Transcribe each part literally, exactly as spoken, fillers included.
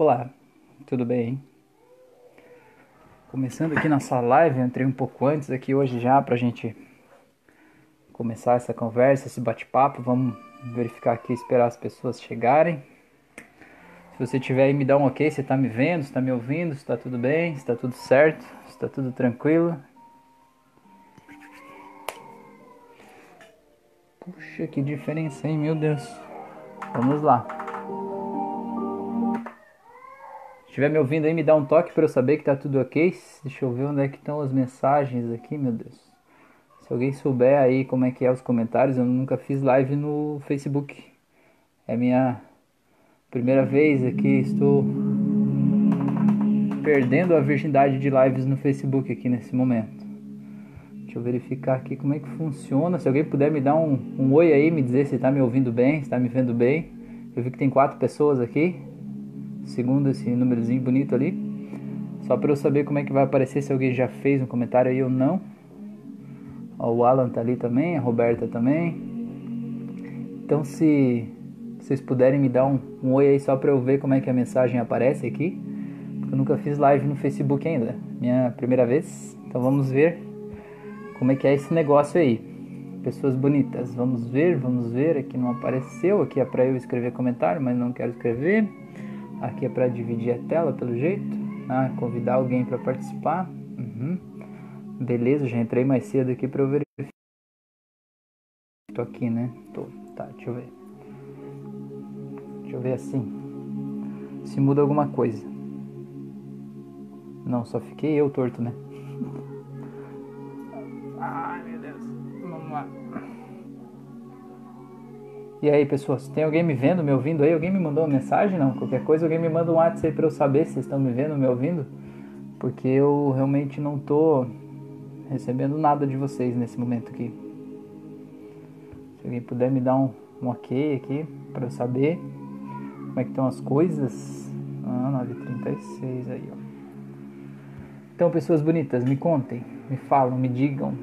Olá, tudo bem? Começando aqui nossa live, eu entrei um pouco antes aqui hoje já pra gente começar essa conversa, esse bate-papo. Vamos verificar aqui, esperar as pessoas chegarem. Se você tiver aí, me dá um ok, se tá me vendo, se tá me ouvindo, se tá tudo bem, se tá tudo certo, se tá tudo tranquilo. Puxa, que diferença, hein, meu Deus. Vamos lá. Se estiver me ouvindo aí, me dá um toque para eu saber que tá tudo ok. Deixa eu ver onde é que estão as mensagens aqui, meu Deus. Se alguém souber aí como é que é os comentários, eu nunca fiz live no Facebook. É minha primeira vez aqui, estou perdendo a virgindade de lives no Facebook aqui nesse momento. Deixa eu verificar aqui como é que funciona. Se alguém puder me dar um, um oi aí, me dizer se está me ouvindo bem, se está me vendo bem. Eu vi que tem quatro pessoas aqui, segundo esse númerozinho bonito ali. Só para eu saber como é que vai aparecer, se alguém já fez um comentário aí ou não. Ó, o Alan tá ali também, a Roberta também. Então se vocês puderem me dar um, um oi aí só para eu ver como é que a mensagem aparece aqui. Porque eu nunca fiz live no Facebook ainda, minha primeira vez. Então vamos ver como é que é esse negócio aí. Pessoas bonitas, vamos ver, vamos ver. Aqui não apareceu, aqui é para eu escrever comentário, mas não quero escrever. Aqui é para dividir a tela pelo jeito. Ah, convidar alguém para participar. Uhum. Beleza, já entrei mais cedo aqui para eu verificar. Tô aqui, né? Tô. Tá, deixa eu ver. Deixa eu ver assim. Se muda alguma coisa. Não, só fiquei eu torto, né? Ai, meu Deus. Vamos lá. E aí, pessoas, tem alguém me vendo, me ouvindo aí? Alguém me mandou uma mensagem? Não? Qualquer coisa, alguém me manda um WhatsApp aí pra eu saber se vocês estão me vendo, me ouvindo. Porque eu realmente não tô recebendo nada de vocês nesse momento aqui. Se alguém puder me dar um, um ok aqui pra eu saber como é que estão as coisas. Ah, nove e trinta e seis aí, ó. Então, pessoas bonitas, me contem, me falam, me digam.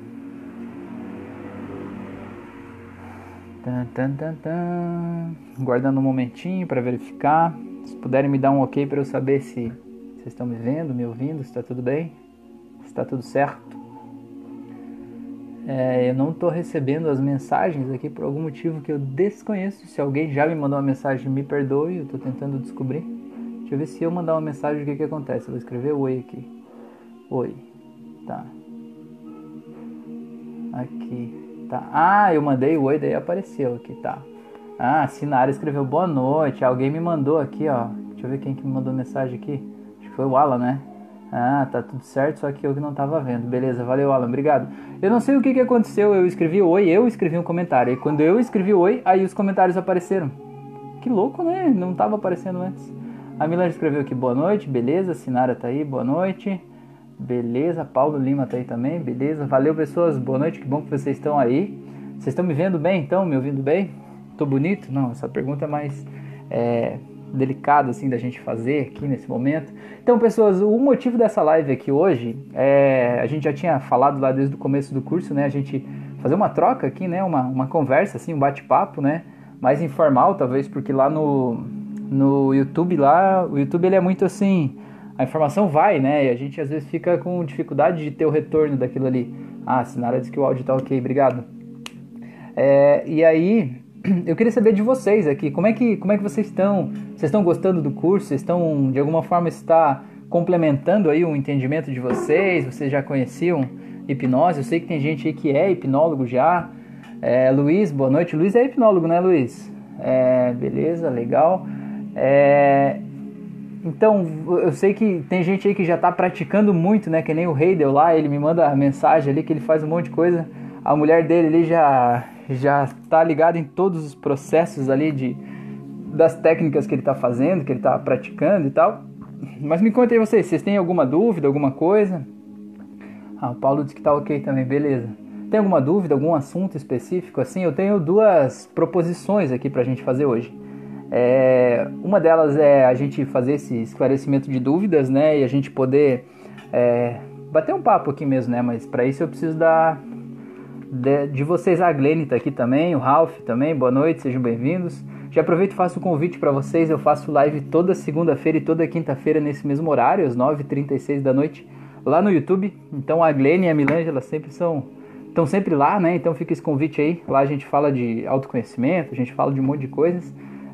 Tan, tan, tan, tan. Guardando um momentinho para verificar. Se puderem me dar um ok para eu saber se vocês estão me vendo, me ouvindo, se está tudo bem, se está tudo certo. É, eu não estou recebendo as mensagens aqui por algum motivo que eu desconheço. Se alguém já me mandou uma mensagem, me perdoe, eu estou tentando descobrir. Deixa eu ver se eu mandar uma mensagem, o que que acontece. Eu vou escrever oi aqui. Oi. Tá. Aqui. Tá. Ah, eu mandei o oi, daí apareceu aqui, tá. Ah, a Sinara escreveu boa noite. Alguém me mandou aqui, ó. Deixa eu ver quem que me mandou mensagem aqui. Acho que foi o Alan, né? Ah, tá tudo certo, só que eu que não tava vendo. Beleza, valeu, Alan, obrigado. Eu não sei o que que aconteceu, eu escrevi oi, eu escrevi um comentário. E quando eu escrevi oi, aí os comentários apareceram. Que louco, né? Não tava aparecendo antes. A Milan escreveu aqui boa noite, beleza. A Sinara tá aí, boa noite. Beleza, Paulo Lima tá aí também, beleza. Valeu, pessoas, boa noite, que bom que vocês estão aí. Vocês estão me vendo bem, então? Me ouvindo bem? Tô bonito? Não, essa pergunta é mais é, delicada, assim, da gente fazer aqui nesse momento. Então, pessoas, o motivo dessa live aqui hoje, é, a gente já tinha falado lá desde o começo do curso, né? A gente fazer uma troca aqui, né? Uma, uma conversa, assim, um bate-papo, né? Mais informal, talvez, porque lá no, no YouTube, lá, o YouTube ele é muito assim... A informação vai, né? E a gente às vezes fica com dificuldade de ter o retorno daquilo ali. Ah, a Sinara disse que o áudio tá ok, obrigado. É, e aí, eu queria saber de vocês aqui, como é que, como é que vocês estão? Vocês estão gostando do curso? Vocês estão, de alguma forma, está complementando aí o entendimento de vocês? Vocês já conheciam hipnose? Eu sei que tem gente aí que é hipnólogo já. É, Luiz, boa noite. Luiz é hipnólogo, né, Luiz? É, beleza, legal. É... Então, eu sei que tem gente aí que já está praticando muito, né? Que nem o Heidel lá, ele me manda mensagem ali que ele faz um monte de coisa. A mulher dele ali já já está ligada em todos os processos ali de, das técnicas que ele está fazendo, que ele está praticando e tal. Mas me contem aí vocês, vocês têm alguma dúvida, alguma coisa? Ah, o Paulo disse que tá ok também, beleza. Tem alguma dúvida, algum assunto específico assim? Eu tenho duas proposições aqui pra gente fazer hoje. É, uma delas é a gente fazer esse esclarecimento de dúvidas, né, e a gente poder é, bater um papo aqui mesmo, né, mas para isso eu preciso da, de, de vocês. A Glene tá aqui também, o Ralph também, boa noite, sejam bem-vindos. Já aproveito e faço o convite para vocês, eu faço live toda segunda-feira e toda quinta-feira nesse mesmo horário, às nove e trinta e seis da noite, lá no YouTube. Então a Glene e a Milângela sempre são, estão sempre lá, né? Então fica esse convite aí, lá a gente fala de autoconhecimento, a gente fala de um monte de coisas.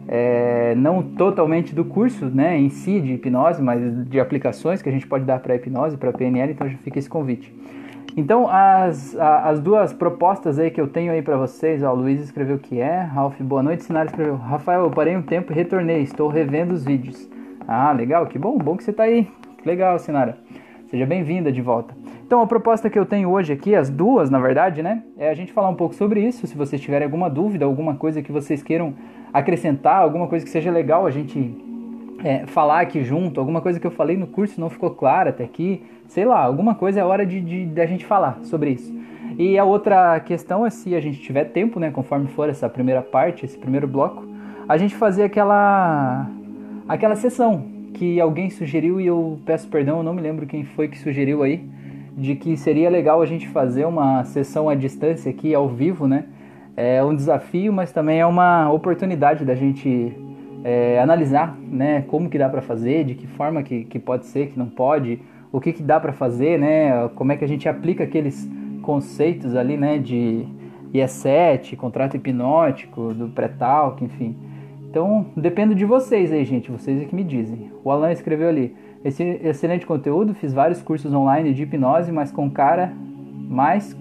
É, não totalmente do curso, né, em si de hipnose, mas de aplicações que a gente pode dar para hipnose, para P N L, então já fica esse convite. Então as, a, as duas propostas aí que eu tenho aí para vocês, ó, o Luiz escreveu que é, Ralf, boa noite, Sinara escreveu, Rafael, eu parei um tempo e retornei, estou revendo os vídeos. Ah, legal, que bom, bom que você tá aí, legal, Sinara, seja bem-vinda de volta. Então a proposta que eu tenho hoje aqui, as duas na verdade, né, é a gente falar um pouco sobre isso, se vocês tiverem alguma dúvida, alguma coisa que vocês queiram acrescentar, alguma coisa que seja legal a gente é, falar aqui junto, alguma coisa que eu falei no curso não ficou clara até aqui, sei lá, alguma coisa é hora de, de, de a gente falar sobre isso. E a outra questão é se a gente tiver tempo, né, conforme for essa primeira parte, esse primeiro bloco, a gente fazer aquela, aquela sessão que alguém sugeriu e eu peço perdão, eu não me lembro quem foi que sugeriu aí, de que seria legal a gente fazer uma sessão à distância aqui, ao vivo, né? É um desafio, mas também é uma oportunidade da gente é, analisar, né, como que dá para fazer, de que forma que, que pode ser, que não pode, o que, que dá para fazer, né, como é que a gente aplica aqueles conceitos ali, né, de I E sete, contrato hipnótico, do pré-talk, enfim. Então, depende de vocês aí, gente, vocês é que me dizem. O Alan escreveu ali, esse excelente conteúdo, fiz vários cursos online de hipnose, mas com cara, mais,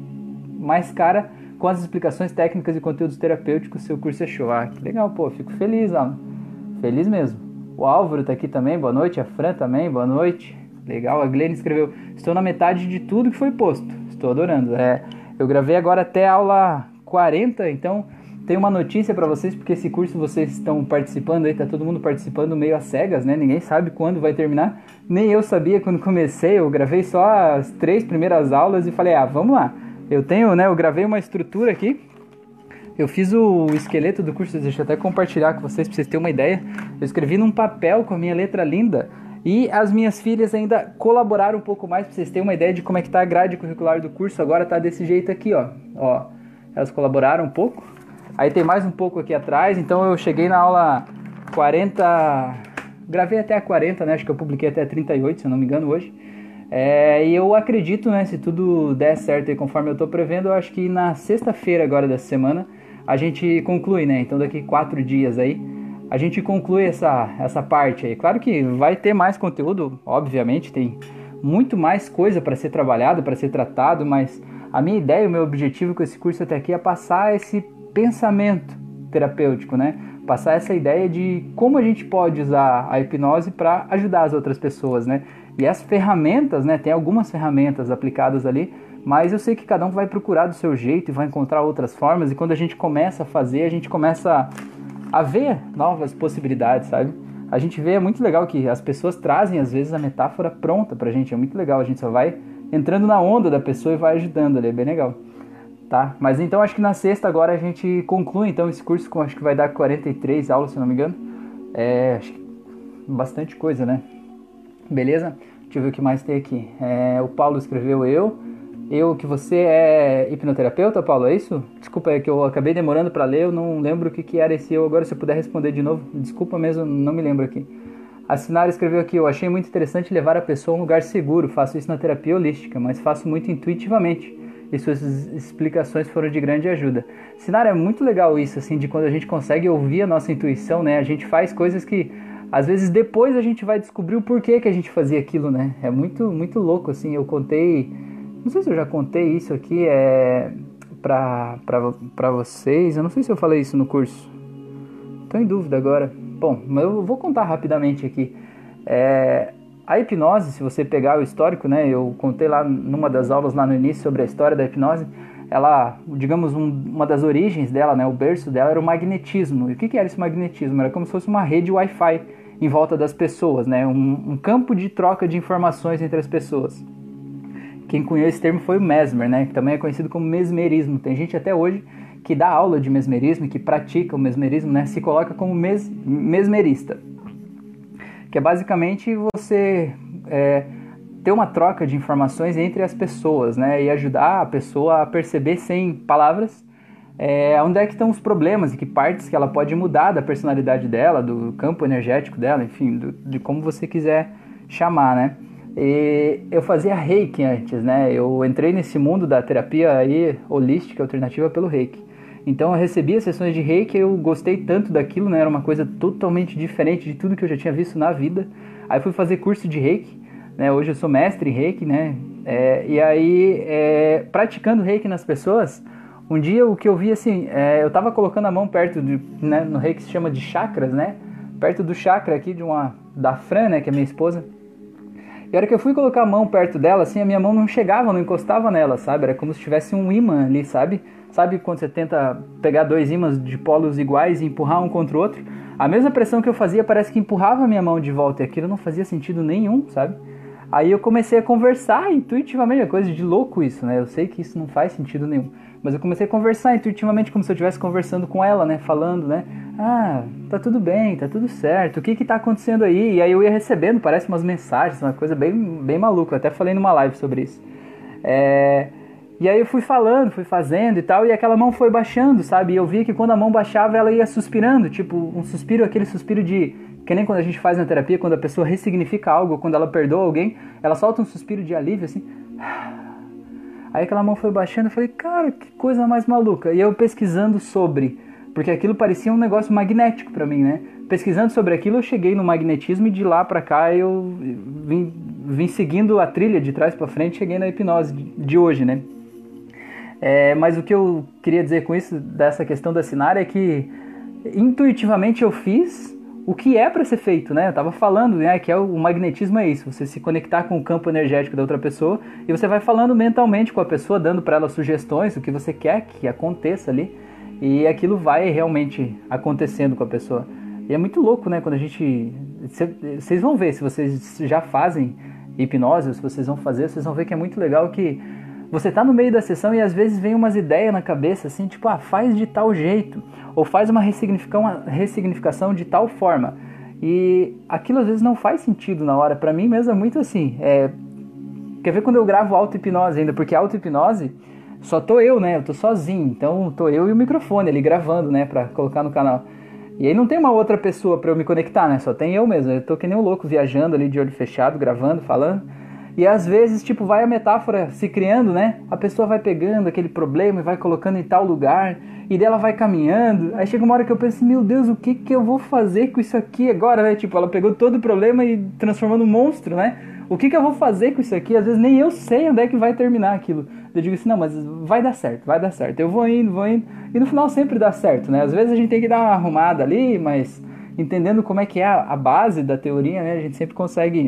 mais cara, com as explicações técnicas e conteúdos terapêuticos, seu curso é show. Ah, que legal, pô, fico feliz, Alan. Feliz mesmo. O Álvaro tá aqui também, boa noite. A Fran também, boa noite. Legal, a Glenn escreveu, estou na metade de tudo que foi posto. Estou adorando. É, eu gravei agora até a aula quarenta, então tem uma notícia para vocês, porque esse curso vocês estão participando aí, tá todo mundo participando meio às cegas, né? Ninguém sabe quando vai terminar. Nem eu sabia quando comecei, eu gravei só as três primeiras aulas e falei, ah, vamos lá. Eu tenho, né, eu gravei uma estrutura aqui, eu fiz o esqueleto do curso, deixa eu até compartilhar com vocês, pra vocês terem uma ideia. Eu escrevi num papel com a minha letra linda e as minhas filhas ainda colaboraram um pouco mais, pra vocês terem uma ideia de como é que tá a grade curricular do curso. Agora tá desse jeito aqui, ó, ó, elas colaboraram um pouco. Aí tem mais um pouco aqui atrás, então eu cheguei na aula quarenta, gravei até a quarenta, né, acho que eu publiquei até a trinta e oito, se eu não me engano, hoje. É, e eu acredito, né, se tudo der certo e conforme eu estou prevendo, eu acho que na sexta-feira agora dessa semana a gente conclui, né, então daqui quatro dias aí a gente conclui essa, essa parte aí. Claro que vai ter mais conteúdo, obviamente, tem muito mais coisa para ser trabalhado, para ser tratado, mas a minha ideia, o meu objetivo com esse curso até aqui é passar esse pensamento terapêutico, né, passar essa ideia de como a gente pode usar a hipnose para ajudar as outras pessoas, né. E as ferramentas, né, tem algumas ferramentas aplicadas ali, mas eu sei que cada um vai procurar do seu jeito e vai encontrar outras formas, e quando a gente começa a fazer, a gente começa a ver novas possibilidades, sabe? A gente vê, é muito legal que as pessoas trazem, às vezes, a metáfora pronta pra gente, é muito legal, a gente só vai entrando na onda da pessoa e vai ajudando ali, é bem legal, tá? Mas então, acho que na sexta agora a gente conclui, então, esse curso, com, acho que vai dar quarenta e três aulas, se não me engano, é, acho que bastante coisa, né? Beleza? Deixa eu ver o que mais tem aqui. É, o Paulo escreveu eu. Eu, que você é hipnoterapeuta, Paulo, é isso? Desculpa, é que eu acabei demorando para ler, eu não lembro o que, que era esse eu. Agora, se eu puder responder de novo, desculpa mesmo, não me lembro aqui. A Sinara escreveu aqui, eu achei muito interessante levar a pessoa a um lugar seguro. Faço isso na terapia holística, mas faço muito intuitivamente. E suas explicações foram de grande ajuda. Sinara, é muito legal isso, assim, de quando a gente consegue ouvir a nossa intuição, né? A gente faz coisas que às vezes depois a gente vai descobrir o porquê que a gente fazia aquilo, né? É muito, muito louco, assim. Eu contei, não sei se eu já contei isso aqui é, pra, pra, pra vocês. Eu não sei se eu falei isso no curso. Tô em dúvida agora. Bom, mas eu vou contar rapidamente aqui. É, a hipnose, se você pegar o histórico, né? Eu contei lá numa das aulas lá no início sobre a história da hipnose. Ela, digamos, um, uma das origens dela, né? O berço dela era o magnetismo. E o que, que era esse magnetismo? Era como se fosse uma rede Wi-Fi em volta das pessoas, né? Um, um campo de troca de informações entre as pessoas. Quem cunhou esse termo foi o Mesmer, né? Que também é conhecido como mesmerismo. Tem gente até hoje que dá aula de mesmerismo, que pratica o mesmerismo, né? Se coloca como mes, mesmerista. Que é basicamente você é, ter uma troca de informações entre as pessoas, né? E ajudar a pessoa a perceber sem palavras é, onde é que estão os problemas e que partes que ela pode mudar da personalidade dela, do campo energético dela, enfim, do, de como você quiser chamar, né? E eu fazia reiki antes, né? Eu entrei nesse mundo da terapia aí, holística alternativa pelo reiki. Então eu recebia sessões de reiki, eu gostei tanto daquilo, né? Era uma coisa totalmente diferente de tudo que eu já tinha visto na vida. Aí fui fazer curso de reiki, né? Hoje eu sou mestre em reiki, né? É, e aí, é, praticando reiki nas pessoas, um dia o que eu vi assim, é, eu tava colocando a mão perto, de, né? No reiki se chama de chakras, né? Perto do chakra aqui de uma, da Fran, né? Que é minha esposa. E a hora que eu fui colocar a mão perto dela, assim, a minha mão não chegava, não encostava nela, sabe? Era como se tivesse um ímã ali, sabe? Sabe quando você tenta pegar dois ímãs de polos iguais e empurrar um contra o outro? A mesma pressão que eu fazia parece que empurrava a minha mão de volta e aquilo não fazia sentido nenhum, sabe? Aí eu comecei a conversar intuitivamente, é coisa de louco isso, né? Eu sei que isso não faz sentido nenhum. Mas eu comecei a conversar intuitivamente como se eu estivesse conversando com ela, né? Falando, né? Ah, tá tudo bem, tá tudo certo. O que que tá acontecendo aí? E aí eu ia recebendo, parece umas mensagens, uma coisa bem, bem maluca. Eu até falei numa live sobre isso. É... E aí eu fui falando, fui fazendo e tal, e aquela mão foi baixando, sabe? E eu vi que quando a mão baixava, ela ia suspirando, tipo um suspiro, aquele suspiro de... Que nem quando a gente faz na terapia, quando a pessoa ressignifica algo, quando ela perdoa alguém, ela solta um suspiro de alívio, assim... Aí aquela mão foi baixando, eu falei, cara, que coisa mais maluca. E eu pesquisando sobre, porque aquilo parecia um negócio magnético pra mim, né? Pesquisando sobre aquilo, eu cheguei no magnetismo e de lá pra cá eu vim, vim seguindo a trilha de trás pra frente, cheguei na hipnose de hoje, né? É, mas o que eu queria dizer com isso, dessa questão da Sinara, é que intuitivamente eu fiz o que é para ser feito, né? Eu tava falando, né, que é o, o magnetismo é isso, você se conectar com o campo energético da outra pessoa e você vai falando mentalmente com a pessoa, dando para ela sugestões, o que você quer que aconteça ali, e aquilo vai realmente acontecendo com a pessoa. E é muito louco, né, quando a gente... Vocês vão ver, se vocês já fazem hipnose, ou se vocês vão fazer, vocês vão ver que é muito legal que você tá no meio da sessão e às vezes vem umas ideias na cabeça assim, tipo, ah, faz de tal jeito, ou faz uma ressignificação, uma ressignificação de tal forma. E aquilo às vezes não faz sentido na hora. Pra mim mesmo é muito assim. É... Quer ver quando eu gravo auto-hipnose ainda? Porque auto-hipnose só tô eu, né? Eu tô sozinho. Então tô eu e o microfone ali gravando, né? Pra colocar no canal. E aí não tem uma outra pessoa pra eu me conectar, né? Só tem eu mesmo. Eu tô que nem um louco viajando ali de olho fechado, gravando, falando. E às vezes, tipo, vai a metáfora se criando, né? A pessoa vai pegando aquele problema e vai colocando em tal lugar, e dela vai caminhando. Aí chega uma hora que eu penso, meu Deus, o que que eu vou fazer com isso aqui agora, né? Tipo, ela pegou todo o problema e transformou num monstro, né? O que que eu vou fazer com isso aqui? Às vezes nem eu sei onde é que vai terminar aquilo. Eu digo assim, não, mas vai dar certo, vai dar certo. Eu vou indo, vou indo. E no final sempre dá certo, né? Às vezes a gente tem que dar uma arrumada ali, mas entendendo como é que é a base da teoria, né? A gente sempre consegue...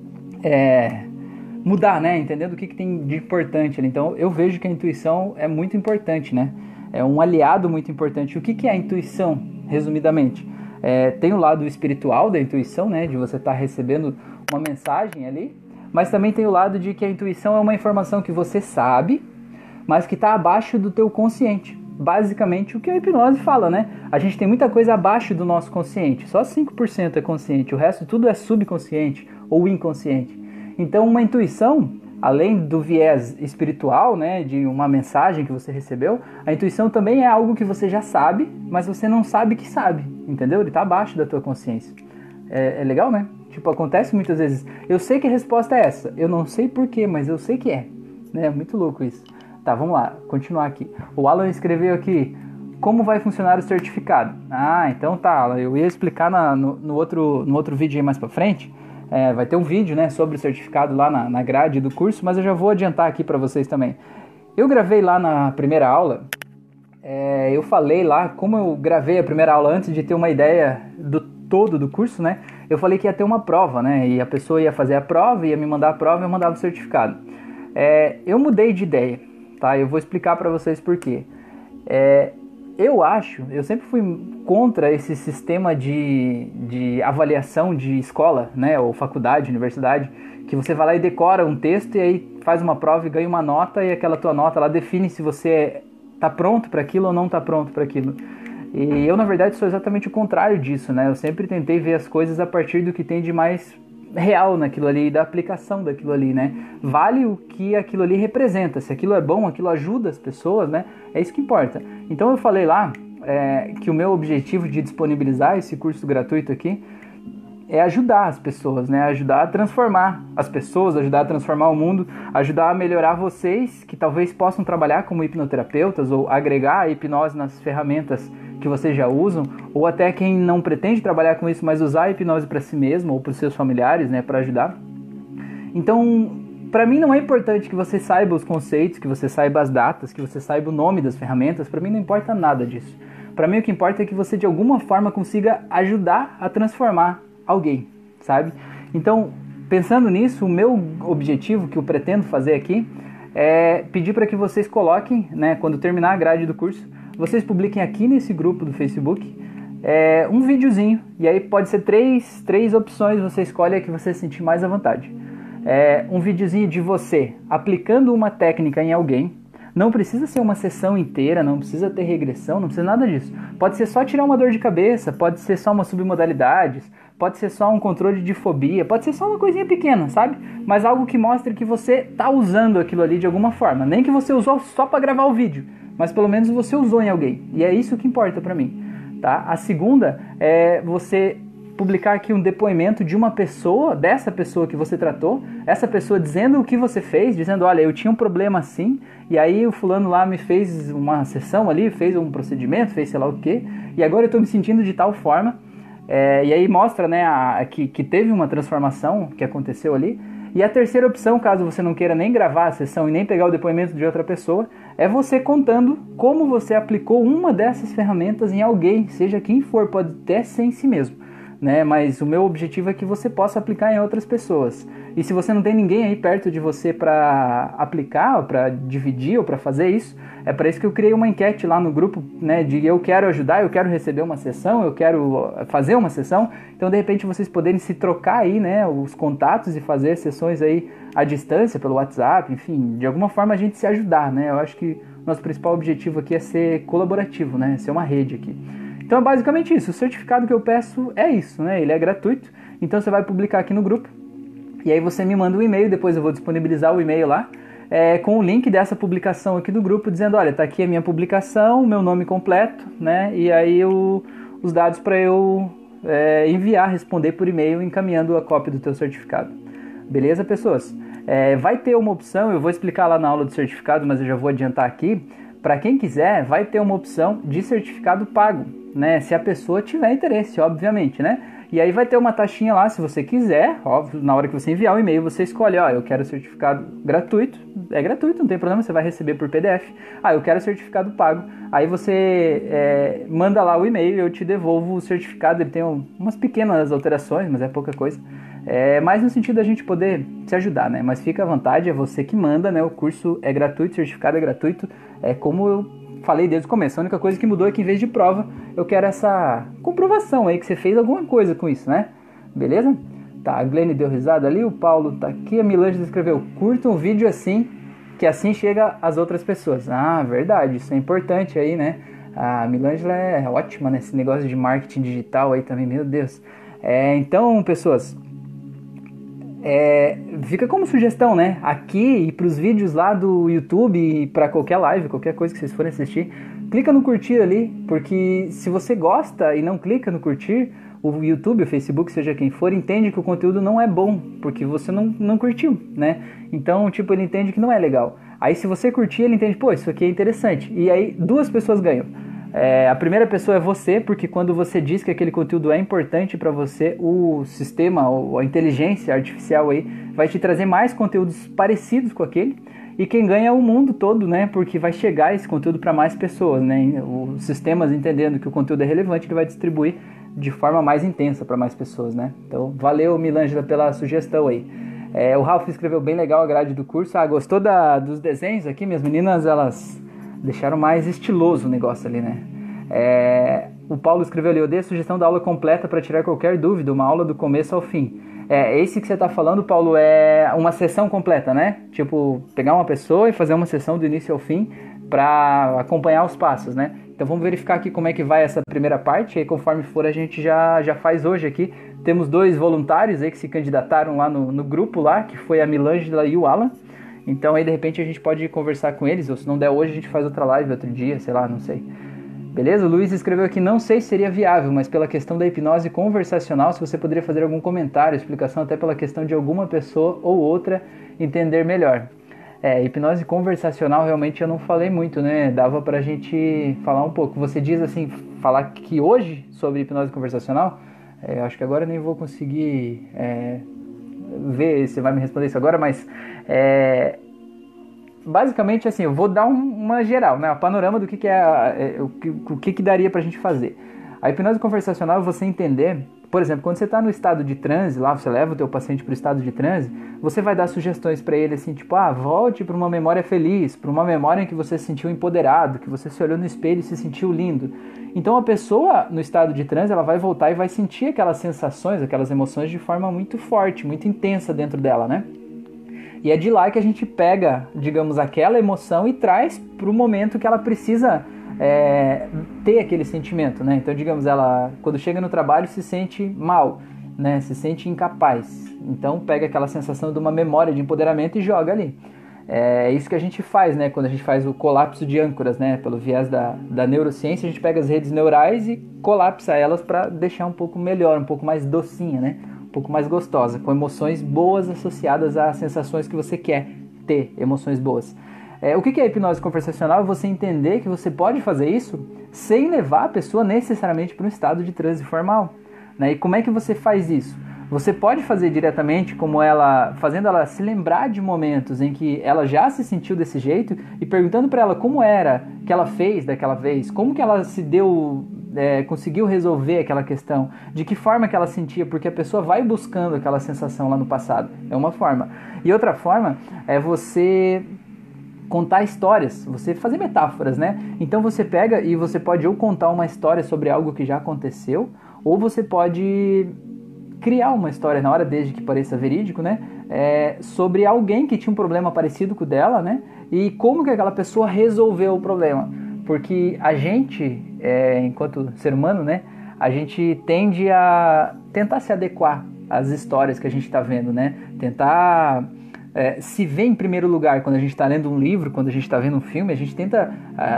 É... mudar, né? Entendendo o que, que tem de importante ali. Então, eu vejo que a intuição é muito importante, né? É um aliado muito importante. O que, que é a intuição, resumidamente? É, tem o lado espiritual da intuição, né? De você estar tá recebendo uma mensagem ali. Mas também tem o lado de que a intuição é uma informação que você sabe, mas que está abaixo do teu consciente. Basicamente, o que a hipnose fala, né? A gente tem muita coisa abaixo do nosso consciente. Só cinco por cento é consciente. O resto tudo é subconsciente ou inconsciente. Então, uma intuição, além do viés espiritual, né, de uma mensagem que você recebeu, a intuição também é algo que você já sabe, mas você não sabe que sabe, entendeu? Ele está abaixo da tua consciência. É, é legal, né? Tipo, acontece muitas vezes. Eu sei que a resposta é essa, eu não sei porquê, mas eu sei que é. É muito louco isso. Tá, vamos lá, continuar aqui. O Alan escreveu aqui, como vai funcionar o certificado? Ah, então tá, Alan, eu ia explicar na, no, no, outro, no outro vídeo aí mais pra frente. É, vai ter um vídeo, né, sobre o certificado lá na, na grade do curso, mas eu já vou adiantar aqui para vocês também. Eu gravei lá na primeira aula, é, eu falei lá, como eu gravei a primeira aula antes de ter uma ideia do todo do curso, né, eu falei que ia ter uma prova, né, e a pessoa ia fazer a prova, ia me mandar a prova e eu mandava o certificado. É, eu mudei de ideia, tá, eu vou explicar para vocês por quê. É, Eu acho, eu sempre fui contra esse sistema de, de avaliação de escola, né, ou faculdade, universidade, que você vai lá e decora um texto e aí faz uma prova e ganha uma nota e aquela tua nota lá define se você tá pronto para aquilo ou não tá pronto para aquilo. E eu, na verdade, sou exatamente o contrário disso, né, eu sempre tentei ver as coisas a partir do que tem de mais real naquilo ali, da aplicação daquilo ali, né? Vale o que aquilo ali representa. Se aquilo é bom, aquilo ajuda as pessoas, né? É isso que importa. Então eu falei lá é, que o meu objetivo de disponibilizar esse curso gratuito aqui é ajudar as pessoas, né? Ajudar a transformar as pessoas, ajudar a transformar o mundo, ajudar a melhorar vocês que talvez possam trabalhar como hipnoterapeutas ou agregar a hipnose nas ferramentas que vocês já usam, ou até quem não pretende trabalhar com isso, mas usar a hipnose para si mesmo ou para os seus familiares, né? Para ajudar. Então, para mim não é importante que você saiba os conceitos, que você saiba as datas, que você saiba o nome das ferramentas. Para mim não importa nada disso. Para mim o que importa é que você de alguma forma consiga ajudar a transformar alguém, sabe? Então, pensando nisso, o meu objetivo que eu pretendo fazer aqui é pedir para que vocês coloquem, né, quando terminar a grade do curso, vocês publiquem aqui nesse grupo do Facebook é, um videozinho, e aí pode ser três, três opções, você escolhe a que você se sentir mais à vontade. É, um videozinho de você aplicando uma técnica em alguém. Não precisa ser uma sessão inteira, não precisa ter regressão, não precisa nada disso. Pode ser só tirar uma dor de cabeça, pode ser só uma submodalidades, pode ser só um controle de fobia, pode ser só uma coisinha pequena, sabe? Mas algo que mostre que você está usando aquilo ali de alguma forma. Nem que você usou só para gravar o vídeo, mas pelo menos você usou em alguém. E é isso que importa para mim, tá? A segunda é você publicar aqui um depoimento de uma pessoa, dessa pessoa que você tratou, essa pessoa dizendo o que você fez, dizendo, olha, eu tinha um problema assim, e aí o fulano lá me fez uma sessão ali, fez um procedimento, fez sei lá o quê, e agora eu tô me sentindo de tal forma, é, e aí mostra, né, a, a, que, que teve uma transformação que aconteceu ali. E a terceira opção, caso você não queira nem gravar a sessão e nem pegar o depoimento de outra pessoa, é você contando como você aplicou uma dessas ferramentas em alguém, seja quem for, pode até ser em si mesmo. Né? Mas o meu objetivo é que você possa aplicar em outras pessoas. E se você não tem ninguém aí perto de você para aplicar, para dividir ou para fazer isso, é para isso que eu criei uma enquete lá no grupo, né, de eu quero ajudar, eu quero receber uma sessão, eu quero fazer uma sessão. Então de repente vocês poderem se trocar aí, né, os contatos e fazer sessões aí à distância pelo WhatsApp, enfim, de alguma forma a gente se ajudar, né? Eu acho que nosso principal objetivo aqui é ser colaborativo, né, ser uma rede aqui. Então é basicamente isso, o certificado que eu peço é isso, né? Ele é gratuito, então você vai publicar aqui no grupo, e aí você me manda um e-mail, depois eu vou disponibilizar o e-mail lá, é, com o link dessa publicação aqui do grupo, dizendo, olha, tá aqui a minha publicação, meu nome completo, né? E aí o, os dados para eu é, enviar, responder por e-mail, encaminhando a cópia do teu certificado. Beleza, pessoas? É, vai ter uma opção, eu vou explicar lá na aula do certificado, mas eu já vou adiantar aqui, para quem quiser, vai ter uma opção de certificado pago, né? Se a pessoa tiver interesse, obviamente, né? E aí vai ter uma taxinha lá, se você quiser, óbvio, na hora que você enviar o e-mail, você escolhe, ó, eu quero certificado gratuito, é gratuito, não tem problema, você vai receber por P D F. Ah, eu quero certificado pago. Aí você é, manda lá o e-mail e eu te devolvo o certificado, ele tem umas pequenas alterações, mas é pouca coisa. É mais no sentido da gente poder se ajudar, né? Mas fica à vontade, é você que manda, né? O curso é gratuito, o certificado é gratuito, é como eu falei desde o começo. A única coisa que mudou é que em vez de prova, eu quero essa comprovação aí que você fez alguma coisa com isso, né? Beleza? Tá, a Glenn deu risada ali, o Paulo tá aqui, a Milângela escreveu, curta um vídeo assim, que assim chega às outras pessoas. Ah, verdade, isso é importante aí, né? A Milângela é ótima nesse negócio de marketing digital aí também, meu Deus. É, então, pessoas, é, fica como sugestão, né? Aqui e para os vídeos lá do YouTube e para qualquer live, qualquer coisa que vocês forem assistir, clica no curtir ali, porque se você gosta e não clica no curtir, o YouTube, o Facebook, seja quem for, entende que o conteúdo não é bom, porque você não, não curtiu, né? Então, tipo, ele entende que não é legal. Aí se você curtir, ele entende, pô, isso aqui é interessante. E aí duas pessoas ganham. É, a primeira pessoa é você, porque quando você diz que aquele conteúdo é importante para você, o sistema, ou a inteligência artificial aí, vai te trazer mais conteúdos parecidos com aquele. E quem ganha é o mundo todo, né? Porque vai chegar esse conteúdo para mais pessoas, né? Os sistemas, entendendo que o conteúdo é relevante, ele vai distribuir de forma mais intensa para mais pessoas, né? Então, valeu, Milângela, pela sugestão aí. É, o Ralph escreveu bem legal a grade do curso. Ah, gostou da, dos desenhos aqui? Minhas meninas, elas deixaram mais estiloso o negócio ali, né? É, o Paulo escreveu ali, eu dei a sugestão da aula completa para tirar qualquer dúvida, uma aula do começo ao fim. É, esse que você está falando, Paulo, é uma sessão completa, né? Tipo, pegar uma pessoa e fazer uma sessão do início ao fim para acompanhar os passos, né? Então vamos verificar aqui como é que vai essa primeira parte, e aí conforme for a gente já, já faz hoje aqui. temos dois voluntários aí que se candidataram lá no, no grupo lá, que foi a Milângela e o Alan. Então aí de repente a gente pode conversar com eles, ou se não der hoje a gente faz outra live outro dia, sei lá, não sei. Beleza? O Luiz escreveu aqui, não sei se seria viável, mas pela questão da hipnose conversacional, se você poderia fazer algum comentário, explicação até pela questão de alguma pessoa ou outra entender melhor. É, hipnose conversacional realmente eu não falei muito, né? Dava pra gente falar um pouco. Você diz assim, falar que hoje sobre hipnose conversacional, é, acho que agora eu nem vou conseguir é, ver se você vai me responder isso agora, mas... É, basicamente, assim, eu vou dar um, uma geral, né? Um panorama do que, que é, é o, que, o que, que daria pra gente fazer. A hipnose conversacional é você entender, por exemplo, quando você está no estado de transe, lá você leva o teu paciente para o estado de transe, você vai dar sugestões para ele assim, tipo, ah, volte para uma memória feliz, para uma memória em que você se sentiu empoderado, que você se olhou no espelho e se sentiu lindo. Então a pessoa no estado de transe, ela vai voltar e vai sentir aquelas sensações, aquelas emoções de forma muito forte, muito intensa dentro dela, né? E é de lá que a gente pega, digamos, aquela emoção e traz para o momento que ela precisa é, ter aquele sentimento, né? Então, digamos, ela, quando chega no trabalho, se sente mal, né? Se sente incapaz. Então, pega aquela sensação de uma memória de empoderamento e joga ali. É isso que a gente faz, né? Quando a gente faz o colapso de âncoras, né? Pelo viés da, da neurociência, a gente pega as redes neurais e colapsa elas para deixar um pouco melhor, um pouco mais docinha, né? Um pouco mais gostosa, com emoções boas associadas a sensações que você quer ter, emoções boas. É, o que é a hipnose conversacional? É você entender que você pode fazer isso sem levar a pessoa necessariamente para um estado de transe formal, né? E como é que você faz isso? Você pode fazer diretamente como ela, fazendo ela se lembrar de momentos em que ela já se sentiu desse jeito e perguntando para ela como era que ela fez daquela vez, como que ela se deu... É, conseguiu resolver aquela questão, de que forma que ela sentia, porque a pessoa vai buscando aquela sensação lá no passado, é uma forma. E outra forma é você contar histórias, você fazer metáforas, né? Então você pega e você pode ou contar uma história sobre algo que já aconteceu, ou você pode criar uma história na hora, desde que pareça verídico, né? É, sobre alguém que tinha um problema parecido com o dela, né? E como que aquela pessoa resolveu o problema. Porque a gente, é, enquanto ser humano, né, a gente tende a tentar se adequar às histórias que a gente está vendo, né? Tentar é, se ver em primeiro lugar quando a gente está lendo um livro, quando a gente está vendo um filme, a gente tenta...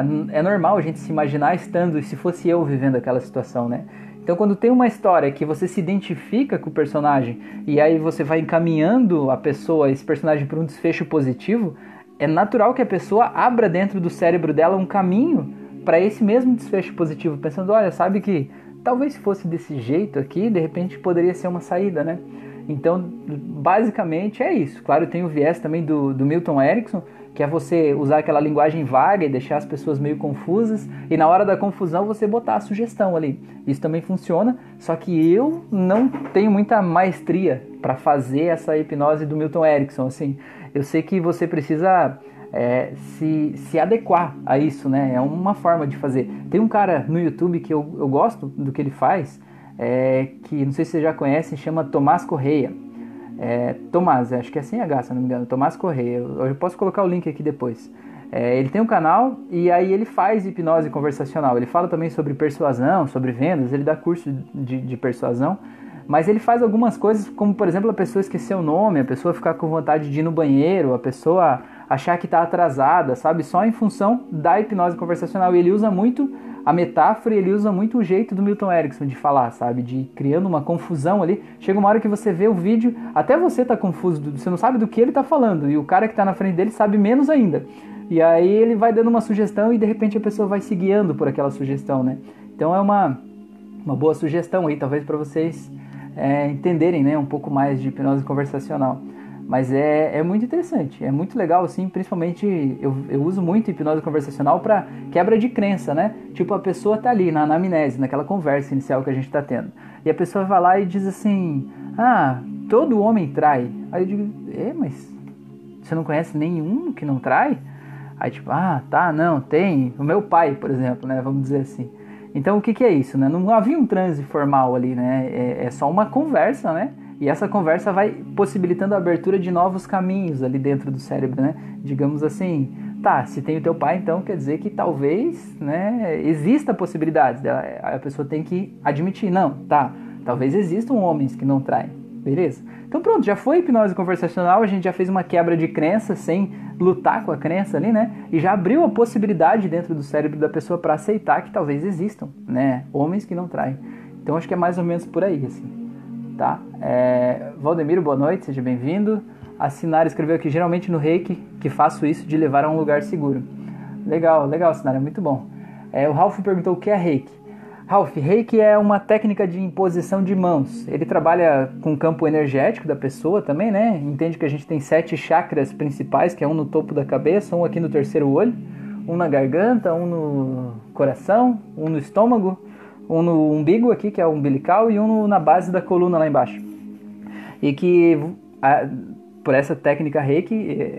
É normal a gente se imaginar estando, e se fosse eu vivendo aquela situação, né? Então quando tem uma história que você se identifica com o personagem e aí você vai encaminhando a pessoa, esse personagem, para um desfecho positivo, é natural que a pessoa abra dentro do cérebro dela um caminho para esse mesmo desfecho positivo, pensando, olha, sabe que talvez se fosse desse jeito aqui, de repente poderia ser uma saída, né? Então, basicamente é isso. Claro, tem o viés também do, do Milton Erickson, que é você usar aquela linguagem vaga e deixar as pessoas meio confusas, e na hora da confusão você botar a sugestão ali. Isso também funciona, só que eu não tenho muita maestria para fazer essa hipnose do Milton Erickson, assim. Eu sei que você precisa é, se, se adequar a isso, né? É uma forma de fazer. Tem um cara no YouTube que eu, eu gosto do que ele faz, é, que não sei se você já conhece, chama Tomás Correia. É, Tomás, acho que é sem H, se não me engano, Tomás Correia. Eu, eu posso colocar o link aqui depois. É, ele tem um canal e aí ele faz hipnose conversacional. Ele fala também sobre persuasão, sobre vendas, ele dá curso de, de persuasão. Mas ele faz algumas coisas, como por exemplo a pessoa esquecer o nome, a pessoa ficar com vontade de ir no banheiro, a pessoa achar que está atrasada, sabe? Só em função da hipnose conversacional. E ele usa muito a metáfora e ele usa muito o jeito do Milton Erickson de falar, sabe? De ir criando uma confusão ali. Chega uma hora que você vê o vídeo, até você tá confuso, você não sabe do que ele tá falando. E o cara que tá na frente dele sabe menos ainda. E aí ele vai dando uma sugestão e de repente a pessoa vai se guiando por aquela sugestão, né? Então é uma, uma boa sugestão aí, talvez para vocês... É, entenderem, né, um pouco mais de hipnose conversacional. Mas é, é muito interessante, é muito legal, assim, principalmente eu, eu uso muito hipnose conversacional para quebra de crença, né? Tipo, a pessoa tá ali na anamnese, naquela conversa inicial que a gente tá tendo. E a pessoa vai lá e diz assim, ah, todo homem trai. Aí eu digo, é, mas você não conhece nenhum que não trai? Aí tipo, ah, tá, não, tem. O meu pai, por exemplo, né, vamos dizer assim. Então o que, que é isso, né? Não havia um transe formal ali, né? É, é só uma conversa, né? E essa conversa vai possibilitando a abertura de novos caminhos ali dentro do cérebro, né? Digamos assim, tá, se tem o teu pai, então quer dizer que talvez, né, exista a possibilidade. A pessoa tem que admitir, não, tá, Talvez existam homens que não traem, beleza? Então pronto, já foi hipnose conversacional, a gente já fez uma quebra de crença sem lutar com a crença ali, né? E já abriu a possibilidade dentro do cérebro da pessoa para aceitar que talvez existam, né? Homens que não traem. Então acho que é mais ou menos por aí, assim, tá? É... Valdemiro, boa noite, seja bem-vindo. A Sinara escreveu aqui, geralmente no Reiki, que faço isso de levar a um lugar seguro. Legal, legal, Sinara, muito bom. É, o Ralph perguntou o que é Reiki. Ralph, Reiki é uma técnica de imposição de mãos. Ele trabalha com o campo energético da pessoa também, né? Entende que a gente tem sete chakras principais, que é um no topo da cabeça, um aqui no terceiro olho, um na garganta, um no coração, um no estômago, um no umbigo aqui, que é o umbilical, e um no, na base da coluna lá embaixo. E que... A, por essa técnica Reiki,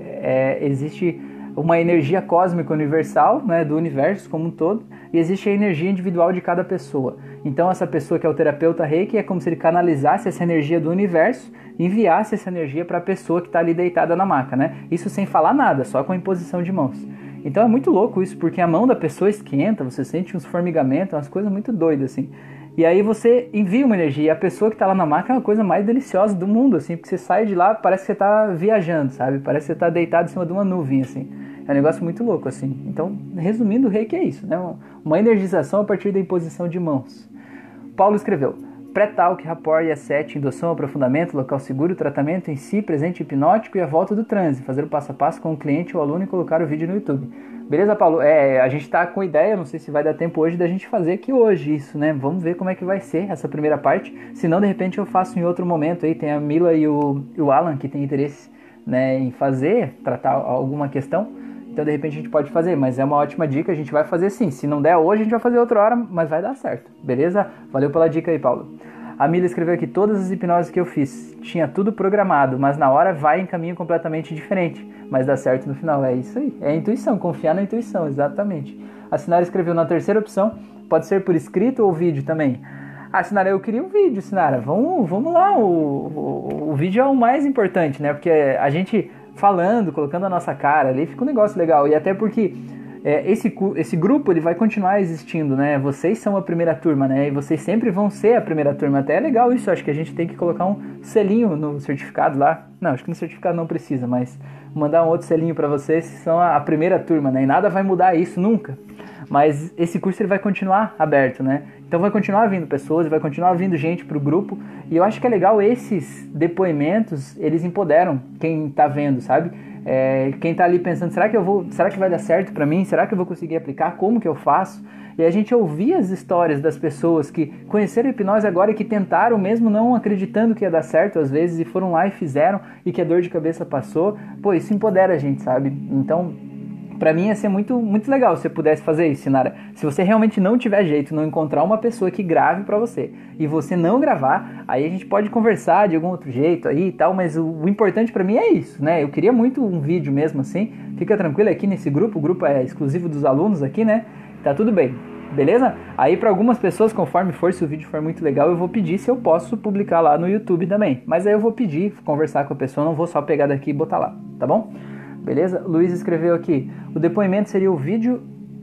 é, existe uma energia cósmica universal, né, do universo como um todo, e existe a energia individual de cada pessoa. Então essa pessoa que é o terapeuta Reiki é como se ele canalizasse essa energia do universo e enviasse essa energia para a pessoa que está ali deitada na maca, né? Isso sem falar nada, só com a imposição de mãos. Então é muito louco isso, porque a mão da pessoa esquenta, você sente uns formigamentos, umas coisas muito doidas, assim. E aí você envia uma energia, e a pessoa que está lá na maca é uma coisa mais deliciosa do mundo, assim, porque você sai de lá, parece que você está viajando, sabe? Parece que você está deitado em cima de uma nuvem, assim. É um negócio muito louco, assim. Então, resumindo, o Reiki é isso, né? Uma energização a partir da imposição de mãos. Paulo escreveu, pré-talk, rapport e a sete, indução, aprofundamento, local seguro, tratamento em si, presente hipnótico e a volta do transe, fazer o passo a passo com o cliente ou aluno e colocar o vídeo no YouTube. Beleza, Paulo? É, a gente está com ideia, não sei se vai dar tempo hoje da gente fazer aqui hoje isso, né? Vamos ver como é que vai ser essa primeira parte. Se não, de repente eu faço em outro momento aí. Tem a Mila e o, e o Alan que tem interesse, né, em fazer, tratar alguma questão. Então, de repente, a gente pode fazer, mas é uma ótima dica, a gente vai fazer sim. Se não der hoje, a gente vai fazer outra hora, mas vai dar certo, beleza? Valeu pela dica aí, Paulo. A Mila escreveu aqui, todas as hipnoses que eu fiz, tinha tudo programado, mas na hora vai em caminho completamente diferente, mas dá certo no final. É isso aí, é a intuição, confiar na intuição, exatamente. A Sinara escreveu na terceira opção, pode ser por escrito ou vídeo também. Ah, Sinara, eu queria um vídeo, Sinara, vamos, vamos lá, o, o, o vídeo é o mais importante, né, porque a gente falando, colocando a nossa cara ali, fica um negócio legal, e até porque... É, esse, esse grupo ele vai continuar existindo, né? Vocês são a primeira turma, né? E vocês sempre vão ser a primeira turma. Até é legal isso, acho que a gente tem que colocar um selinho no certificado lá. Não, acho que no certificado não precisa, mas mandar um outro selinho para vocês que são a, a primeira turma, né? E nada vai mudar isso nunca. Mas esse curso ele vai continuar aberto, né? Então vai continuar vindo pessoas, vai continuar vindo gente pro grupo. E eu acho que é legal esses depoimentos, eles empoderam quem tá vendo, sabe? É, quem tá ali pensando, será que eu vou, será que vai dar certo pra mim? Será que eu vou conseguir aplicar? Como que eu faço? E a gente ouvir as histórias das pessoas que conheceram a hipnose agora e que tentaram, mesmo não acreditando que ia dar certo às vezes, e foram lá e fizeram, e que a dor de cabeça passou, pô, isso empodera a gente, sabe? Então, pra mim ia ser muito, muito legal se eu pudesse fazer isso, Sinara. Se você realmente não tiver jeito, não encontrar uma pessoa que grave pra você, e você não gravar, aí a gente pode conversar de algum outro jeito aí e tal, mas o, o importante pra mim é isso, né? Eu queria muito um vídeo mesmo assim, fica tranquilo aqui nesse grupo, o grupo é exclusivo dos alunos aqui, né? Tá tudo bem, beleza? Aí pra algumas pessoas, conforme for, se o vídeo for muito legal, eu vou pedir se eu posso publicar lá no YouTube também. Mas aí eu vou pedir, conversar com a pessoa, não vou só pegar daqui e botar lá, tá bom? Beleza? Luiz escreveu aqui, o depoimento seria o vídeo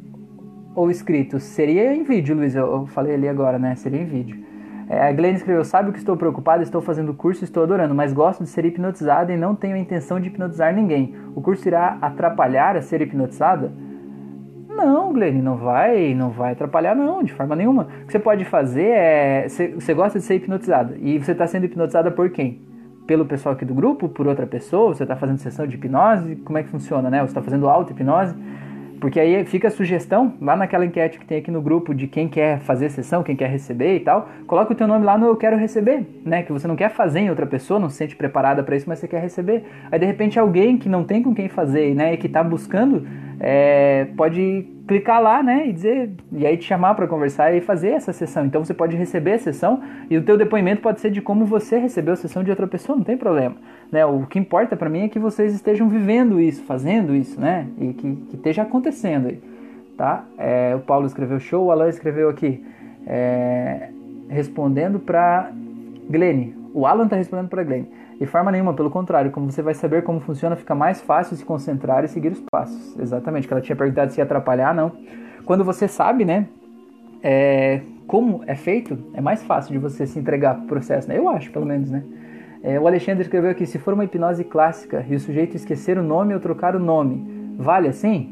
ou escrito? Seria em vídeo, Luiz, eu, eu falei ali agora, né? Seria em vídeo. É, a Glenn escreveu, sabe o que estou preocupada? Estou fazendo o curso, estou adorando, mas gosto de ser hipnotizada e não tenho a intenção de hipnotizar ninguém. O curso irá atrapalhar a ser hipnotizada? Não, Glenn, não vai, não vai atrapalhar não, de forma nenhuma. O que você pode fazer é, você, você gosta de ser hipnotizada e você está sendo hipnotizada por quem? Pelo pessoal aqui do grupo, por outra pessoa, você está fazendo sessão de hipnose, como é que funciona, né? Você está fazendo auto-hipnose, porque aí fica a sugestão, lá naquela enquete que tem aqui no grupo de quem quer fazer sessão, quem quer receber e tal, coloca o teu nome lá no eu quero receber, né? Que você não quer fazer em outra pessoa, não se sente preparada para isso, mas você quer receber. Aí de repente alguém que não tem com quem fazer, né? E que está buscando, é, pode clicar lá, né, e dizer, e aí te chamar para conversar e fazer essa sessão. Então você pode receber a sessão e o teu depoimento pode ser de como você recebeu a sessão de outra pessoa, não tem problema, né? O que importa para mim é que vocês estejam vivendo isso, fazendo isso, né, e que, que esteja acontecendo aí, tá? É, o Paulo escreveu show, o Alan escreveu aqui, é, respondendo para Glenn, o Alan tá respondendo para Glenn. De forma nenhuma, pelo contrário, como você vai saber como funciona, fica mais fácil se concentrar e seguir os passos. Exatamente, que ela tinha perguntado se ia atrapalhar, não. Quando você sabe, né, é, como é feito, é mais fácil de você se entregar pro processo, né? Eu acho, pelo menos, né? É, o Alexandre escreveu aqui, se for uma hipnose clássica e o sujeito esquecer o nome ou trocar o nome, vale assim?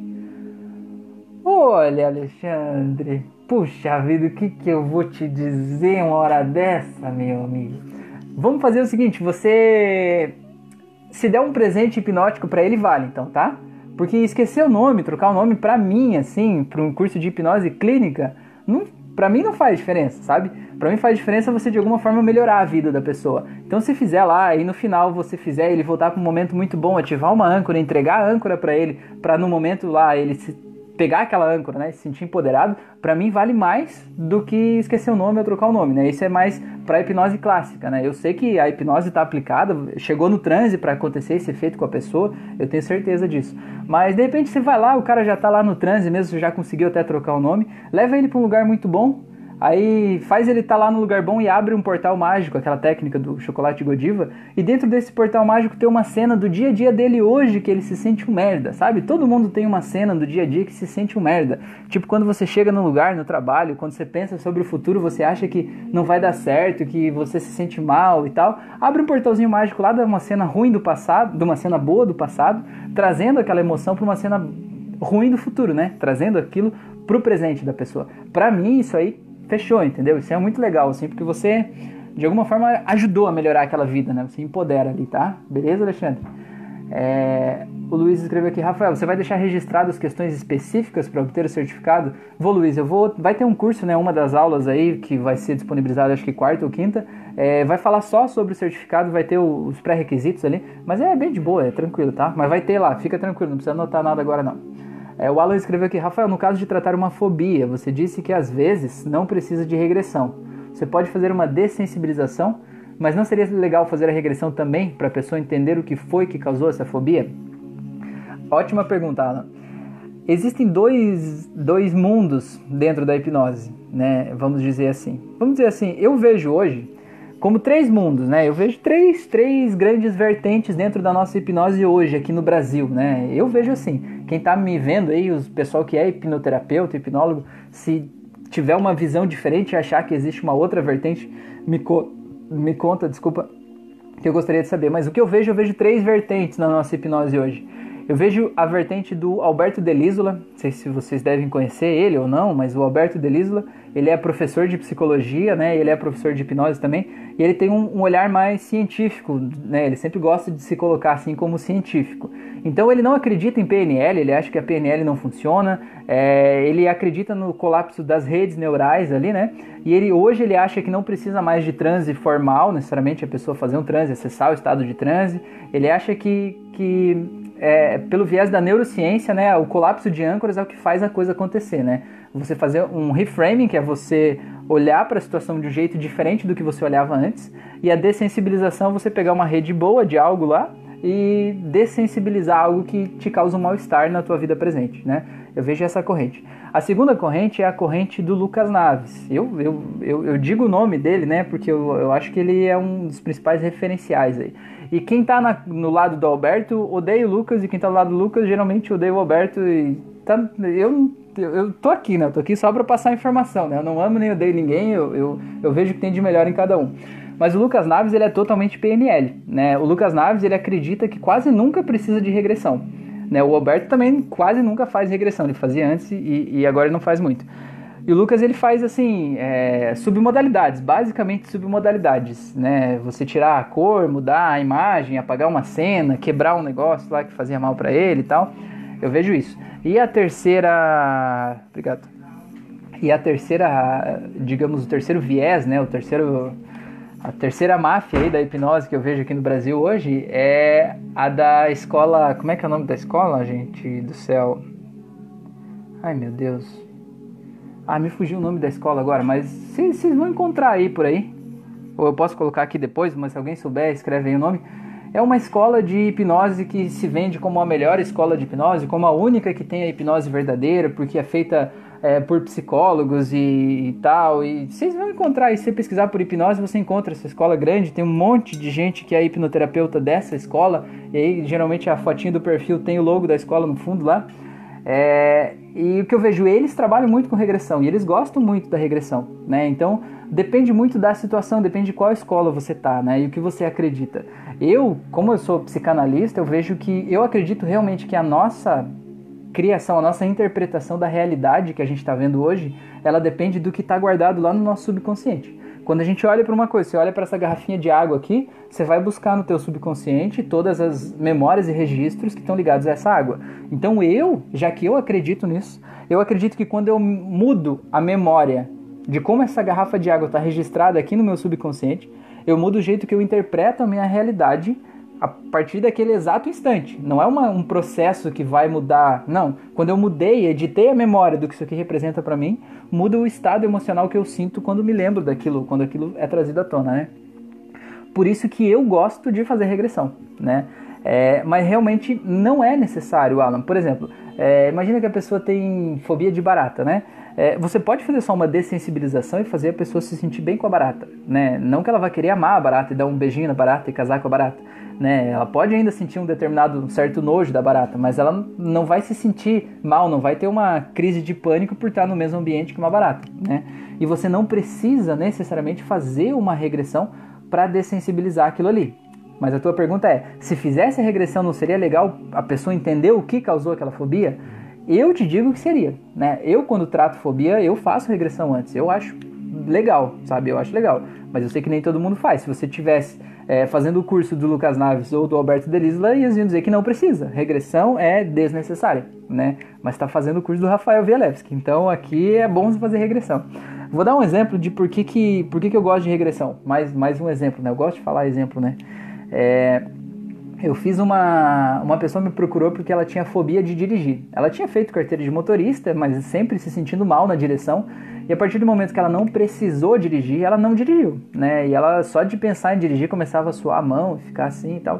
Olha, Alexandre, puxa vida, o que, que eu vou te dizer uma hora dessa, meu amigo? Vamos fazer o seguinte, você... Se der um presente hipnótico pra ele, vale, então, tá? Porque esquecer o nome, trocar o nome pra mim, assim, pra um curso de hipnose clínica, não, pra mim não faz diferença, sabe? Pra mim faz diferença você, de alguma forma, melhorar a vida da pessoa. Então, se fizer lá, e no final você fizer ele voltar pra um momento muito bom, ativar uma âncora, entregar a âncora pra ele, pra no momento lá ele se... pegar aquela âncora, né, se sentir empoderado, pra mim vale mais do que esquecer o nome ou trocar o nome, né? Isso é mais pra hipnose clássica, né? Eu sei que a hipnose tá aplicada, chegou no transe pra acontecer esse efeito com a pessoa, eu tenho certeza disso. Mas de repente você vai lá, o cara já tá lá no transe mesmo, você já conseguiu até trocar o nome, leva ele pra um lugar muito bom, aí faz ele estar tá lá no lugar bom e abre um portal mágico, aquela técnica do chocolate Godiva, e dentro desse portal mágico tem uma cena do dia a dia dele hoje que ele se sente um merda, sabe? Todo mundo tem uma cena do dia a dia que se sente um merda. Tipo, quando você chega num lugar, no trabalho, quando você pensa sobre o futuro, você acha que não vai dar certo, que você se sente mal e tal, abre um portalzinho mágico lá de uma cena ruim do passado, de uma cena boa do passado, trazendo aquela emoção para uma cena ruim do futuro, né? Trazendo aquilo pro presente da pessoa. Pra mim, isso aí fechou, entendeu? Isso é muito legal, assim, porque você, de alguma forma, ajudou a melhorar aquela vida, né? Você empodera ali, tá? Beleza, Alexandre? É... O Luiz escreveu aqui, Rafael, você vai deixar registrado as questões específicas para obter o certificado? Vou, Luiz, eu vou... Vai ter um curso, né? Uma das aulas aí, que vai ser disponibilizada, acho que quarta ou quinta, é... vai falar só sobre o certificado, vai ter os pré-requisitos ali, mas é bem de boa, é tranquilo, tá? Mas vai ter lá, fica tranquilo, não precisa anotar nada agora, não. É, o Alan escreveu aqui, Rafael, no caso de tratar uma fobia, você disse que às vezes não precisa de regressão. Você pode fazer uma dessensibilização, mas não seria legal fazer a regressão também para a pessoa entender o que foi que causou essa fobia? Ótima pergunta, Alan. Existem dois, dois mundos dentro da hipnose, né? Vamos dizer assim. Vamos dizer assim, eu vejo hoje como três mundos, né? Eu vejo três, três grandes vertentes dentro da nossa hipnose hoje, aqui no Brasil, né? Eu vejo assim, quem tá me vendo aí, o pessoal que é hipnoterapeuta, hipnólogo, se tiver uma visão diferente e achar que existe uma outra vertente, me, co- me conta, desculpa, que eu gostaria de saber. Mas o que eu vejo, eu vejo três vertentes na nossa hipnose hoje. Eu vejo a vertente do Alberto Delisola, não sei se vocês devem conhecer ele ou não, mas o Alberto Delisola, ele é professor de psicologia, né? Ele é professor de hipnose também, e ele tem um, um olhar mais científico, né? Ele sempre gosta de se colocar assim como científico. Então ele não acredita em P N L, ele acha que a P N L não funciona, é, ele acredita no colapso das redes neurais ali, né? E ele, hoje ele acha que não precisa mais de transe formal, necessariamente a pessoa fazer um transe, acessar o estado de transe. Ele acha que... que É, pelo viés da neurociência, né, o colapso de âncoras é o que faz a coisa acontecer, né? Você fazer um reframing, que é você olhar para a situação de um jeito diferente do que você olhava antes, e a dessensibilização, você pegar uma rede boa de algo lá e dessensibilizar algo que te causa um mal-estar na tua vida presente, né? Eu vejo essa corrente. A segunda corrente é a corrente do Lucas Naves. Eu, eu, eu, eu digo o nome dele, né, porque eu, eu acho que ele é um dos principais referenciais aí. E quem tá na, no lado do Alberto odeia o Lucas, e quem tá do lado do Lucas geralmente odeia o Alberto. E tá, eu, eu, eu tô aqui, né? Eu tô aqui só pra passar informação, né? Eu não amo nem odeio ninguém, eu, eu, eu vejo o que tem de melhor em cada um. Mas o Lucas Naves, ele é totalmente P N L, né? O Lucas Naves, ele acredita que quase nunca precisa de regressão, né? O Alberto também quase nunca faz regressão, ele fazia antes e, e agora ele não faz muito. E o Lucas, ele faz assim, é, submodalidades, basicamente submodalidades, né? Você tirar a cor, mudar a imagem, apagar uma cena, quebrar um negócio lá que fazia mal pra ele e tal. Eu vejo isso. E a terceira... Obrigado. E a terceira, digamos, o terceiro viés, né? O terceiro... A terceira máfia aí da hipnose que eu vejo aqui no Brasil hoje é a da escola... Como é que é o nome da escola, gente do céu? Ai, meu Deus... Ah, me fugiu o nome da escola agora, mas vocês vão encontrar aí por aí. Ou eu posso colocar aqui depois, mas se alguém souber, escreve aí o nome. É uma escola de hipnose que se vende como a melhor escola de hipnose, como a única que tem a hipnose verdadeira, porque é feita é, por psicólogos e, e tal. E vocês vão encontrar aí, se você pesquisar por hipnose, você encontra essa escola grande. Tem um monte de gente que é hipnoterapeuta dessa escola. E aí, geralmente, a fotinha do perfil tem o logo da escola no fundo lá. É, e o que eu vejo, eles trabalham muito com regressão e eles gostam muito da regressão, né? Então depende muito da situação, depende de qual escola você tá, né? E o que você acredita. Eu, como eu sou psicanalista, eu vejo que eu acredito realmente que a nossa criação, a nossa interpretação da realidade que a gente está vendo hoje, ela depende do que está guardado lá no nosso subconsciente. Quando a gente olha para uma coisa, você olha para essa garrafinha de água aqui, você vai buscar no teu subconsciente todas as memórias e registros que estão ligados a essa água. Então eu, já que eu acredito nisso, eu acredito que quando eu mudo a memória de como essa garrafa de água está registrada aqui no meu subconsciente, eu mudo o jeito que eu interpreto a minha realidade a partir daquele exato instante. Não é uma, um processo que vai mudar, não. Quando eu mudei, editei a memória do que isso aqui representa para mim, muda o estado emocional que eu sinto quando me lembro daquilo, quando aquilo é trazido à tona, né? Por isso que eu gosto de fazer regressão, né? É, mas realmente não é necessário, Alan. Por exemplo, é, imagina que a pessoa tem fobia de barata, né? É, você pode fazer só uma dessensibilização e fazer a pessoa se sentir bem com a barata, né? Não que ela vá querer amar a barata e dar um beijinho na barata e casar com a barata, né? Ela pode ainda sentir um determinado, um certo nojo da barata, mas ela não vai se sentir mal, não vai ter uma crise de pânico por estar no mesmo ambiente que uma barata, né? E você não precisa necessariamente fazer uma regressão para dessensibilizar aquilo ali. Mas a tua pergunta é, se fizesse a regressão, não seria legal a pessoa entender o que causou aquela fobia? Eu te digo que seria, né? Eu, quando trato fobia, eu faço regressão antes. Eu acho legal, sabe? Eu acho legal. Mas eu sei que nem todo mundo faz. Se você tivesse é, fazendo o curso do Lucas Naves ou do Alberto Delisla, iam dizer que não precisa. Regressão é desnecessária, né? Mas está fazendo o curso do Rafael Vielewski. Então aqui é bom você fazer regressão. Vou dar um exemplo de por que, que, por que, que eu gosto de regressão. Mais, mais um exemplo, né? Eu gosto de falar exemplo, né? É... Eu fiz uma... Uma pessoa me procurou porque ela tinha fobia de dirigir. Ela tinha feito carteira de motorista, mas sempre se sentindo mal na direção. E a partir do momento que ela não precisou dirigir, ela não dirigiu, né? E ela só de pensar em dirigir começava a suar a mão, ficar assim e tal.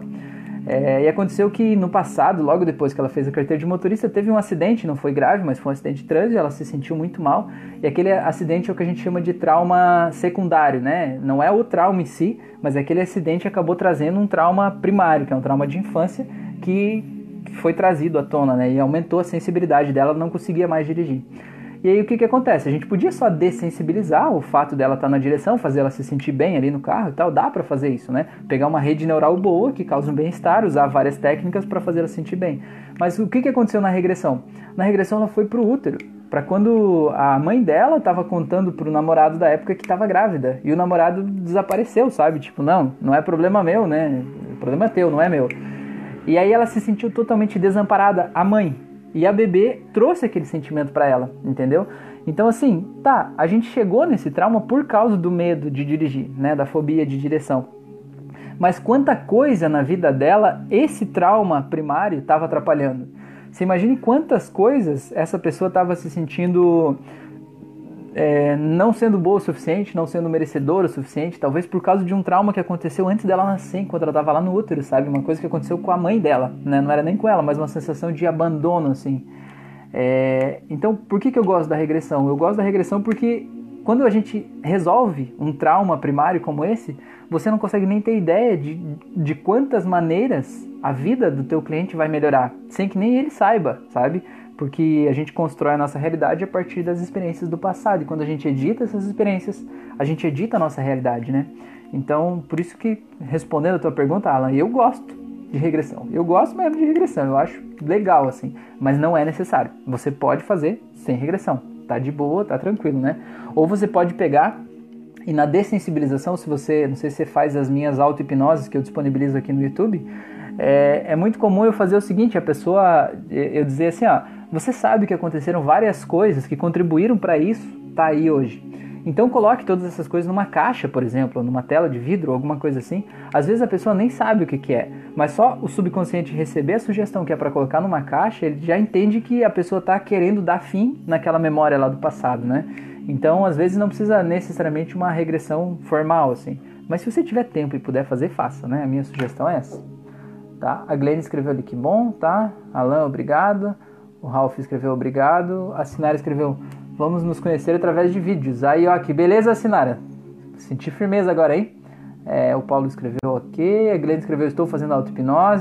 É, e aconteceu que no passado, logo depois que ela fez a carteira de motorista, teve um acidente, não foi grave, mas foi um acidente de trânsito, ela se sentiu muito mal. E aquele acidente é o que a gente chama de trauma secundário, né? Não é o trauma em si, mas aquele acidente acabou trazendo um trauma primário, que é um trauma de infância, que foi trazido à tona, né? E aumentou a sensibilidade dela, ela não conseguia mais dirigir. E aí o que que acontece? A gente podia só dessensibilizar o fato dela estar na direção, fazer ela se sentir bem ali no carro e tal, dá pra fazer isso, né? Pegar uma rede neural boa, que causa um bem-estar, usar várias técnicas pra fazer ela se sentir bem. Mas o que que aconteceu na regressão? Na regressão ela foi pro útero, pra quando a mãe dela tava contando pro namorado da época que tava grávida, e o namorado desapareceu, sabe? Tipo, não, não é problema meu, né? O problema é teu, não é meu. E aí ela se sentiu totalmente desamparada, a mãe. E a bebê trouxe aquele sentimento pra ela, entendeu? Então assim, tá, a gente chegou nesse trauma por causa do medo de dirigir, né? Da fobia de direção. Mas quanta coisa na vida dela esse trauma primário estava atrapalhando. Você imagine quantas coisas essa pessoa estava se sentindo... É, não sendo boa o suficiente, não sendo merecedora o suficiente, talvez por causa de um trauma que aconteceu antes dela nascer, enquanto ela estava lá no útero, sabe? Uma coisa que aconteceu com a mãe dela, né? Não era nem com ela, mas uma sensação de abandono, assim. É, então, por que que eu gosto da regressão? Eu gosto da regressão porque quando a gente resolve um trauma primário como esse, você não consegue nem ter ideia de, de quantas maneiras a vida do teu cliente vai melhorar, sem que nem ele saiba, sabe? Porque a gente constrói a nossa realidade a partir das experiências do passado. E quando a gente edita essas experiências, a gente edita a nossa realidade, né? Então, por isso que, respondendo a tua pergunta, Alan, eu gosto de regressão. Eu gosto mesmo de regressão, eu acho legal, assim. Mas não é necessário. Você pode fazer sem regressão. Tá de boa, tá tranquilo, né? Ou você pode pegar e na dessensibilização, se você, não sei se você faz as minhas auto-hipnoses que eu disponibilizo aqui no YouTube, é, é muito comum eu fazer o seguinte, a pessoa, eu dizer assim, ó, você sabe que aconteceram várias coisas que contribuíram para isso, tá aí hoje. Então coloque todas essas coisas numa caixa, por exemplo, numa tela de vidro, alguma coisa assim. Às vezes a pessoa nem sabe o que, que é, mas só o subconsciente receber a sugestão que é para colocar numa caixa, ele já entende que a pessoa está querendo dar fim naquela memória lá do passado, né? Então, às vezes não precisa necessariamente uma regressão formal, assim. Mas se você tiver tempo e puder fazer, faça, né? A minha sugestão é essa. Tá? A Glenn escreveu ali que bom, tá? Alan, obrigado. O Ralph escreveu obrigado. A Sinara escreveu vamos nos conhecer através de vídeos. Aí, ó, que beleza, Sinara. Senti firmeza agora, hein? É, o Paulo escreveu ok. A Glenn escreveu estou fazendo auto-hipnose.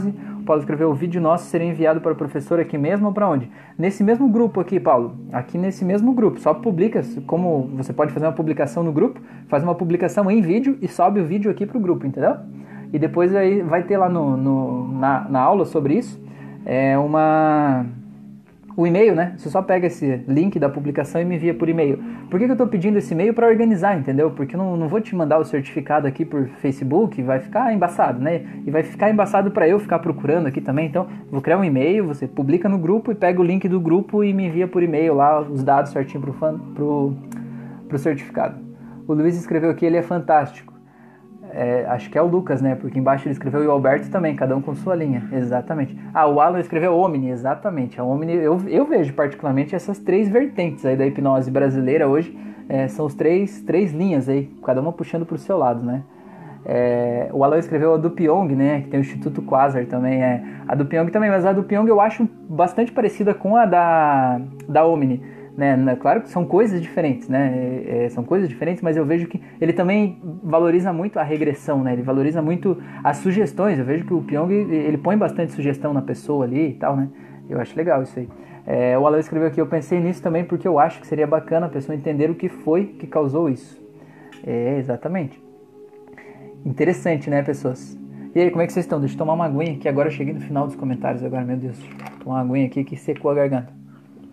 Paulo escreveu, o vídeo nosso seria enviado para o professor aqui mesmo ou para onde? Nesse mesmo grupo aqui, Paulo. Aqui nesse mesmo grupo. Só publica, como você pode fazer uma publicação no grupo, faz uma publicação em vídeo e sobe o vídeo aqui para o grupo, entendeu? E depois aí vai ter lá no, no, na, na aula sobre isso, é uma... o e-mail, né? Você só pega esse link da publicação e me envia por e-mail. Por que, que eu tô pedindo esse e-mail? Para organizar, entendeu? Porque eu não, não vou te mandar o certificado aqui por Facebook, vai ficar embaçado, né? E vai ficar embaçado para eu ficar procurando aqui também. Então, vou criar um e-mail, você publica no grupo e pega o link do grupo e me envia por e-mail lá os dados certinho pro, fan, pro, pro certificado. O Luiz escreveu aqui, ele é fantástico. É, acho que é o Lucas, né? Porque embaixo ele escreveu e o Alberto também, cada um com sua linha. Exatamente. Ah, o Alan escreveu Omni, exatamente. A Omni, eu, eu vejo particularmente essas três vertentes aí da hipnose brasileira hoje. É, são os três, três linhas aí, cada uma puxando pro seu lado, né? É, o Alan escreveu a do Pyong, né? Que tem o Instituto Quasar também. É, a do Pyong também, mas a do Pyong eu acho bastante parecida com a da, da Omni. Né? Claro que são coisas diferentes, né? É, são coisas diferentes, mas eu vejo que ele também valoriza muito a regressão, né? Ele valoriza muito as sugestões. Eu vejo que o Pyong, ele põe bastante sugestão na pessoa ali e tal, né? Eu acho legal isso aí. É, o Alan escreveu aqui, eu pensei nisso também porque eu acho que seria bacana a pessoa entender o que foi que causou isso. É, exatamente. Interessante, né, pessoas? E aí, como é que vocês estão? Deixa eu tomar uma aguinha aqui. Agora eu cheguei no final dos comentários agora, meu Deus. Tomar uma aguinha aqui que secou a garganta.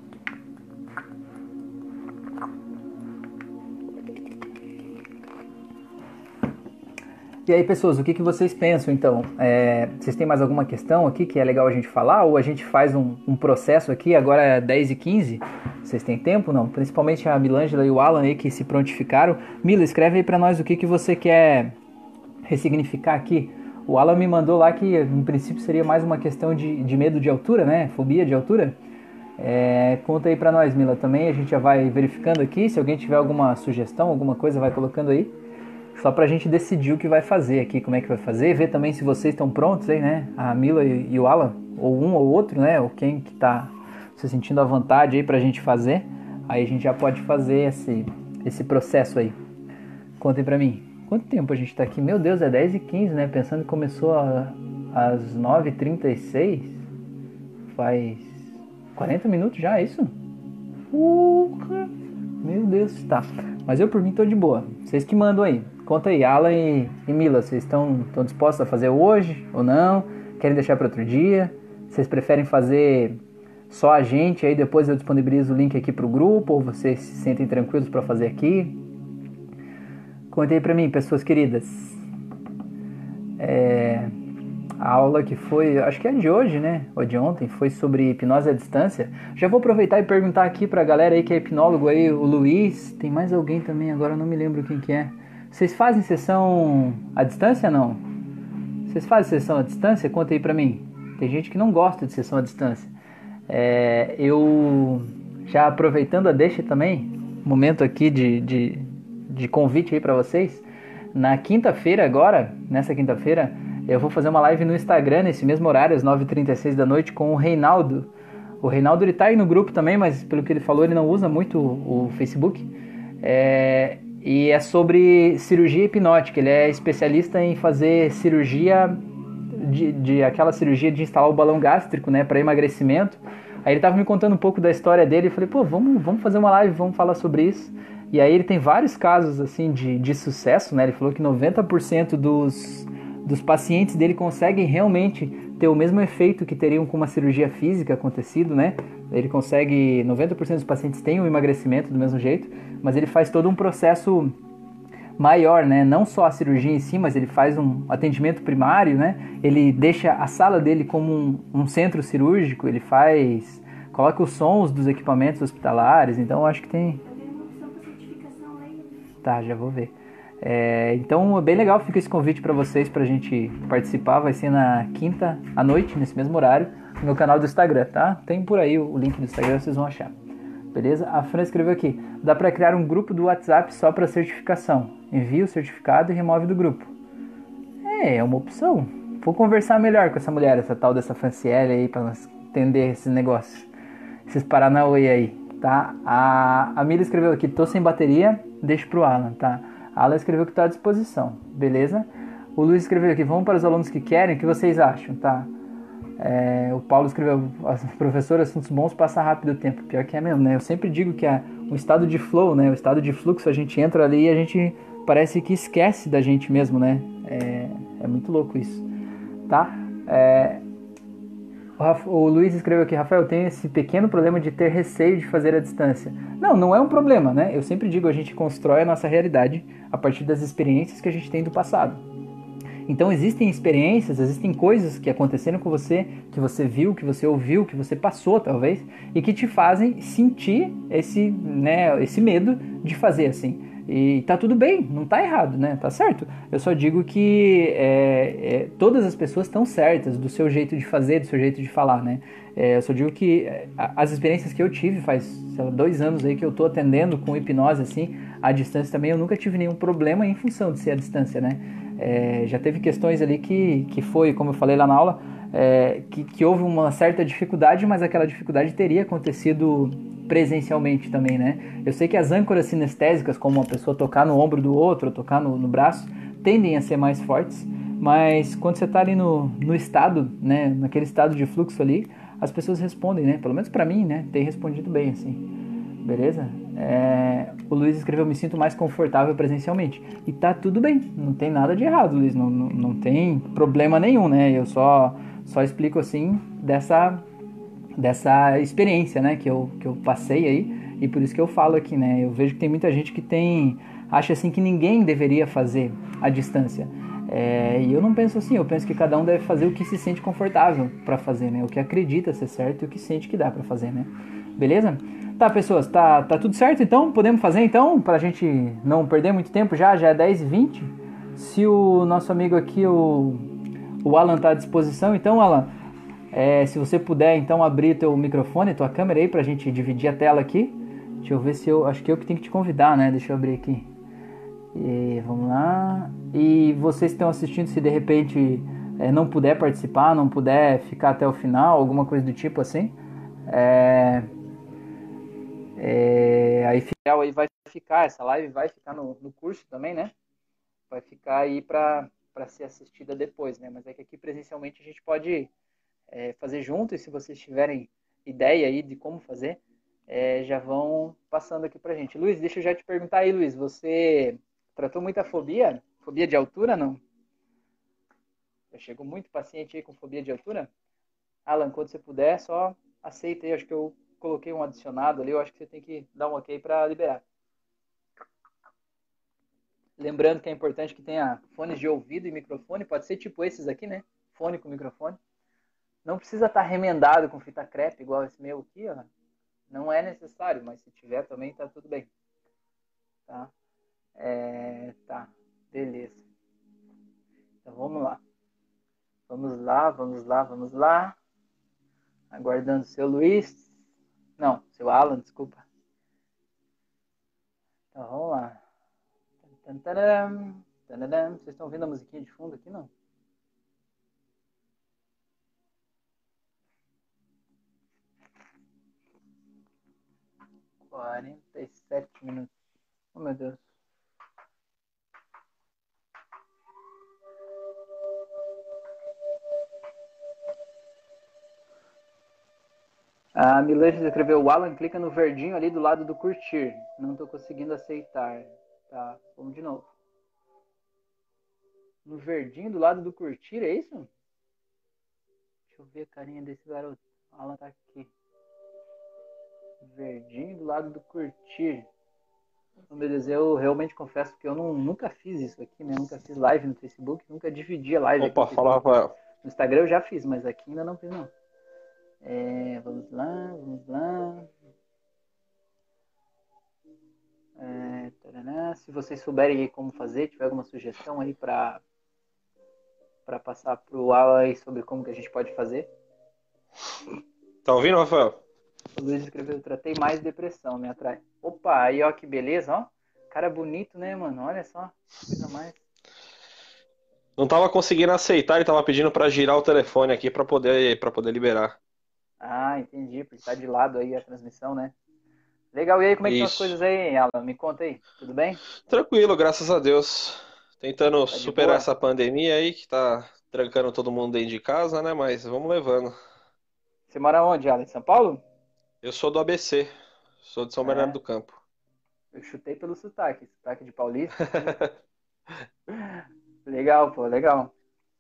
E aí, pessoas, o que, que vocês pensam, então? É, vocês têm mais alguma questão aqui que é legal a gente falar? Ou a gente faz um, um processo aqui, agora é dez e quinze? Vocês têm tempo? Não? Principalmente a Milângela e o Alan aí que se prontificaram. Mila, escreve aí pra nós o que, que você quer ressignificar aqui. O Alan me mandou lá que, em princípio, seria mais uma questão de, de medo de altura, né? Fobia de altura. É, conta aí pra nós, Mila, também. A gente já vai verificando aqui. Se alguém tiver alguma sugestão, alguma coisa, vai colocando aí. Só pra gente decidir o que vai fazer aqui, como é que vai fazer, ver também se vocês estão prontos aí, né? A Mila e, e o Alan, ou um ou outro, né? Ou quem que tá se sentindo à vontade aí pra gente fazer. Aí a gente já pode fazer esse, esse processo aí. Contem pra mim. Quanto tempo a gente tá aqui? Meu Deus, é dez e quinze, né? Pensando que começou a, às nove e trinta e seis. Faz quarenta minutos já, é isso? Urra! Meu Deus, tá. Mas eu por mim tô de boa. Vocês que mandam aí. Conta aí, Alan e, e Mila, vocês estão dispostos a fazer hoje ou não? Querem deixar para outro dia? Vocês preferem fazer só a gente, aí depois eu disponibilizo o link aqui pro grupo, ou vocês se sentem tranquilos para fazer aqui? Conta aí pra mim, pessoas queridas. É, a aula que foi, acho que é de hoje, né? Ou de ontem, foi sobre hipnose à distância. Já vou aproveitar e perguntar aqui pra galera aí que é hipnólogo aí, o Luiz, tem mais alguém também, agora eu não me lembro quem que é. Vocês fazem sessão à distância ou não? Vocês fazem sessão à distância? Conta aí pra mim. Tem gente que não gosta de sessão à distância. É, eu, já aproveitando a deixa também, momento aqui de, de, de convite aí pra vocês. Na quinta-feira agora, nessa quinta-feira, eu vou fazer uma live no Instagram, nesse mesmo horário, às nove e trinta e seis da noite, com o Reinaldo. O Reinaldo, ele tá aí no grupo também, mas pelo que ele falou, ele não usa muito o, o Facebook. É... E é sobre cirurgia hipnótica. Ele é especialista em fazer cirurgia, de, de aquela cirurgia de instalar o balão gástrico, né, para emagrecimento. Aí ele tava me contando um pouco da história dele e falei, pô, vamos, vamos fazer uma live, vamos falar sobre isso. E aí ele tem vários casos assim de, de sucesso, né? Ele falou que noventa por cento dos, dos pacientes dele conseguem realmente ter o mesmo efeito que teriam com uma cirurgia física acontecido, né? Ele consegue, noventa por cento dos pacientes têm o emagrecimento do mesmo jeito, mas ele faz todo um processo maior, né? Não só a cirurgia em si, mas ele faz um atendimento primário, né? Ele deixa a sala dele como um, um centro cirúrgico, ele faz, coloca os sons dos equipamentos hospitalares, então eu acho que tem... Tá, já vou ver. É, então é bem legal, fica esse convite para vocês pra gente participar, vai ser na quinta à noite, nesse mesmo horário, no meu canal do Instagram, tá? Tem por aí o link do Instagram, vocês vão achar. Beleza? A Fran escreveu aqui, dá para criar um grupo do WhatsApp só para certificação. Envia o certificado e remove do grupo. É, é uma opção. Vou conversar melhor com essa mulher, essa tal dessa Franciele aí, para nós entender esses negócios. Esses paranauê aí, tá? A, a Mila escreveu aqui, tô sem bateria, deixa pro Alan, tá? A Alan escreveu que tá à disposição, beleza? O Luiz escreveu aqui, vamos para os alunos que querem, o que vocês acham, tá? É, o Paulo escreveu, professor, assuntos bons passa rápido o tempo. Pior que é mesmo, né? Eu sempre digo que é um estado de flow, né? O estado de fluxo, a gente entra ali e a gente parece que esquece da gente mesmo, né? É, é muito louco isso, tá? É, o, Rafa, o Luiz escreveu aqui, Rafael, eu tenho esse pequeno problema de ter receio de fazer a distância. Não, não é um problema, né? Eu sempre digo, a gente constrói a nossa realidade a partir das experiências que a gente tem do passado. Então existem experiências, existem coisas que aconteceram com você, que você viu, que você ouviu, que você passou talvez, e que te fazem sentir esse, né, esse medo de fazer assim. E tá tudo bem, não tá errado, né? Tá certo. Eu só digo que é, é, todas as pessoas estão certas do seu jeito de fazer, do seu jeito de falar, né? É, eu só digo que as experiências que eu tive faz, sei lá, dois anos aí que eu tô atendendo com hipnose assim, à distância também, eu nunca tive nenhum problema em função de ser à distância, né? É, já teve questões ali que, que foi, como eu falei lá na aula, é, que, que houve uma certa dificuldade, mas aquela dificuldade teria acontecido presencialmente também, né? Eu sei que as âncoras sinestésicas, como uma pessoa tocar no ombro do outro, ou tocar no, no braço, tendem a ser mais fortes, mas quando você está ali no, no estado, né, naquele estado de fluxo ali, as pessoas respondem, né? Pelo menos para mim, né? Tem respondido bem, assim. Beleza? É, o Luiz escreveu, me sinto mais confortável presencialmente. E tá tudo bem, não tem nada de errado, Luiz, não, não, não tem problema nenhum, né? Eu só, só explico assim dessa, dessa experiência, né, que eu, que eu passei aí, e por isso que eu falo aqui, né? Eu vejo que tem muita gente que tem, acha assim que ninguém deveria fazer à distância. É, e eu não penso assim, eu penso que cada um deve fazer o que se sente confortável para fazer, né? O que acredita ser certo e o que sente que dá para fazer, né? Beleza? Tá, pessoas, tá, tá tudo certo então? Podemos fazer então, pra gente não perder muito tempo já, já é dez e vinte. Se o nosso amigo aqui, o, o Alan, tá à disposição, então, Alan, é, se você puder então abrir teu microfone, tua câmera aí pra gente dividir a tela aqui. Deixa eu ver se eu, acho que eu que tenho que te convidar, né? Deixa eu abrir aqui. E vamos lá. E vocês que estão assistindo, se de repente é, não puder participar, não puder ficar até o final, alguma coisa do tipo assim, é... É, aí final aí vai ficar, essa live vai ficar no, no curso também, né? Vai ficar aí para ser assistida depois, né? Mas é que aqui presencialmente a gente pode é, fazer junto, e se vocês tiverem ideia aí de como fazer, é, já vão passando aqui pra gente. Luiz, deixa eu já te perguntar aí, Luiz, você tratou muita fobia? Fobia de altura, não? Já chegou muito paciente aí com fobia de altura? Alan, quando você puder, só aceita aí, acho que eu coloquei um adicionado ali, eu acho que você tem que dar um ok para liberar. Lembrando que é importante que tenha fones de ouvido e microfone, pode ser tipo esses aqui, né? Fone com microfone. Não precisa estar remendado com fita crepe, igual esse meu aqui, ó. Não é necessário, mas se tiver também tá tudo bem. Tá? É, tá, beleza. Então vamos lá. Vamos lá, vamos lá, vamos lá. Aguardando o seu Luiz. Não, seu Alan, desculpa. Então vamos lá. Tantadam, tantadam. Vocês estão ouvindo a musiquinha de fundo aqui, não? quarenta e sete minutos. Oh, meu Deus. A Milante escreveu, o Alan clica no verdinho ali do lado do curtir. Não tô conseguindo aceitar. Tá, vamos de novo. No verdinho do lado do curtir, é isso? Deixa eu ver a carinha desse garoto. O Alan tá aqui. Verdinho do lado do curtir. Oh, meu Deus, eu realmente confesso que eu não, nunca fiz isso aqui, né? Nunca fiz live no Facebook, nunca dividi a live aqui Opa, no fala, Facebook. Rafael. No Instagram eu já fiz, mas aqui ainda não fiz, não. É, vamos lá, vamos lá. É, taraná. Se vocês souberem aí como fazer, tiver alguma sugestão aí para para passar pro Alan aí sobre como que a gente pode fazer. Tá ouvindo, Rafael? O Luiz escreveu, tratei mais depressão, me atrai. Opa, aí ó que beleza, ó. Cara bonito, né, mano? Olha só, coisa mais. Não tava conseguindo aceitar, ele tava pedindo pra girar o telefone aqui pra poder, para poder liberar. Ah, entendi, porque tá de lado aí a transmissão, né? Legal, e aí, como é que estão as Isso. coisas aí, Alan? Me conta aí, tudo bem? Tranquilo, graças a Deus. Tentando Tá de superar boa? essa pandemia aí que tá, trancando todo mundo dentro de casa, né? Mas vamos levando. Você mora onde, Alan? Em São Paulo? Eu sou do A B C, sou de São Bernardo É, do Campo. eu chutei pelo sotaque, sotaque de paulista, assim. Legal, pô, legal.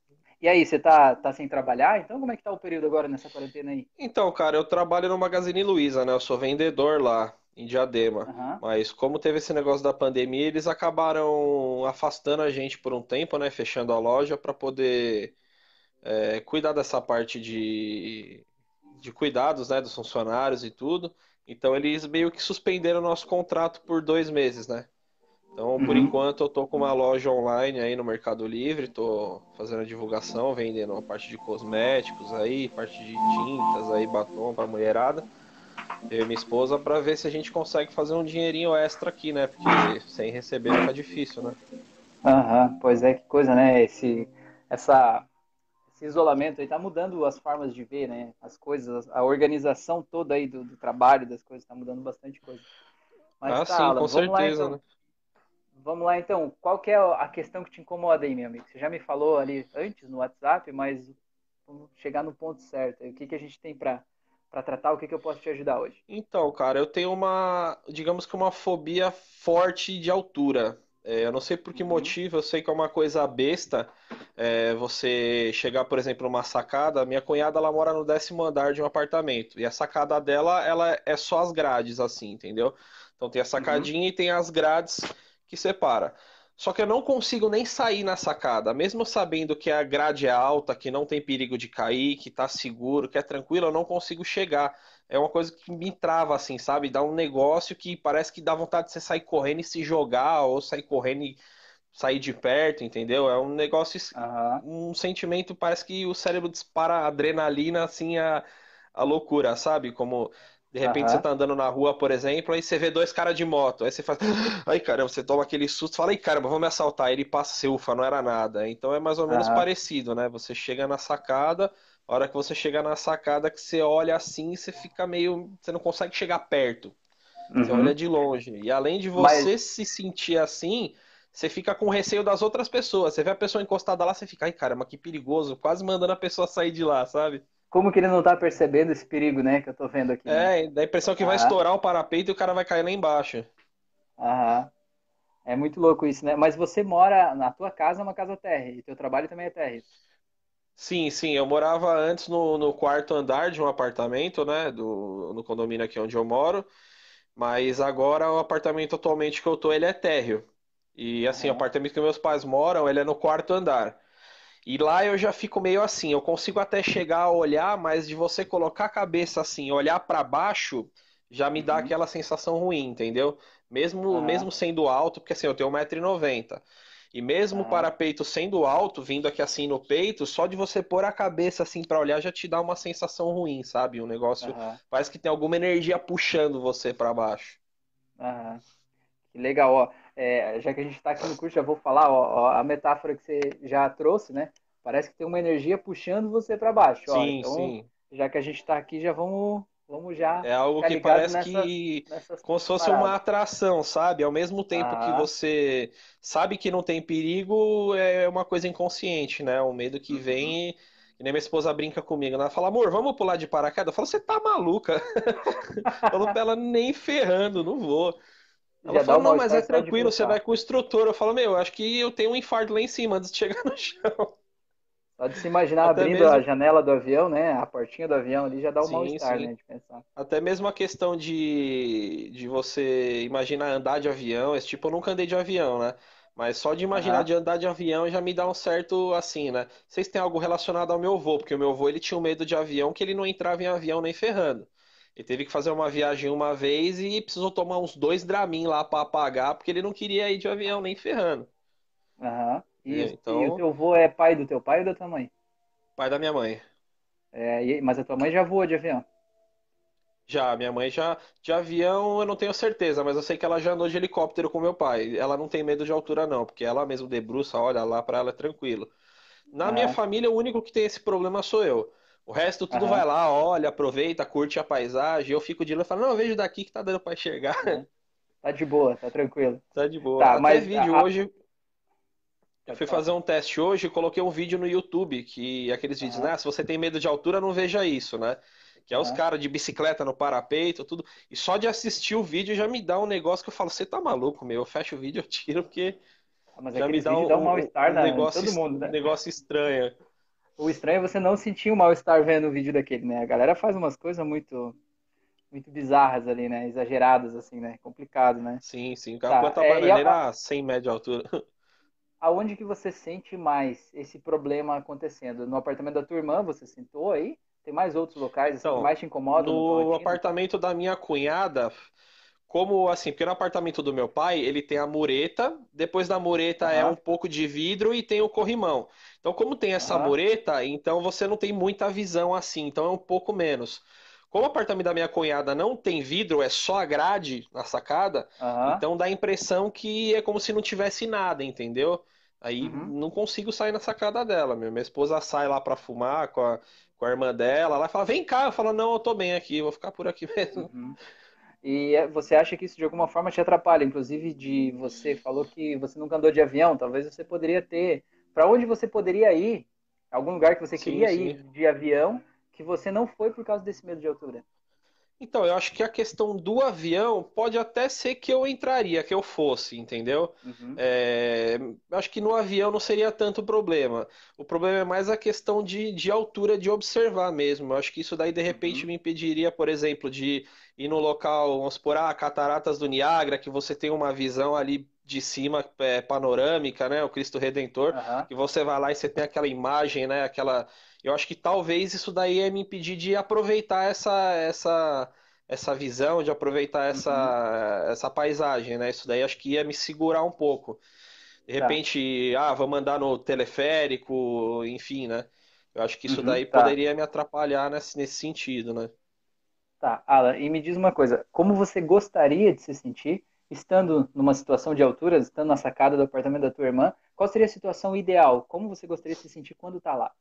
E aí, você tá, tá sem trabalhar? Então como é que tá o período agora nessa quarentena aí? Então, cara, eu trabalho no Magazine Luiza, né? Eu sou vendedor lá em Diadema. Aham. Mas como teve esse negócio da pandemia, eles acabaram afastando a gente por um tempo, né? Fechando a loja para poder é, cuidar dessa parte de, de cuidados, né? Dos funcionários e tudo. Então eles meio que suspenderam o nosso contrato por dois meses, né? Então, por Uhum. enquanto, eu tô com uma loja online aí no Mercado Livre, tô fazendo a divulgação, vendendo a parte de cosméticos aí, parte de tintas aí, batom pra mulherada. Eu e minha esposa para ver se a gente consegue fazer um dinheirinho extra aqui, né? Porque sem receber fica difícil, né? Aham, pois é, que coisa, né? Esse, essa, esse isolamento aí tá mudando as formas de ver, né? As coisas, a organização toda aí do, do trabalho, das coisas, tá mudando bastante coisa. Mas Ah, tá, sim, Alan, com vamos lá certeza, então. né? Vamos lá então. Qual que é a questão que te incomoda aí, meu amigo? Você já me falou ali antes no WhatsApp, mas vamos chegar no ponto certo. O que que a gente tem para para tratar? O que que eu posso te ajudar hoje? Então, cara, eu tenho uma, digamos que uma fobia forte de altura. É, eu não sei por que Uhum, motivo, eu sei que é uma coisa besta. É, você chegar, por exemplo, numa sacada. Minha cunhada, ela mora no décimo andar de um apartamento e a sacada dela, ela é só as grades, assim, entendeu? Então tem a uhum, sacadinha e tem as grades que separa. Só que eu não consigo nem sair na sacada, mesmo sabendo que a grade é alta, que não tem perigo de cair, que tá seguro, que é tranquilo, eu não consigo chegar. É uma coisa que me trava, assim, sabe? Dá um negócio que parece que dá vontade de você sair correndo e se jogar, ou sair correndo e sair de perto, entendeu? É um negócio, aham, um sentimento, parece que o cérebro dispara adrenalina, assim, a, a loucura, sabe? Como de repente você aham, tá andando na rua, por exemplo, aí você vê dois caras de moto, aí você faz, ai caramba, você toma aquele susto, fala, ai caramba, vão me assaltar, aí ele passa, você, ufa, não era nada. Então é mais ou menos aham, parecido, né? Você chega na sacada, a hora que você chega na sacada, que você olha assim, você fica meio, você não consegue chegar perto. Você olha uhum. de longe. E além de Mas você se sentir assim, você fica com receio das outras pessoas. Você vê a pessoa encostada lá, você fica, ai caramba, que perigoso, quase mandando a pessoa sair de lá, sabe? como que ele não tá percebendo esse perigo, né, que eu tô vendo aqui, né? É, dá a impressão que vai Aham, estourar o parapeito e o cara vai cair lá embaixo. aham. É muito louco isso, né? Mas você mora na tua casa, é uma casa térrea, e teu trabalho também é térreo. Sim, sim, eu morava antes no, no quarto andar de um apartamento, né, do, no condomínio aqui onde eu moro, mas agora o apartamento atualmente que eu tô, ele é térreo. E assim, o Aham, apartamento que meus pais moram, ele é no quarto andar. E lá eu já fico meio assim, eu consigo até chegar a olhar, mas de você colocar a cabeça assim, olhar para baixo, já me dá uhum, aquela sensação ruim, entendeu? Mesmo aham, mesmo sendo alto, porque assim, eu tenho um metro e noventa. E mesmo o aham, parapeito sendo alto, vindo aqui assim no peito, só de você pôr a cabeça assim para olhar já te dá uma sensação ruim, sabe? Um negócio, aham, parece que tem alguma energia puxando você para baixo. aham. Que legal, ó. É, já que a gente está aqui no curso, já vou falar, ó, ó, a metáfora que você já trouxe, né? Parece que tem uma energia puxando você para baixo, ó. Sim, Então, sim. já que a gente está aqui, já vamos, vamos já É algo ficar que ligado parece nessas, que nessas como se fosse uma paradas. atração, sabe? Ao mesmo tempo que Aham, você sabe que não tem perigo, é uma coisa inconsciente, né? Um medo que uhum. vem, e que nem minha esposa brinca comigo, né? Ela fala, amor, vamos pular de paraquedas? Eu falo, você tá maluca? Eu falo pra ela, nem ferrando, não vou. Ela Já dá fala, um não, mas é mal-estar só de tranquilo, você vai pensar. com o instrutor. Eu falo, meu, acho que eu tenho um infarto lá em cima antes de chegar no chão. Só de se imaginar Até abrindo a mesmo, janela do avião, né? A portinha do avião ali já dá um sim, mal-estar, sim. né? De pensar. Até mesmo a questão de, de você imaginar andar de avião, esse tipo, eu nunca andei de avião, né? Mas só de imaginar Aham, de andar de avião já me dá um certo, assim, né? Vocês têm algo relacionado ao meu avô, porque o meu avô, ele tinha um medo de avião, que ele não entrava em avião nem ferrando. Ele teve que fazer uma viagem uma vez e precisou tomar uns dois Dramin lá para apagar, porque ele não queria ir de avião nem ferrando. aham. E, Né? e o Então, teu avô é pai do teu pai ou da tua mãe? pai da minha mãe. É, e- mas a tua mãe já voou de avião? Já, minha mãe já. De avião eu não tenho certeza, mas eu sei que ela já andou de helicóptero com meu pai. Ela não tem medo de altura, não, porque ela mesmo debruça, olha lá pra ela é tranquilo. Na minha Aham, família, o único que tem esse problema sou eu. O resto tudo vai aham, lá, olha, aproveita, curte a paisagem. Eu fico de lá e falo, não, eu vejo daqui que tá dando pra enxergar. aham. Tá de boa, tá tranquilo. Tá de boa. Tá, Até mas vídeo a, a- hoje Eu Pode fui falar. fazer um teste hoje e coloquei um vídeo no YouTube, que aqueles vídeos, Aham, né? Se você tem medo de altura, não veja isso, né? Que é os aham. caras de bicicleta no parapeito, tudo. E só de assistir o vídeo já me dá um negócio que eu falo, você tá maluco, meu? Eu fecho o vídeo, eu tiro, porque Ah, mas já me aqueles dá vídeos um, dão um um- mal-estar um na- em negócio, todo es- mundo, um né? negócio estranho. O estranho é você não sentir o mal-estar vendo o vídeo daquele, né? A galera faz umas coisas muito, muito bizarras ali, né? Exageradas, assim, né? Complicado, né? Sim, sim. O cara Tá. planta a É, e a- a- bananeira a cem metros de altura. aonde que você sente mais esse problema acontecendo? No apartamento da tua irmã, você sentou aí? Tem mais outros locais, assim, que Então, mais te incomodam na tua no rotina? apartamento da minha cunhada, como assim, porque no apartamento do meu pai, ele tem a mureta, depois da mureta é um Aham, pouco de vidro e tem o corrimão. Então, como tem essa aham, mureta, então você não tem muita visão assim, então é um pouco menos. Como o apartamento da minha cunhada não tem vidro, é só a grade na sacada, aham, então dá a impressão que é como se não tivesse nada, entendeu? Aí uhum, não consigo sair na sacada dela, meu. Minha esposa sai lá pra fumar com a, com a irmã dela, ela fala, vem cá, eu falo, não, eu tô bem aqui, vou ficar por aqui mesmo. uhum. E é, você acha que isso de alguma forma te atrapalha? Inclusive, de você falou que você nunca andou de avião, talvez você poderia ter. Para onde você poderia ir? Algum lugar que você Sim, queria ir sim. de avião que você não foi por causa desse medo de altura? Então, eu acho que a questão do avião pode até ser que eu entraria, que eu fosse, entendeu? Uhum, É, eu acho que no avião não seria tanto problema. O problema é mais a questão de, de altura de observar mesmo. Eu acho que isso daí de repente uhum, me impediria, por exemplo, de ir no local, vamos supor, ah, Cataratas do Niágara, que você tem uma visão ali de cima, é, panorâmica, né? O Cristo Redentor, aham, que você vai lá e você tem aquela imagem, né? Aquela eu acho que talvez isso daí ia me impedir de aproveitar essa, essa, essa visão, de aproveitar uhum, essa, essa paisagem, né? Isso daí acho que ia me segurar um pouco. De tá, repente, ah, vamos andar no teleférico, enfim, né? Eu acho que isso uhum, daí tá, poderia me atrapalhar nesse, nesse sentido, né? tá. Alan, e me diz uma coisa, como você gostaria de se sentir estando numa situação de altura, estando na sacada do apartamento da tua irmã? Qual seria a situação ideal? Como você gostaria de se sentir quando está lá?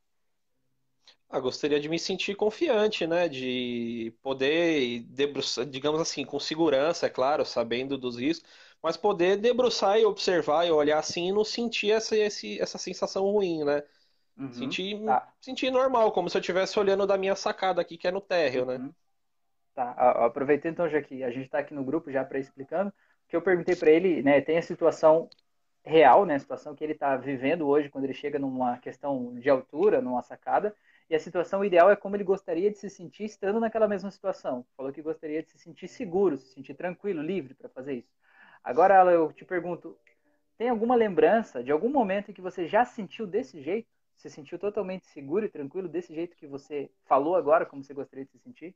Ah, gostaria de me sentir confiante, né? De poder debruçar, digamos assim, com segurança, é claro, sabendo dos riscos, mas poder debruçar e observar e olhar assim e não sentir essa, esse, essa sensação ruim, né? Uhum, Sentir, tá. sentir normal, como se eu estivesse olhando da minha sacada aqui, que é no térreo, né? Uhum. Tá, a- aproveitando então, já que a gente está aqui no grupo já para explicando, que eu perguntei para ele, né, tem a situação real, né, a situação que ele está vivendo hoje quando ele chega numa questão de altura, numa sacada, e a situação ideal é como ele gostaria de se sentir estando naquela mesma situação. Falou que gostaria de se sentir seguro, se sentir tranquilo, livre para fazer isso. Agora, Alan, eu te pergunto, tem alguma lembrança de algum momento em que você já se sentiu desse jeito? Se sentiu totalmente seguro e tranquilo desse jeito que você falou agora, como você gostaria de se sentir?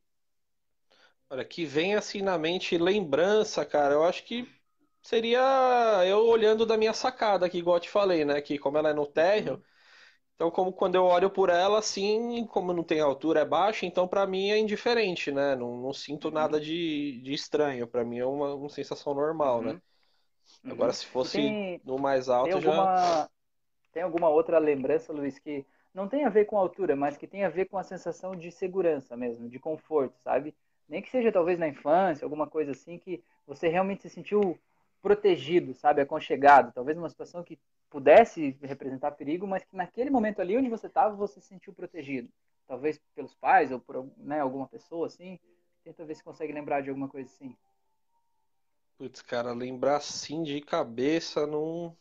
Olha, que vem assim na mente lembrança, cara, eu acho que seria eu olhando da minha sacada aqui, igual eu te falei, né? Que como ela é no térreo, Uhum, então como quando eu olho por ela, assim, como não tem altura, é baixa, então pra mim é indiferente, né? Não, não sinto uhum. nada de, de estranho, pra mim é uma, uma sensação normal, né? Uhum, Agora, uhum. se E fosse tem, no mais tem alto, já. alguma tem alguma outra lembrança, Luiz, que não tem a ver com a altura, mas que tem a ver com a sensação de segurança mesmo, de conforto, sabe? Nem que seja talvez na infância, alguma coisa assim que você realmente se sentiu protegido, sabe, aconchegado, talvez numa situação que pudesse representar perigo, mas que naquele momento ali onde você estava, você se sentiu protegido. Talvez pelos pais ou por, né, alguma pessoa assim. Tenta ver se consegue lembrar de alguma coisa assim. Putz, cara, lembrar assim de cabeça não.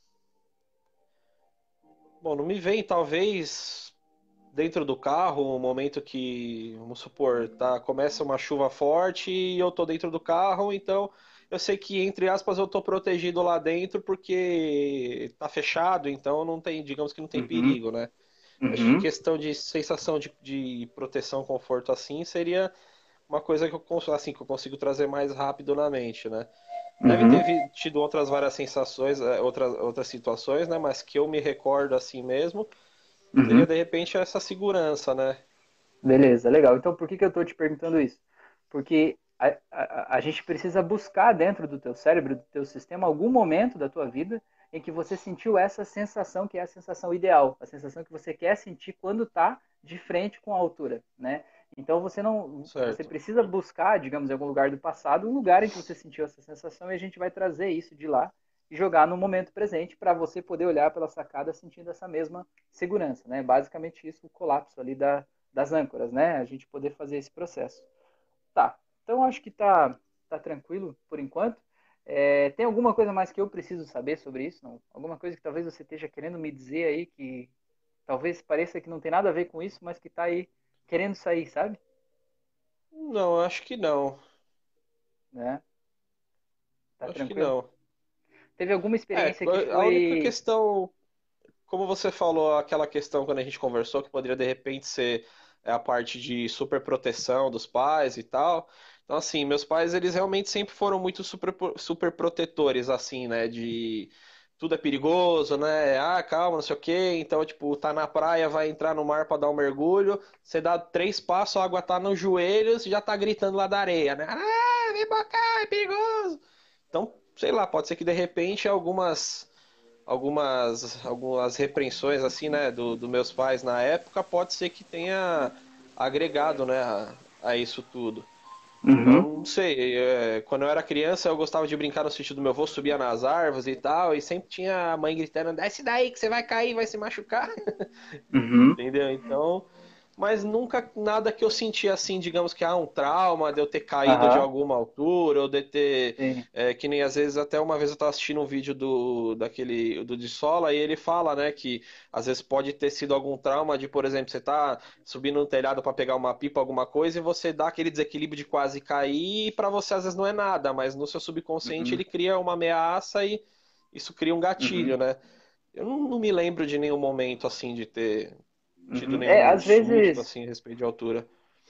Bom, não me vem, talvez dentro do carro, um momento que, vamos supor, tá, começa uma chuva forte e eu tô dentro do carro, então eu sei que, entre aspas, eu tô protegido lá dentro porque tá fechado, então não tem, digamos que não tem Uhum, perigo, né? Acho que uhum, questão de sensação de, de proteção, conforto assim, seria uma coisa que eu, cons- assim, que eu consigo trazer mais rápido na mente, né? Deve uhum, ter vi- tido outras várias sensações, eh, outras, outras situações, né? Mas que eu me recordo assim mesmo, seria uhum. de repente essa segurança, né? Beleza, legal. Então, por que que eu estou te perguntando isso? Porque a, a, a gente precisa buscar dentro do teu cérebro, do teu sistema, algum momento da tua vida em que você sentiu essa sensação que é a sensação ideal, a sensação que você quer sentir quando está de frente com a altura, né? Então você não, você Certo. precisa buscar, digamos, em algum lugar do passado, um lugar em que você sentiu essa sensação e a gente vai trazer isso de lá e jogar no momento presente para você poder olhar pela sacada sentindo essa mesma segurança, né? Basicamente isso, o colapso ali da, das âncoras, né? A gente poder fazer esse processo. Tá, então acho que tá, tá tranquilo por enquanto. É, tem alguma coisa mais que eu preciso saber sobre isso? Não? Alguma coisa que talvez você esteja querendo me dizer aí que talvez pareça que não tem nada a ver com isso, mas que tá aí querendo sair, sabe? Não, acho que não. Né? Tá Acho que tranquilo? não. Teve alguma É, experiência que a única foi. questão, como você falou, aquela questão quando a gente conversou, que poderia de repente ser é, a parte de super proteção dos pais e tal. Então, assim, meus pais, eles realmente sempre foram muito super, super protetores, assim, né? De tudo é perigoso, né? Ah, calma, não sei o quê. Então, tipo, tá na praia, vai entrar no mar pra dar um mergulho. Você dá três passos, a água tá nos joelhos, já tá gritando lá da areia, né? Ah, vem pra cá, é perigoso. Então, sei lá, pode ser que de repente algumas algumas algumas repreensões assim, né, do, do meus pais na época, pode ser que tenha agregado, né, a, a isso tudo. Então, Uhum. não sei, é, quando eu era criança eu gostava de brincar no sítio do meu avô, subia nas árvores e tal, e sempre tinha a mãe gritando, desce daí que você vai cair, vai se machucar. Uhum. Entendeu? Então, mas nunca nada que eu senti assim, digamos que há um trauma de eu ter caído de Aham. alguma altura, ou de ter, Sim. é, que nem às vezes até uma vez eu estava assistindo um vídeo do daquele do de Sola e ele fala, né, que às vezes pode ter sido algum trauma de, por exemplo, você tá subindo no telhado para pegar uma pipa, alguma coisa e você dá aquele desequilíbrio de quase cair e para você às vezes não é nada, mas no seu subconsciente Uhum. ele cria uma ameaça e isso cria um gatilho, Uhum. né? Eu não, não me lembro de nenhum momento assim de ter tido Uhum. É, nenhum às susto vezes, assim a respeito de altura.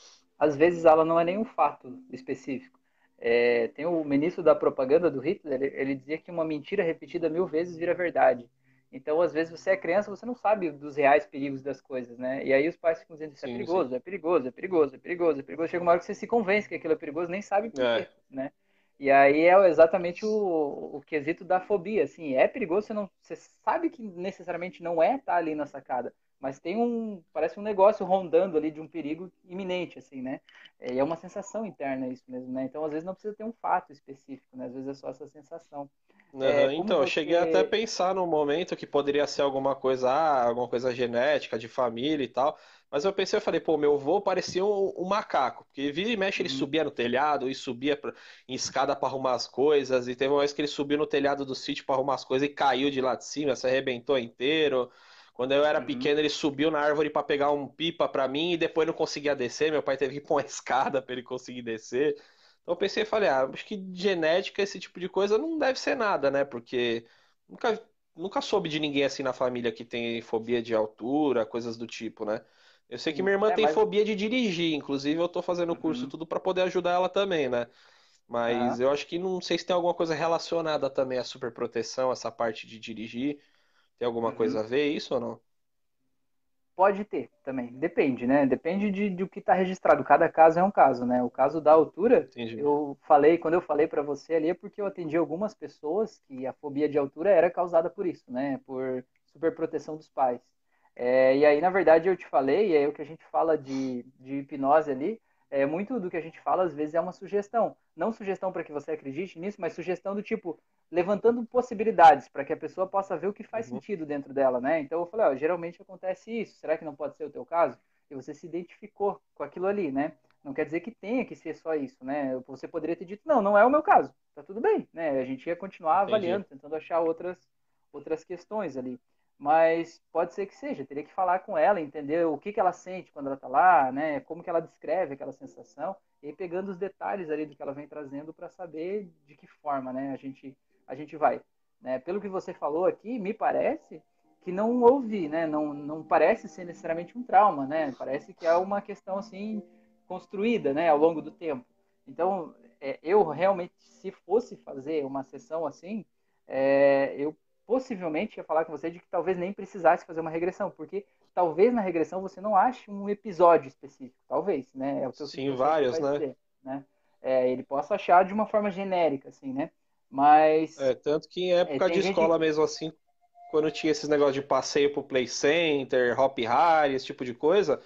às vezes ela não é nenhum fato específico. É, tem o ministro da propaganda do Hitler, ele, ele dizia que uma mentira repetida mil vezes vira verdade. Então, às vezes, você é criança, você não sabe dos reais perigos das coisas, né? E aí os pais ficam dizendo, isso é Sim, sim. perigoso, é perigoso, é perigoso, é perigoso, é perigoso. Chega uma hora que você se convence que aquilo é perigoso, nem sabe por É, quê, né? E aí é exatamente o, o quesito da fobia, assim, é perigoso, você não, você sabe que necessariamente não é estar ali na sacada, mas tem um, parece um negócio rondando ali de um perigo iminente, assim, né? É, e é uma sensação interna isso mesmo, né? Então, às vezes, não precisa ter um fato específico, né? Às vezes é só essa sensação. É, aham. como Então, eu cheguei até a você... pensar no momento que poderia ser alguma coisa, ah, alguma coisa genética, de família e tal. Mas eu pensei, eu falei, pô, meu avô parecia um, um macaco, porque vira e mexe ele Uhum, subia no telhado e subia pra, em escada para arrumar as coisas. E teve uma vez que ele subiu no telhado do sítio para arrumar as coisas e caiu de lá de cima, se arrebentou inteiro. Quando eu era uhum, pequeno, ele subiu na árvore para pegar um pipa para mim e depois não conseguia descer. Meu pai teve que ir pôr uma escada para ele conseguir descer. Então eu pensei, falei, ah, acho que genética, esse tipo de coisa não deve ser nada, né? Porque nunca, nunca soube de ninguém assim na família que tem fobia de altura, coisas do tipo, né? Eu sei que sim. minha irmã É, tem mas... fobia de dirigir, inclusive eu tô fazendo o curso Uhum, tudo para poder ajudar ela também, né? Mas aham, eu acho que não sei se tem alguma coisa relacionada também à superproteção, essa parte de dirigir. Tem alguma coisa uhum. a ver isso ou não? Pode ter também, depende, né? Depende de, do que está registrado. Cada caso é um caso, né? O caso da altura, Entendi. eu falei, quando eu falei para você ali, é porque eu atendi algumas pessoas que a fobia de altura era causada por isso, né? Por superproteção dos pais. É, e aí, na verdade, eu te falei, e aí o que a gente fala de, de hipnose ali, é muito do que a gente fala, às vezes, é uma sugestão. Não sugestão para que você acredite nisso, mas sugestão do tipo, levantando possibilidades para que a pessoa possa ver o que faz Uhum. sentido dentro dela, né? Então eu falei, ó, geralmente acontece isso, será que não pode ser o teu caso? E você se identificou com aquilo ali, né? Não quer dizer que tenha que ser só isso, né? Você poderia ter dito, não, não é o meu caso, tá tudo bem, né? A gente ia continuar Entendi. avaliando, tentando achar outras, outras questões ali. Mas pode ser que seja, teria que falar com ela, entender o que, que ela sente quando ela tá lá, né? Como que ela descreve aquela sensação, e aí pegando os detalhes ali do que ela vem trazendo para saber de que forma, né, a gente a gente vai. Né? Pelo que você falou aqui, me parece que não houve, né? Não, não parece ser necessariamente um trauma, né? Parece que é uma questão assim construída, né? Ao longo do tempo. Então, é, eu realmente, se fosse fazer uma sessão assim, é, eu possivelmente ia falar com você de que talvez nem precisasse fazer uma regressão, porque talvez na regressão você não ache um episódio específico, talvez, né? É o que eu sinto que Sim, você acha que vários, vai né? dizer, né? É, ele possa achar de uma forma genérica, assim, né? Mas É, tanto que em é, época tem de gente escola que. mesmo assim, quando tinha esses negócios de passeio pro Play Center, Hop Hari, esse tipo de coisa,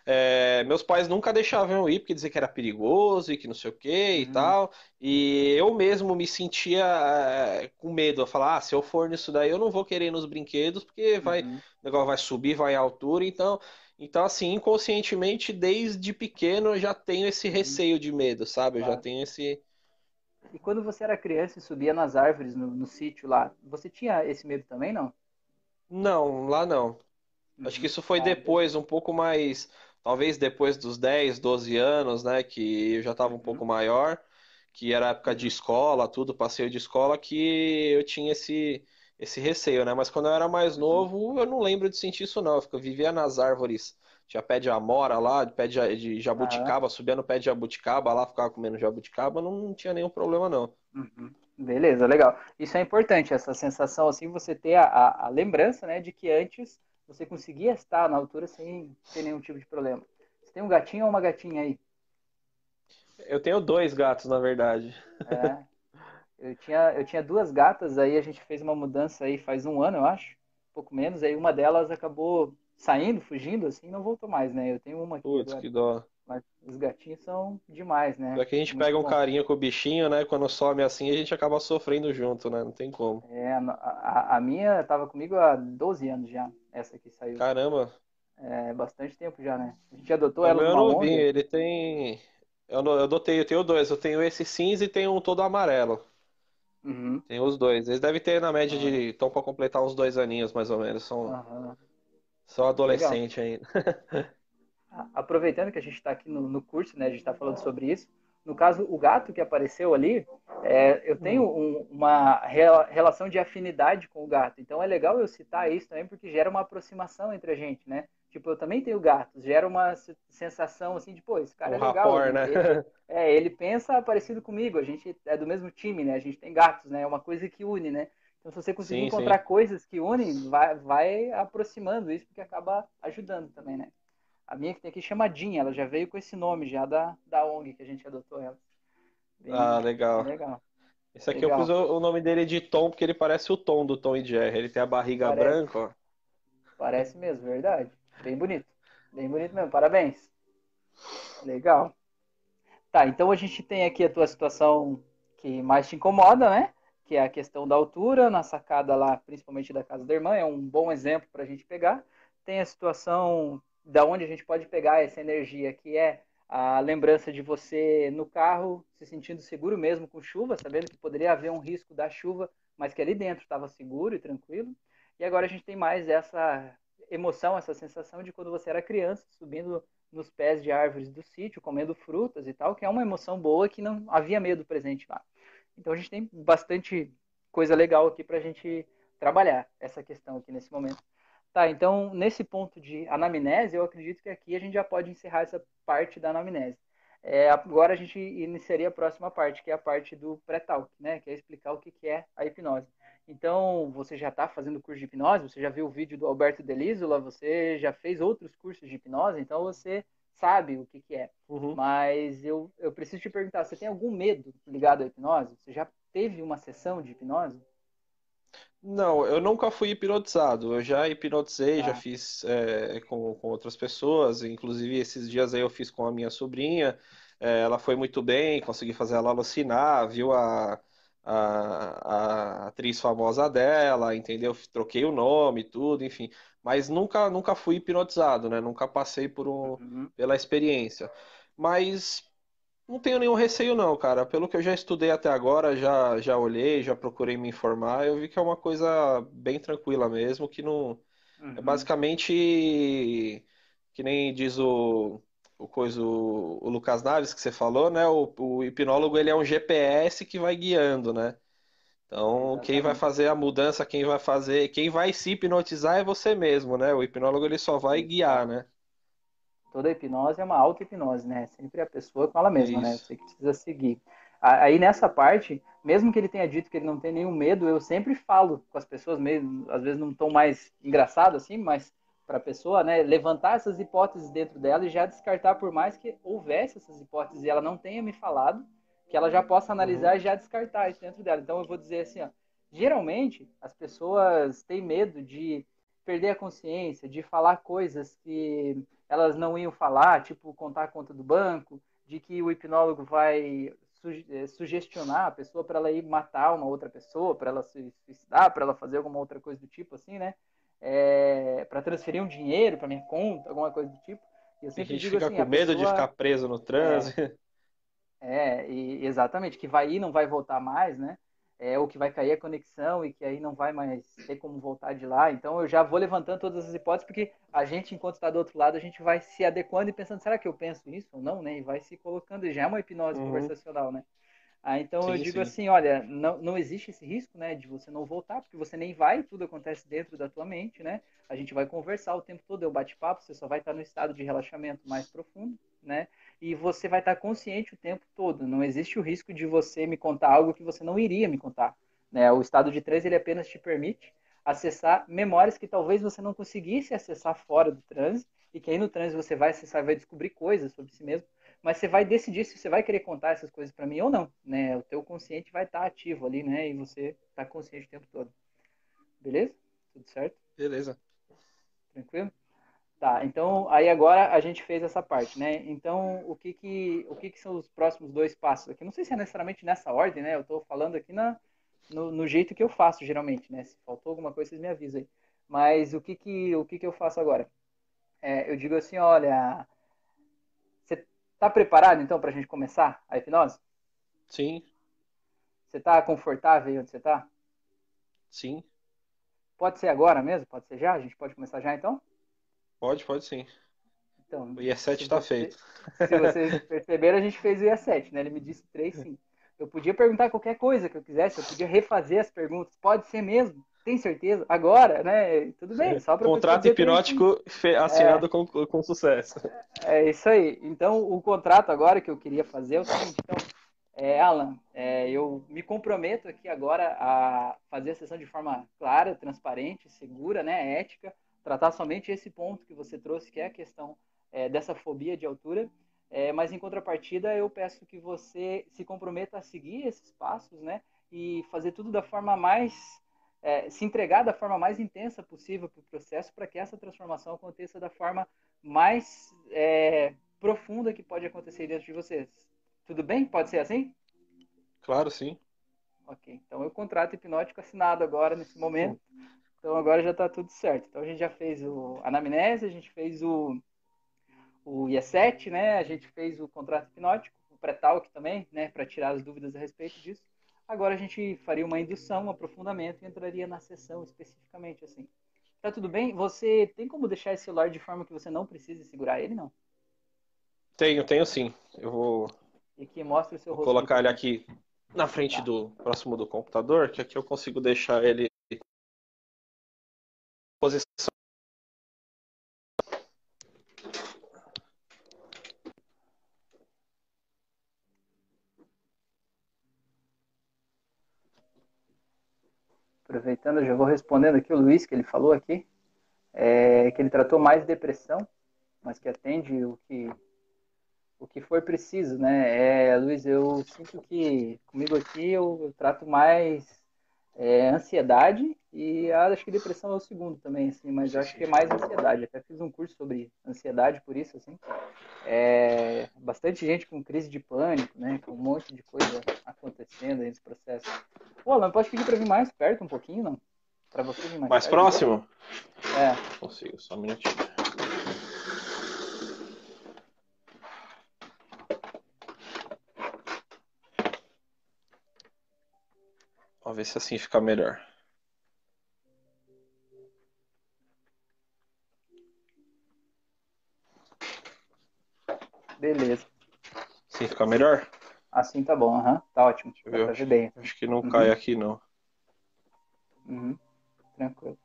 É, meus pais nunca deixavam eu ir porque diziam que era perigoso e que não sei o que e Uhum, tal. E eu mesmo me sentia é, com medo. Eu falava, ah, se eu for nisso daí, eu não vou querer ir nos brinquedos porque vai, o uhum, negócio vai subir, vai em altura. Então, então, assim, inconscientemente, desde pequeno, eu já tenho esse uhum, receio de medo, sabe? Eu já claro. tenho esse. E quando você era criança e subia nas árvores no, no sítio lá, você tinha esse medo também, não? Não, lá não. Acho que Uhum. isso foi Ah, beleza. depois, um pouco mais, talvez depois dos dez, doze anos, né, que eu já estava um pouco Uhum, maior, que era época de uhum, escola, tudo, passeio de escola, que eu tinha esse, esse receio, né? Mas quando eu era mais uhum. novo, eu não lembro de sentir isso, não. Eu vivia nas árvores, tinha pé de amora lá, de pé de, ja- de Aham, jabuticaba, subia no pé de jabuticaba lá, ficava comendo jabuticaba, não, não tinha nenhum problema, não. uhum. Beleza, legal. Isso é importante, essa sensação assim, você ter a, a, a lembrança, né, de que antes você conseguia estar na altura sem ter nenhum tipo de problema. Você tem um gatinho ou uma gatinha aí? Eu tenho dois gatos, na verdade. É, eu tinha, eu tinha duas gatas, aí a gente fez uma mudança aí faz um ano, eu acho, um pouco menos, aí uma delas acabou saindo, fugindo, assim, não voltou mais, né? Eu tenho uma aqui Putz, agora. que dó. Mas os gatinhos são demais, né? Já que a gente Muito pega um bom. carinho com o bichinho, né? Quando some assim, a gente acaba sofrendo junto, né? Não tem como. É, a, a, a minha estava comigo há doze anos já, essa que saiu. Caramba, É bastante tempo já, né? A gente adotou o ela meu é numa novinho, ONG. ele tem. Eu não- eu adotei, eu tenho dois. Eu tenho esse cinza e tenho um todo amarelo. Uhum. Tenho os dois. Eles devem ter na média Ah, de. Estão para completar uns dois aninhos, mais ou menos. São, aham. são Legal. adolescente ainda. A- Aproveitando que a gente está aqui no, no curso, né? A gente está falando sobre isso. No caso, o gato que apareceu ali, é, eu tenho Hum, um- uma rela- relação de afinidade com o gato. Então é legal eu citar isso também, porque gera uma aproximação entre a gente, né? Tipo, eu também tenho gatos, gera uma se- sensação assim de, pô, esse cara um é legal, rapport, ele, né? ele, é, ele pensa parecido comigo, a gente é do mesmo time, né? A gente tem gatos, né? É uma coisa que une, né? Então, se você conseguir Sim, sim. encontrar coisas que unem, vai, vai aproximando isso, porque acaba ajudando também, né? A minha que tem aqui chamadinha, ela já veio com esse nome já da, da ONG que a gente adotou ela. Ah, Bem, bem legal. legal. Esse aqui eu pus Legal. o, o nome dele de Tom, porque ele parece o Tom do Tom e Jerry. Ele tem a barriga Parece. branca, ó. Parece mesmo, verdade. Bem bonito. Bem bonito mesmo. Parabéns. Legal. Tá, então a gente tem aqui a tua situação que mais te incomoda, né? Que é a questão da altura, na sacada lá, principalmente da casa da irmã, é um bom exemplo para a gente pegar. Tem a situação da onde a gente pode pegar essa energia, que é a lembrança de você no carro se sentindo seguro mesmo com chuva, sabendo que poderia haver um risco da chuva, mas que ali dentro estava seguro e tranquilo. E agora a gente tem mais essa emoção, essa sensação de quando você era criança, subindo nos pés de árvores do sítio, comendo frutas e tal, que é uma emoção boa que não havia medo presente lá. Então a gente tem bastante coisa legal aqui para a gente trabalhar essa questão aqui nesse momento. Tá, então nesse ponto de anamnese, eu acredito que aqui a gente já pode encerrar essa parte da anamnese. É, agora a gente iniciaria a próxima parte, que é a parte do pré-talk, né? Que é explicar o que é a hipnose. Então, você já está fazendo curso de hipnose, você já viu o vídeo do Alberto Delisola, você já fez outros cursos de hipnose, então você sabe o que, que é. Uhum. Mas eu, eu preciso te perguntar, você tem algum medo ligado à hipnose? Você já teve uma sessão de hipnose? Não, eu nunca fui hipnotizado. Eu já hipnotizei, já Tá. fiz é, com, com outras pessoas. Inclusive, esses dias aí eu fiz com a minha sobrinha. É, ela foi muito bem, consegui fazer ela alucinar, viu a, a, a atriz famosa dela, entendeu? Troquei o nome, tudo, enfim. Mas nunca, nunca fui hipnotizado, né? Nunca passei por um, Uhum, pela experiência. Mas não tenho nenhum receio não, cara. Pelo que eu já estudei até agora, já já olhei, já procurei me informar, eu vi que é uma coisa bem tranquila mesmo, que não é uhum. basicamente que nem diz o o coisa o, o Lucas Naves que você falou, né? O, o hipnólogo ele é um G P S que vai guiando, né? Então, quem vai Exatamente. fazer a mudança, quem vai fazer, quem vai se hipnotizar é você mesmo, né? O hipnólogo ele só vai guiar, Exato. né? Toda hipnose é uma auto-hipnose, né? Sempre a pessoa com ela mesma, né? Isso. Você que precisa seguir. Aí nessa parte, mesmo que ele tenha dito que ele não tem nenhum medo, eu sempre falo com as pessoas, mesmo, às vezes num tom mais engraçado assim, mas para a pessoa, né, levantar essas hipóteses dentro dela e já descartar, por mais que houvesse essas hipóteses e ela não tenha me falado, que ela já possa Uhum. analisar e já descartar isso dentro dela. Então eu vou dizer assim, ó, geralmente as pessoas têm medo de perder a consciência, de falar coisas que elas não iam falar, tipo contar a conta do banco, de que o hipnólogo vai sugestionar a pessoa para ela ir matar uma outra pessoa, para ela se suicidar, para ela fazer alguma outra coisa do tipo assim, né? É, para transferir um dinheiro para minha conta, alguma coisa do tipo. E eu Tem sempre gente que digo fica assim, com a medo de pessoa ficar preso no é, trânsito. é e, exatamente, que vai ir não vai voltar mais, né? É, ou que vai cair a conexão e que aí não vai mais ter como voltar de lá. Então eu já vou levantando todas as hipóteses, porque a gente, enquanto está do outro lado, a gente vai se adequando e pensando, será que eu penso isso ou não, né? E vai se colocando, e já é uma hipnose Uhum. conversacional, né? Ah, então eu Sim, digo sim. assim, olha, não, não existe esse risco, né, de você não voltar, porque você nem vai, tudo acontece dentro da tua mente, né? A gente vai conversar o tempo todo, é o bate-papo, você só vai estar no estado de relaxamento mais profundo, né? E você vai estar consciente o tempo todo. Não existe o risco de você me contar algo que você não iria me contar, né? O estado de transe ele apenas te permite acessar memórias que talvez você não conseguisse acessar fora do transe e que aí no transe você vai acessar e vai descobrir coisas sobre si mesmo, mas você vai decidir se você vai querer contar essas coisas para mim ou não, né? O teu consciente vai estar ativo ali, né? E você está consciente o tempo todo. Beleza? Tudo certo? Beleza. Tranquilo? Tá, então aí agora a gente fez essa parte, né? Então o que que, o que que são os próximos dois passos aqui? Não sei se é necessariamente nessa ordem, né? Eu estou falando aqui na, no, no jeito que eu faço geralmente, né? Se faltou alguma coisa, vocês me avisam aí. Mas o que que, o que que eu faço agora? É, eu digo assim, olha, você está preparado então para a gente começar a hipnose? Sim, Você está confortável aí onde você está? sim. Pode ser agora mesmo? Pode ser já? A gente pode começar já então? Pode, pode sim. Então, O I E se sete tá você, feito. se vocês perceberam, a gente fez o I A sete, né? Ele me disse três sim. Eu podia perguntar qualquer coisa que eu quisesse, eu podia refazer as perguntas. Pode ser mesmo? Tem certeza? Agora, né? Tudo bem, só para a pessoa Contrato dizer três sim. hipnótico fe- É, assinado com, com sucesso. é isso aí. Então, o contrato agora que eu queria fazer é o seguinte. Então, é, Alan, é, eu me comprometo aqui agora a fazer a sessão de forma clara, transparente, segura, né, ética, tratar somente esse ponto que você trouxe, que é a questão é, dessa fobia de altura. É, mas em contrapartida, eu peço que você se comprometa a seguir esses passos, né, e fazer tudo da forma mais é, se entregar da forma mais intensa possível para o processo, para que essa transformação aconteça da forma mais é, profunda que pode acontecer dentro de vocês. Tudo bem? Pode ser assim? Claro, sim. Ok. Então, o contrato hipnótico assinado agora, nesse Hum. momento. Então, agora já está tudo certo. Então, a gente já fez o a anamnese, a gente fez o, o I E sete, né? A gente fez o contrato hipnótico, o pré-talk também, né? Para tirar as dúvidas a respeito disso. Agora a gente faria uma indução, um aprofundamento e entraria na sessão especificamente, assim. Tá tudo bem? Você tem como deixar esse celular de forma que você não precise segurar ele, não? Tenho, tenho sim. Eu vou, E que mostre o seu vou rosto um colocar ele pouquinho. aqui na frente Tá. do próximo do computador, que aqui eu consigo deixar ele em posição. Aproveitando, eu já vou respondendo aqui o Luiz, que ele falou aqui, é, que ele tratou mais depressão, mas que atende o que, o que for preciso, né? É, Luiz, eu sinto que comigo aqui eu, eu trato mais é, ansiedade e ah, acho que depressão é o segundo também, assim, mas eu acho que é mais ansiedade. Até fiz um curso sobre ansiedade por isso, assim. É, bastante gente com crise de pânico, né? Com um monte de coisa acontecendo aí nesse processo. Pô, Alan, pode pedir para vir mais perto um pouquinho, não? Para você vir mais Mais perto um pouco? próximo? É, Consigo, só um minutinho. Vamos ver se assim fica melhor. beleza. Sim, fica melhor? Assim tá bom, aham, tá ótimo. Deixa eu Dá ver. para ver Acho, bem aqui. acho que não cai Uhum, aqui, não. uhum, tranquilo.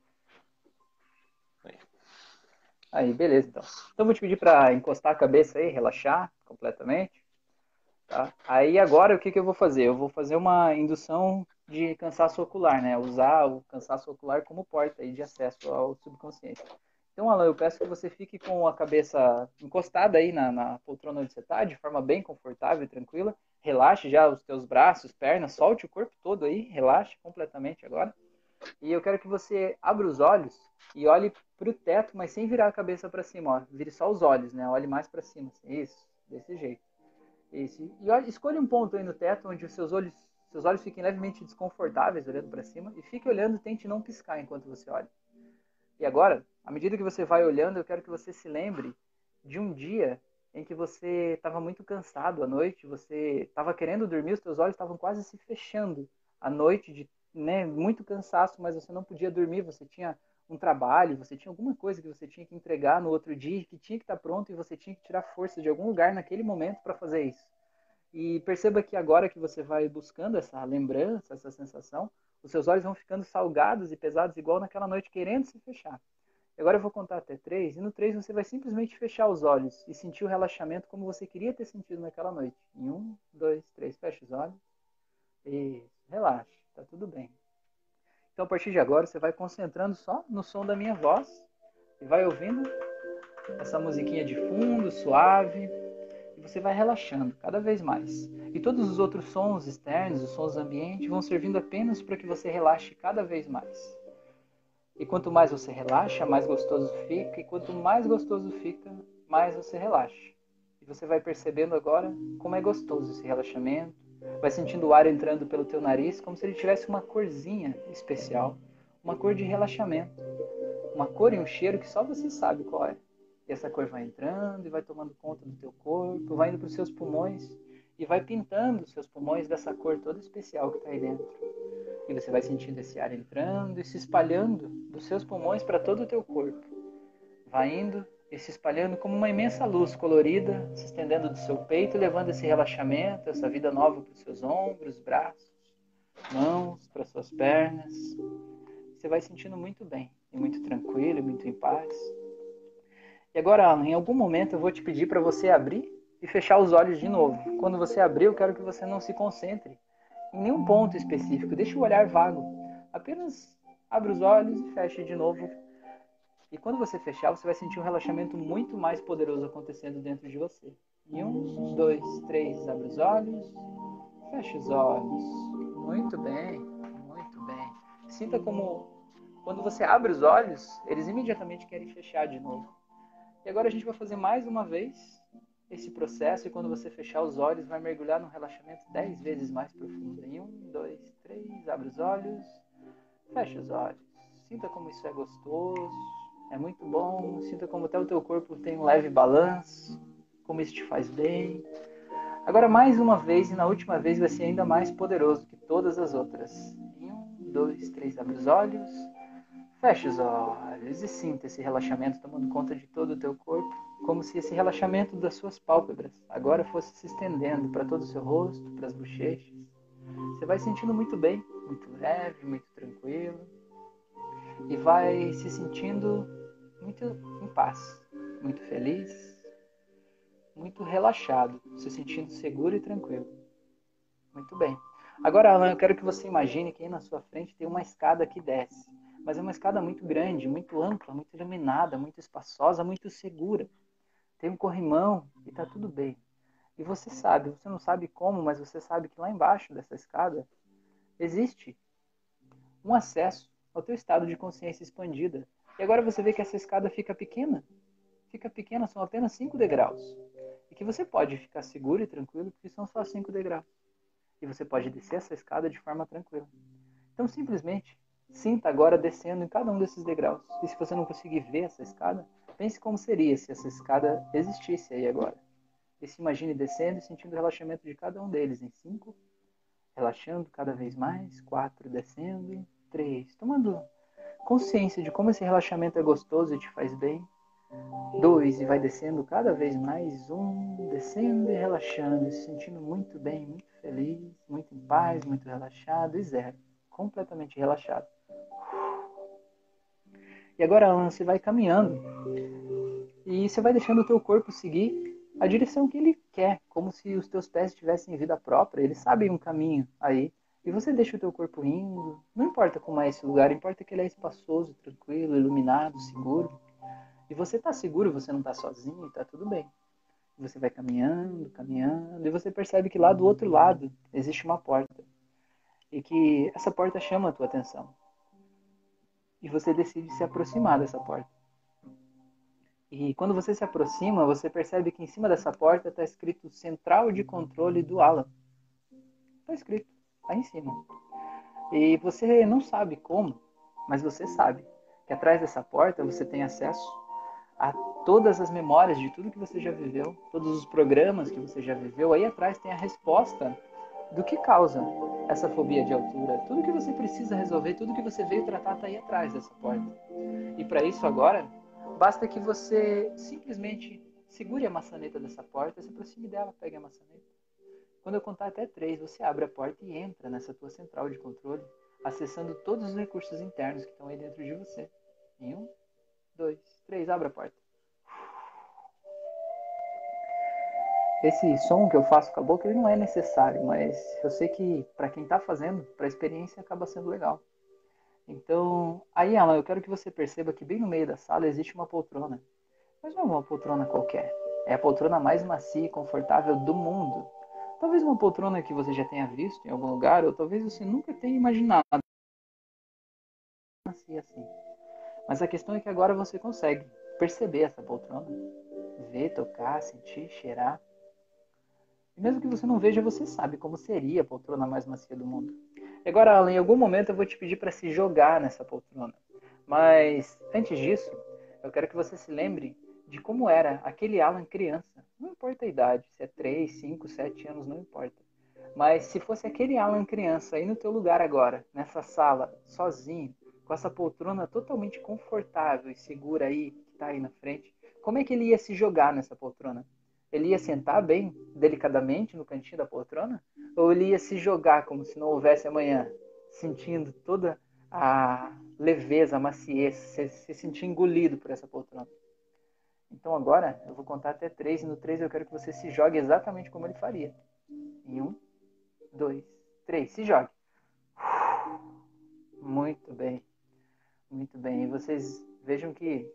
Aí. Aí, beleza, então. Então, eu vou te pedir para encostar a cabeça aí, relaxar completamente, tá? Aí, agora, o que que eu vou fazer? Eu vou fazer uma indução de cansaço ocular, né? Usar o cansaço ocular como porta aí de acesso ao subconsciente. Então, Alan, eu peço que você fique com a cabeça encostada aí na, na poltrona onde você está, de forma bem confortável e tranquila. Relaxe já os teus braços, pernas, solte o corpo todo aí, relaxe completamente agora. E eu quero que você abra os olhos e olhe para o teto, mas sem virar a cabeça para cima. Ó. Vire só os olhos, né? Olhe mais para cima. Assim. Isso, desse jeito. Isso. E olha, escolha um ponto aí no teto onde os seus olhos, seus olhos fiquem levemente desconfortáveis olhando para cima. E fique olhando e tente não piscar enquanto você olha. E agora, à medida que você vai olhando, eu quero que você se lembre de um dia em que você estava muito cansado à noite, você estava querendo dormir, os seus olhos estavam quase se fechando à noite, de né, muito cansaço, mas você não podia dormir, você tinha um trabalho, você tinha alguma coisa que você tinha que entregar no outro dia, que tinha que estar pronto e você tinha que tirar força de algum lugar naquele momento para fazer isso. E perceba que agora que você vai buscando essa lembrança, essa sensação, os seus olhos vão ficando salgados e pesados, igual naquela noite, querendo se fechar. Agora eu vou contar até três, e no três você vai simplesmente fechar os olhos e sentir o relaxamento como você queria ter sentido naquela noite. Em um, dois, três, fecha os olhos e relaxe, tá tudo bem. Então a partir de agora você vai concentrando só no som da minha voz e vai ouvindo essa musiquinha de fundo, suave, e você vai relaxando cada vez mais. E todos os outros sons externos, os sons ambientes, vão servindo apenas para que você relaxe cada vez mais. E quanto mais você relaxa, mais gostoso fica. E quanto mais gostoso fica, mais você relaxa. E você vai percebendo agora como é gostoso esse relaxamento. Vai sentindo o ar entrando pelo teu nariz, como se ele tivesse uma corzinha especial. Uma cor de relaxamento. Uma cor e um cheiro que só você sabe qual é. E essa cor vai entrando e vai tomando conta do teu corpo, vai indo para os seus pulmões e vai pintando os seus pulmões dessa cor toda especial que está aí dentro. E você vai sentindo esse ar entrando e se espalhando dos seus pulmões para todo o teu corpo. Vai indo e se espalhando como uma imensa luz colorida, se estendendo do seu peito, levando esse relaxamento, essa vida nova para os seus ombros, braços, mãos, para suas pernas. Você vai sentindo muito bem, e muito tranquilo, e muito em paz. E agora, Alan, em algum momento eu vou te pedir para você abrir e fechar os olhos de novo. Quando você abrir, eu quero que você não se concentre em nenhum ponto específico. Deixe o olhar vago. Apenas abra os olhos e feche de novo. E quando você fechar, você vai sentir um relaxamento muito mais poderoso acontecendo dentro de você. E um, dois, três, abre os olhos, feche os olhos. Muito bem, muito bem. Sinta como quando você abre os olhos, eles imediatamente querem fechar de novo. E agora a gente vai fazer mais uma vez esse processo e quando você fechar os olhos, vai mergulhar num relaxamento dez vezes mais profundo. Em um, dois, três, abre os olhos, fecha os olhos. Sinta como isso é gostoso, é muito bom. Sinta como até o teu corpo tem um leve balanço, como isso te faz bem. Agora mais uma vez e na última vez vai ser ainda mais poderoso que todas as outras. Em um, dois, três, abre os olhos. Feche os olhos e sinta esse relaxamento tomando conta de todo o teu corpo, como se esse relaxamento das suas pálpebras agora fosse se estendendo para todo o seu rosto, para as bochechas. Você vai sentindo muito bem, muito leve, muito tranquilo e vai se sentindo muito em paz, muito feliz, muito relaxado, se sentindo seguro e tranquilo. Muito bem. Agora, Alan, eu quero que você imagine que aí na sua frente tem uma escada que desce. Mas é uma escada muito grande, muito ampla, muito iluminada, muito espaçosa, muito segura. Tem um corrimão e está tudo bem. E você sabe, você não sabe como, mas você sabe que lá embaixo dessa escada existe um acesso ao teu estado de consciência expandida. E agora você vê que essa escada fica pequena. Fica pequena, são apenas cinco degraus. E que você pode ficar seguro e tranquilo porque são só cinco degraus. E você pode descer essa escada de forma tranquila. Então, simplesmente, sinta agora descendo em cada um desses degraus. E se você não conseguir ver essa escada, pense como seria se essa escada existisse aí agora. E se imagine descendo e sentindo o relaxamento de cada um deles em cinco, relaxando cada vez mais, quatro, descendo, três, tomando consciência de como esse relaxamento é gostoso e te faz bem, dois, e vai descendo cada vez mais, um, descendo e relaxando, e se sentindo muito bem, muito feliz, muito em paz, muito relaxado, e zero, completamente relaxado. E agora, Alan, você vai caminhando e você vai deixando o teu corpo seguir a direção que ele quer, como se os teus pés tivessem vida própria, eles sabem um caminho aí. E você deixa o teu corpo indo, não importa como é esse lugar, importa que ele é espaçoso, tranquilo, iluminado, seguro. E você está seguro, você não está sozinho, está tudo bem. Você vai caminhando, caminhando, e você percebe que lá do outro lado existe uma porta. E que essa porta chama a tua atenção. e você decide se aproximar dessa porta. E quando você se aproxima, você percebe que em cima dessa porta está escrito Central de Controle do Alan. Está escrito, lá em cima. E você não sabe como, mas você sabe que atrás dessa porta você tem acesso a todas as memórias de tudo que você já viveu, todos os programas que você já viveu. Aí atrás tem a resposta do que causa essa fobia de altura. Tudo que você precisa resolver, tudo que você veio tratar está aí atrás dessa porta. E para isso agora, basta que você simplesmente segure a maçaneta dessa porta, se aproxime dela, pegue a maçaneta. Quando eu contar até três, você abre a porta e entra nessa tua central de controle, acessando todos os recursos internos que estão aí dentro de você. Em um, dois, três, abre a porta. Esse som que eu faço com a boca, ele não é necessário, mas eu sei que para quem está fazendo, para a experiência acaba sendo legal. Então, aí Alan, eu quero que você perceba que bem no meio da sala existe uma poltrona. Mas não é uma poltrona qualquer. É a poltrona mais macia e confortável do mundo. Talvez uma poltrona que você já tenha visto em algum lugar, ou talvez você nunca tenha imaginado macia assim. Mas a questão é que agora você consegue perceber essa poltrona. Ver, tocar, sentir, cheirar. E mesmo que você não veja, você sabe como seria a poltrona mais macia do mundo. E agora, Alan, em algum momento eu vou te pedir para se jogar nessa poltrona. Mas, antes disso, eu quero que você se lembre de como era aquele Alan criança. Não importa a idade, se é três, cinco, sete anos, não importa. Mas se fosse aquele Alan criança aí no teu lugar agora, nessa sala, sozinho, com essa poltrona totalmente confortável e segura aí, que está aí na frente, como é que ele ia se jogar nessa poltrona? Ele ia sentar bem, delicadamente, no cantinho da poltrona? Ou ele ia se jogar como se não houvesse amanhã, sentindo toda a leveza, a maciez, se, se sentir engolido por essa poltrona? Então agora eu vou contar até três, e no três eu quero que você se jogue exatamente como ele faria. Em um, dois, três, se jogue. Muito bem, muito bem. E vocês vejam que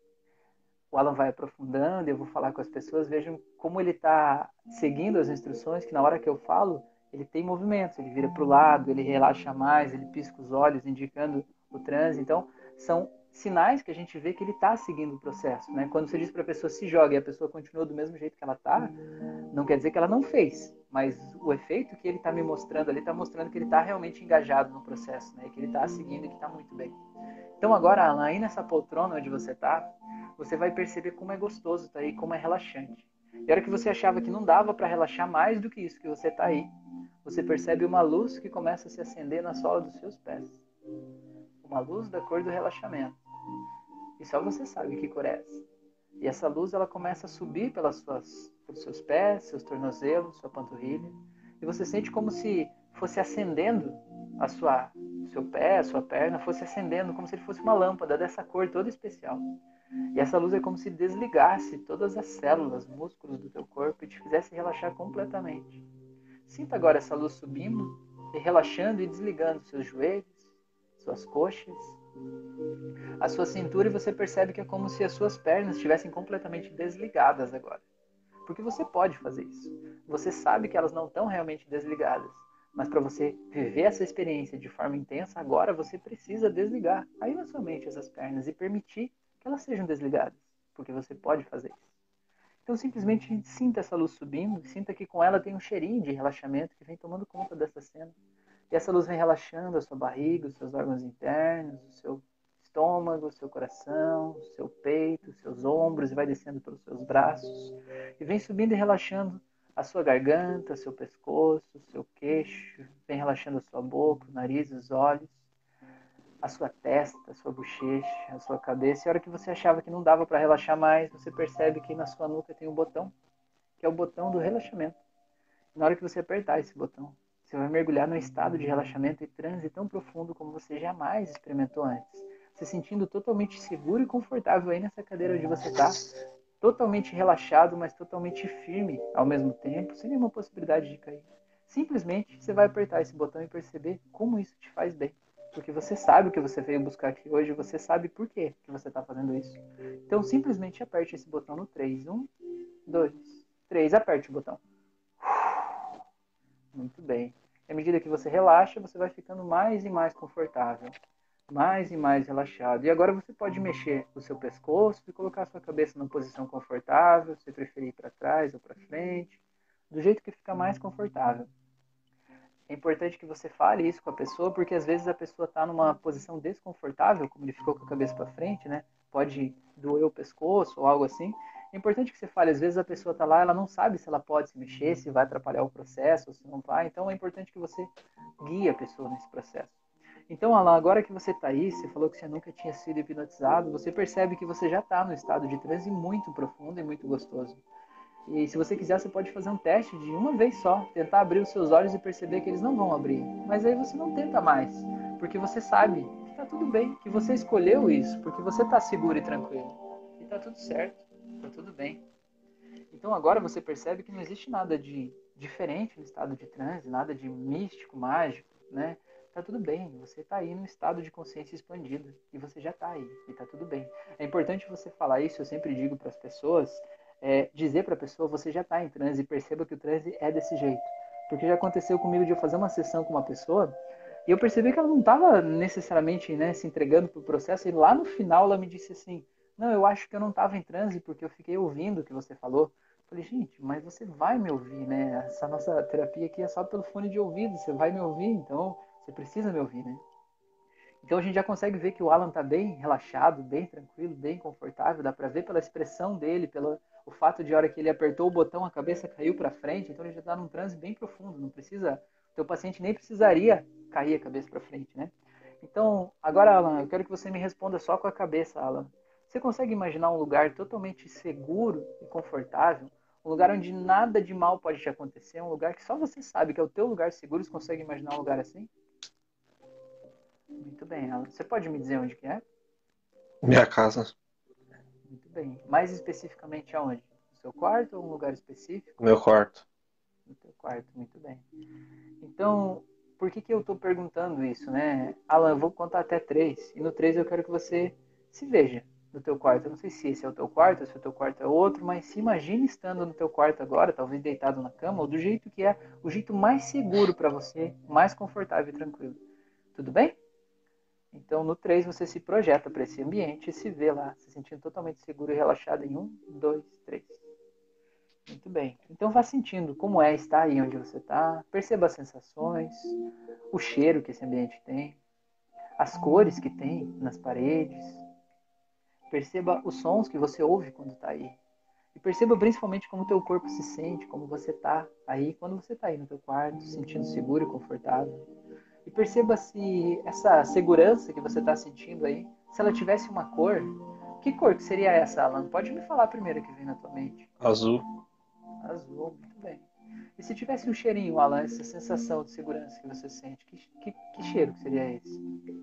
o Alan vai aprofundando, eu vou falar com as pessoas, vejam como ele está seguindo as instruções, que na hora que eu falo, ele tem movimentos, ele vira para o lado, ele relaxa mais, ele pisca os olhos, indicando o transe. Então, são sinais que a gente vê que ele está seguindo o processo. Né? Quando você diz para a pessoa se joga e a pessoa continua do mesmo jeito que ela está, não quer dizer que ela não fez, mas o efeito que ele está me mostrando ali está mostrando que ele está realmente engajado no processo, né? Que ele está seguindo e que está muito bem. Então agora, Alan, aí nessa poltrona onde você está, você vai perceber como é gostoso estar aí, como é relaxante. E a hora que você achava que não dava para relaxar mais do que isso, que você está aí, você percebe uma luz que começa a se acender na sola dos seus pés. Uma luz da cor do relaxamento. E só você sabe que cor é essa. E essa luz ela começa a subir pelas suas, pelos seus pés, seus tornozelos, sua panturrilha. E você sente como se fosse acendendo a sua, seu pé, a sua perna, fosse acendendo como se ele fosse uma lâmpada dessa cor toda especial. E essa luz é como se desligasse todas as células, músculos do teu corpo e te fizesse relaxar completamente. Sinta agora essa luz subindo e relaxando e desligando seus joelhos, suas coxas, a sua cintura, e você percebe que é como se as suas pernas estivessem completamente desligadas agora. Porque você pode fazer isso. Você sabe que elas não estão realmente desligadas. Mas para você viver essa experiência de forma intensa, agora você precisa desligar aí na sua mente essas pernas e permitir que elas sejam desligadas. Porque você pode fazer isso. Então simplesmente sinta essa luz subindo, sinta que com ela tem um cheirinho de relaxamento que vem tomando conta dessa cena. E essa luz vem relaxando a sua barriga, os seus órgãos internos, o seu estômago, o seu coração, o seu peito, os seus ombros, e vai descendo pelos seus braços. E vem subindo e relaxando a sua garganta, seu pescoço, o seu queixo, vem relaxando a sua boca, o nariz, os olhos, a sua testa, a sua bochecha, a sua cabeça. E a hora que você achava que não dava para relaxar mais, você percebe que na sua nuca tem um botão, que é o botão do relaxamento. E na hora que você apertar esse botão, você vai mergulhar num estado de relaxamento e transe tão profundo como você jamais experimentou antes. Se sentindo totalmente seguro e confortável aí nessa cadeira onde você está, totalmente relaxado, mas totalmente firme ao mesmo tempo, sem nenhuma possibilidade de cair. Simplesmente você vai apertar esse botão e perceber como isso te faz bem. Porque você sabe o que você veio buscar aqui hoje, você sabe por que que você está fazendo isso. Então simplesmente aperte esse botão no três. Um, dois, três. Aperte o botão. Muito bem. À medida que você relaxa, você vai ficando mais e mais confortável. mais e mais relaxado. E agora você pode mexer o seu pescoço e colocar a sua cabeça numa posição confortável, se preferir para trás ou para frente, do jeito que fica mais confortável. É importante que você fale isso com a pessoa, porque às vezes a pessoa está numa posição desconfortável, como ele ficou com a cabeça para frente, né? Pode doer o pescoço ou algo assim. É importante que você fale, às vezes a pessoa está lá, ela não sabe se ela pode se mexer, se vai atrapalhar o processo, ou se não vai. Então é importante que você guie a pessoa nesse processo. Então, Alan, agora que você está aí, você falou que você nunca tinha sido hipnotizado, você percebe que você já está no estado de transe muito profundo e muito gostoso. E se você quiser, você pode fazer um teste de uma vez só, tentar abrir os seus olhos e perceber que eles não vão abrir. Mas aí você não tenta mais, porque você sabe que está tudo bem, que você escolheu isso, porque você está seguro e tranquilo. E está tudo certo, está tudo bem. Então agora você percebe que não existe nada de diferente no estado de transe, nada de místico, mágico, né? Tá tudo bem, você está aí no estado de consciência expandida e você já está aí e tá tudo bem. É importante você falar isso, eu sempre digo para as pessoas, é, dizer para a pessoa, você já está em transe e perceba que o transe é desse jeito. Porque já aconteceu comigo de eu fazer uma sessão com uma pessoa e eu percebi que ela não estava necessariamente, né, se entregando para o processo e lá no final ela me disse assim, não, eu acho que eu não estava em transe porque eu fiquei ouvindo o que você falou. Falei, gente, mas você vai me ouvir, né? Essa nossa terapia aqui é só pelo fone de ouvido, você vai me ouvir, então você precisa me ouvir, né? Então a gente já consegue ver que o Alan tá bem relaxado, bem tranquilo, bem confortável, dá para ver pela expressão dele, pelo o fato de a hora que ele apertou o botão a cabeça caiu para frente, então ele já está num transe bem profundo, não precisa, o teu paciente nem precisaria cair a cabeça para frente, né? Então, agora, Alan, eu quero que você me responda só com a cabeça, Alan. Você consegue imaginar um lugar totalmente seguro e confortável? Um lugar onde nada de mal pode te acontecer? Um lugar que só você sabe que é o teu lugar seguro? Você consegue imaginar um lugar assim? Muito bem, Alan. Você pode me dizer onde que é? Minha casa, Muito bem. Mais especificamente aonde? No seu quarto ou um lugar específico? meu quarto. No teu quarto, muito bem. Então, por que que eu estou perguntando isso, né? Alan, eu vou contar até três. E no três eu quero que você se veja no teu quarto. Eu não sei se esse é o teu quarto, ou se o teu quarto é outro, mas se imagine estando no teu quarto agora, talvez deitado na cama, ou do jeito que é o jeito mais seguro para você, mais confortável e tranquilo. Tudo bem? Então, no três você se projeta para esse ambiente e se vê lá, se sentindo totalmente seguro e relaxado em um, dois, três. Muito bem. Então vá sentindo como é estar aí onde você está. Perceba as sensações, o cheiro que esse ambiente tem, as cores que tem nas paredes. Perceba os sons que você ouve quando está aí. E perceba principalmente como o teu corpo se sente, como você está aí quando você está aí no teu quarto, se sentindo seguro e confortável. E perceba se essa segurança que você está sentindo aí, se ela tivesse uma cor, que cor que seria essa, Alan? Pode me falar primeiro que vem na tua mente. Azul. Azul, muito bem. E se tivesse um cheirinho, Alan, essa sensação de segurança que você sente, que, que, que cheiro que seria esse?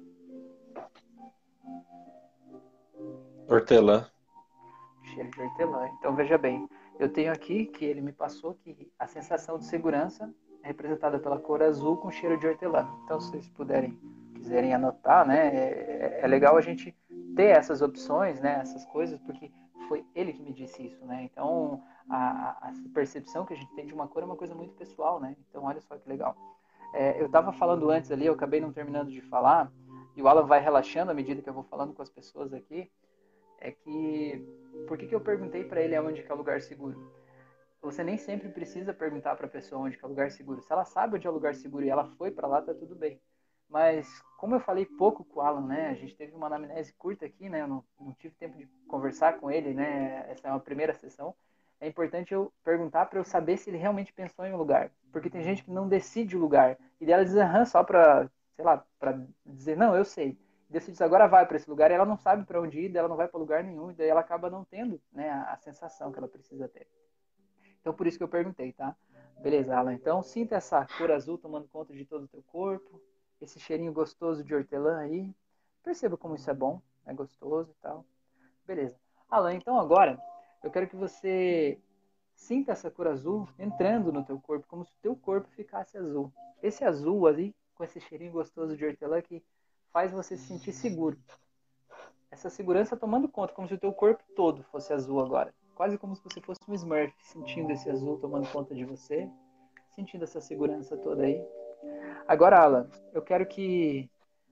Hortelã. Cheiro de hortelã. Então veja bem, eu tenho aqui que ele me passou que a sensação de segurança é representada pela cor azul com cheiro de hortelã. Então se vocês puderem, quiserem anotar, né, é, é legal a gente ter essas opções, né, essas coisas, porque foi ele que me disse isso, né? Então a, a percepção que a gente tem de uma cor é uma coisa muito pessoal, né? Então olha só que legal. É, eu estava falando antes ali, eu acabei não terminando de falar, e o Alan vai relaxando à medida que eu vou falando com as pessoas aqui, é que por que, que eu perguntei para ele aonde que é o lugar seguro? Você nem sempre precisa perguntar para a pessoa onde que é o lugar seguro. Se ela sabe onde é o lugar seguro e ela foi para lá, tá tudo bem. Mas como eu falei pouco com o Alan, né? A gente teve uma anamnese curta aqui, né? Eu não, não tive tempo de conversar com ele, né? Essa é uma primeira sessão. É importante eu perguntar para eu saber se ele realmente pensou em um lugar, porque tem gente que não decide o lugar e dela diz aham só para, sei lá, para dizer não, eu sei. E daí você diz agora vai para esse lugar e ela não sabe para onde ir, ela não vai para lugar nenhum e daí ela acaba não tendo, né, a, a sensação que ela precisa ter. Então, por isso que eu perguntei, tá? Beleza, Alan. Então, sinta essa cor azul tomando conta de todo o teu corpo. Esse cheirinho gostoso de hortelã aí. Perceba como isso é bom, é gostoso e tal. Beleza. Alan, então agora eu quero que você sinta essa cor azul entrando no teu corpo, como se o teu corpo ficasse azul. Esse azul ali, com esse cheirinho gostoso de hortelã que faz você se sentir seguro. Essa segurança tomando conta, como se o teu corpo todo fosse azul agora. Quase como se você fosse um Smurf, sentindo esse azul tomando conta de você, sentindo essa segurança toda aí. Agora, Alan, eu quero que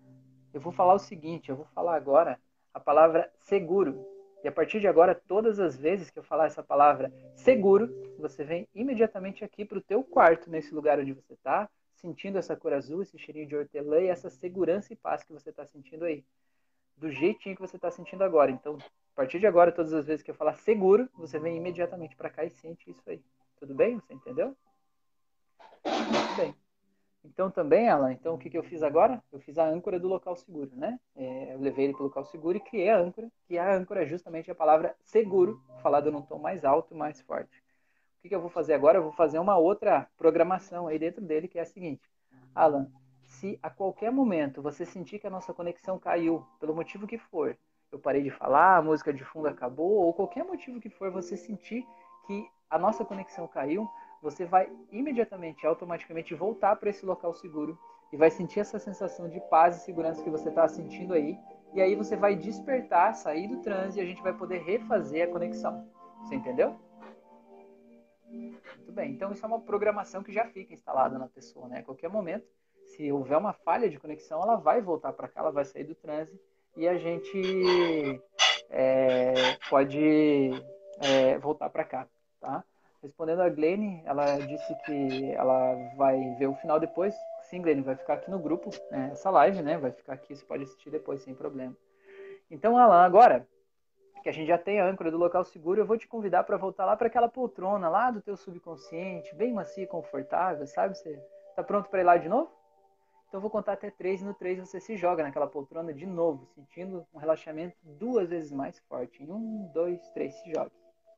eu vou falar o seguinte, eu vou falar agora a palavra seguro. E a partir de agora, todas as vezes que eu falar essa palavra seguro, você vem imediatamente aqui para o teu quarto, nesse lugar onde você está, sentindo essa cor azul, esse cheirinho de hortelã e essa segurança e paz que você está sentindo aí. Do jeitinho que você está sentindo agora. Então, a partir de agora, todas as vezes que eu falar seguro, você vem imediatamente para cá e sente isso aí. Tudo bem? Você entendeu? Muito bem. Então também, Alan, então o que, que eu fiz agora? Eu fiz a âncora do local seguro, né? É, eu levei ele para o local seguro e criei a âncora, que a âncora é justamente a palavra seguro, falada num tom mais alto e mais forte. O que, que eu vou fazer agora? Eu vou fazer uma outra programação aí dentro dele, que é a seguinte. Alan, se a qualquer momento você sentir que a nossa conexão caiu, pelo motivo que for, eu parei de falar, a música de fundo acabou, ou qualquer motivo que for, você sentir que a nossa conexão caiu, você vai imediatamente, automaticamente voltar para esse local seguro e vai sentir essa sensação de paz e segurança que você está sentindo aí. E aí você vai despertar, sair do transe e a gente vai poder refazer a conexão. Você entendeu? Muito bem. Então isso é uma programação que já fica instalada na pessoa, né? A qualquer momento, se houver uma falha de conexão, ela vai voltar para cá, ela vai sair do transe e a gente é, pode é, voltar para cá, tá? Respondendo a Glenn, ela disse que ela vai ver o final depois. Sim, Glenn, vai ficar aqui no grupo, né? Essa live, né? Vai ficar aqui, você pode assistir depois sem problema. Então, Alan, agora que a gente já tem a âncora do local seguro, eu vou te convidar para voltar lá para aquela poltrona lá do teu subconsciente, bem macia e confortável, sabe? Você tá pronto para ir lá de novo? Então eu vou contar até três e no três você se joga naquela poltrona de novo, sentindo um relaxamento duas vezes mais forte. Em um, dois, três, se joga.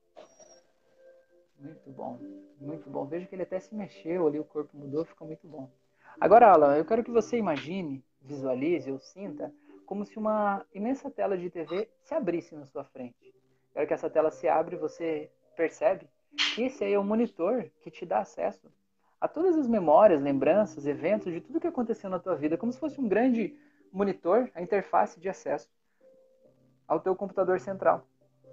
Muito bom, muito bom. Veja que ele até se mexeu ali, o corpo mudou, ficou muito bom. Agora, Alan, eu quero que você imagine, visualize ou sinta como se uma imensa tela de T V se abrisse na sua frente. Quero que essa tela se abre e você percebe que esse aí é o monitor que te dá acesso a todas as memórias, lembranças, eventos de tudo que aconteceu na tua vida, como se fosse um grande monitor, a interface de acesso ao teu computador central.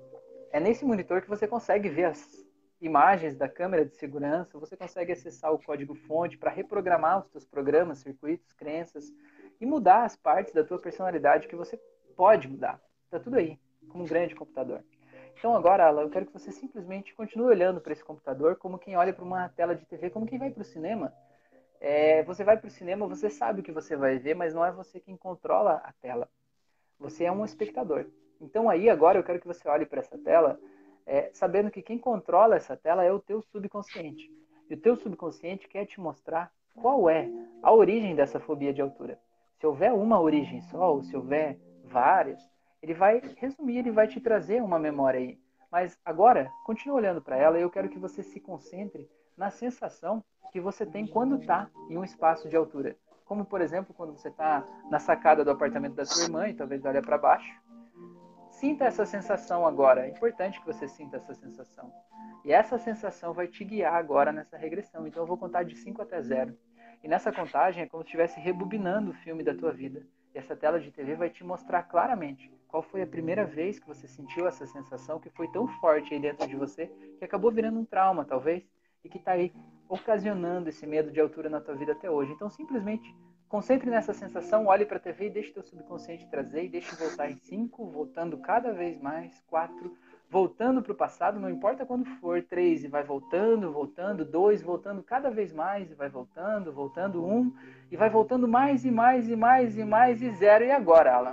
É nesse monitor que você consegue ver as imagens da câmera de segurança, você consegue acessar o código-fonte para reprogramar os seus programas, circuitos, crenças e mudar as partes da tua personalidade que você pode mudar. Está tudo aí, como um grande computador. Então agora, Alan, eu quero que você simplesmente continue olhando para esse computador como quem olha para uma tela de T V, como quem vai para o cinema. É, você vai para o cinema, você sabe o que você vai ver, mas não é você quem controla a tela. Você é um espectador. Então aí agora eu quero que você olhe para essa tela é, sabendo que quem controla essa tela é o teu subconsciente. E o teu subconsciente quer te mostrar qual é a origem dessa fobia de altura. Se houver uma origem só, ou se houver várias, ele vai resumir, ele vai te trazer uma memória aí. Mas agora, continue olhando para ela e eu quero que você se concentre na sensação que você tem quando está em um espaço de altura. Como, por exemplo, quando você está na sacada do apartamento da sua irmã e talvez olha para baixo. Sinta essa sensação agora. É importante que você sinta essa sensação. E essa sensação vai te guiar agora nessa regressão. Então eu vou contar de cinco até zero. E nessa contagem é como se estivesse rebobinando o filme da tua vida. E essa tela de T V vai te mostrar claramente qual foi a primeira vez que você sentiu essa sensação que foi tão forte aí dentro de você que acabou virando um trauma, talvez, e que está aí ocasionando esse medo de altura na tua vida até hoje. Então simplesmente concentre nessa sensação, olhe para a T V e deixe teu subconsciente trazer e deixe voltar em cinco, voltando cada vez mais, quatro, voltando para o passado, não importa quando for, três e vai voltando, voltando, dois, voltando cada vez mais e vai voltando, voltando, um, e vai voltando mais e mais e mais e mais e zero. E agora, Alan?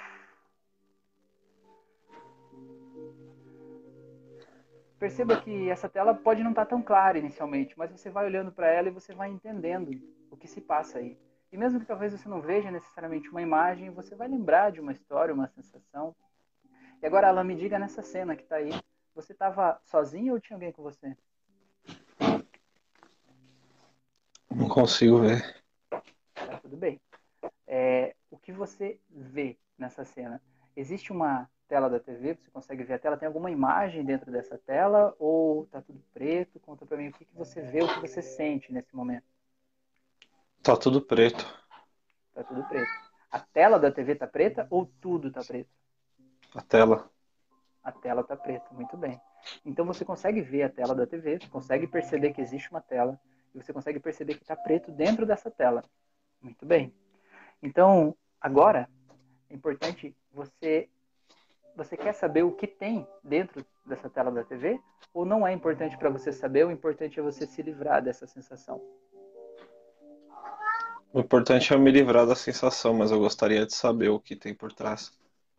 Perceba que essa tela pode não estar tão clara inicialmente, mas você vai olhando para ela e você vai entendendo o que se passa aí. E mesmo que talvez você não veja necessariamente uma imagem, você vai lembrar de uma história, uma sensação. E agora, Alan, me diga nessa cena que está aí, você estava sozinho ou tinha alguém com você? Não consigo ver. Tá, tudo bem. É, o que você vê nessa cena? Existe uma tela da T V, você consegue ver a tela? Tem alguma imagem dentro dessa tela? Ou tá tudo preto? Conta pra mim o que, que você vê, o que você sente nesse momento. Tá tudo preto. Tá tudo preto. A tela da T V tá preta ou tudo tá preto? A tela. A tela tá preta, muito bem. Então você consegue ver a tela da T V, você consegue perceber que existe uma tela e você consegue perceber que está preto dentro dessa tela. Muito bem. Então, agora, é importante você... Você quer saber o que tem dentro dessa tela da T V? Ou não é importante para você saber? O importante é você se livrar dessa sensação. O importante é eu me livrar da sensação, mas eu gostaria de saber o que tem por trás.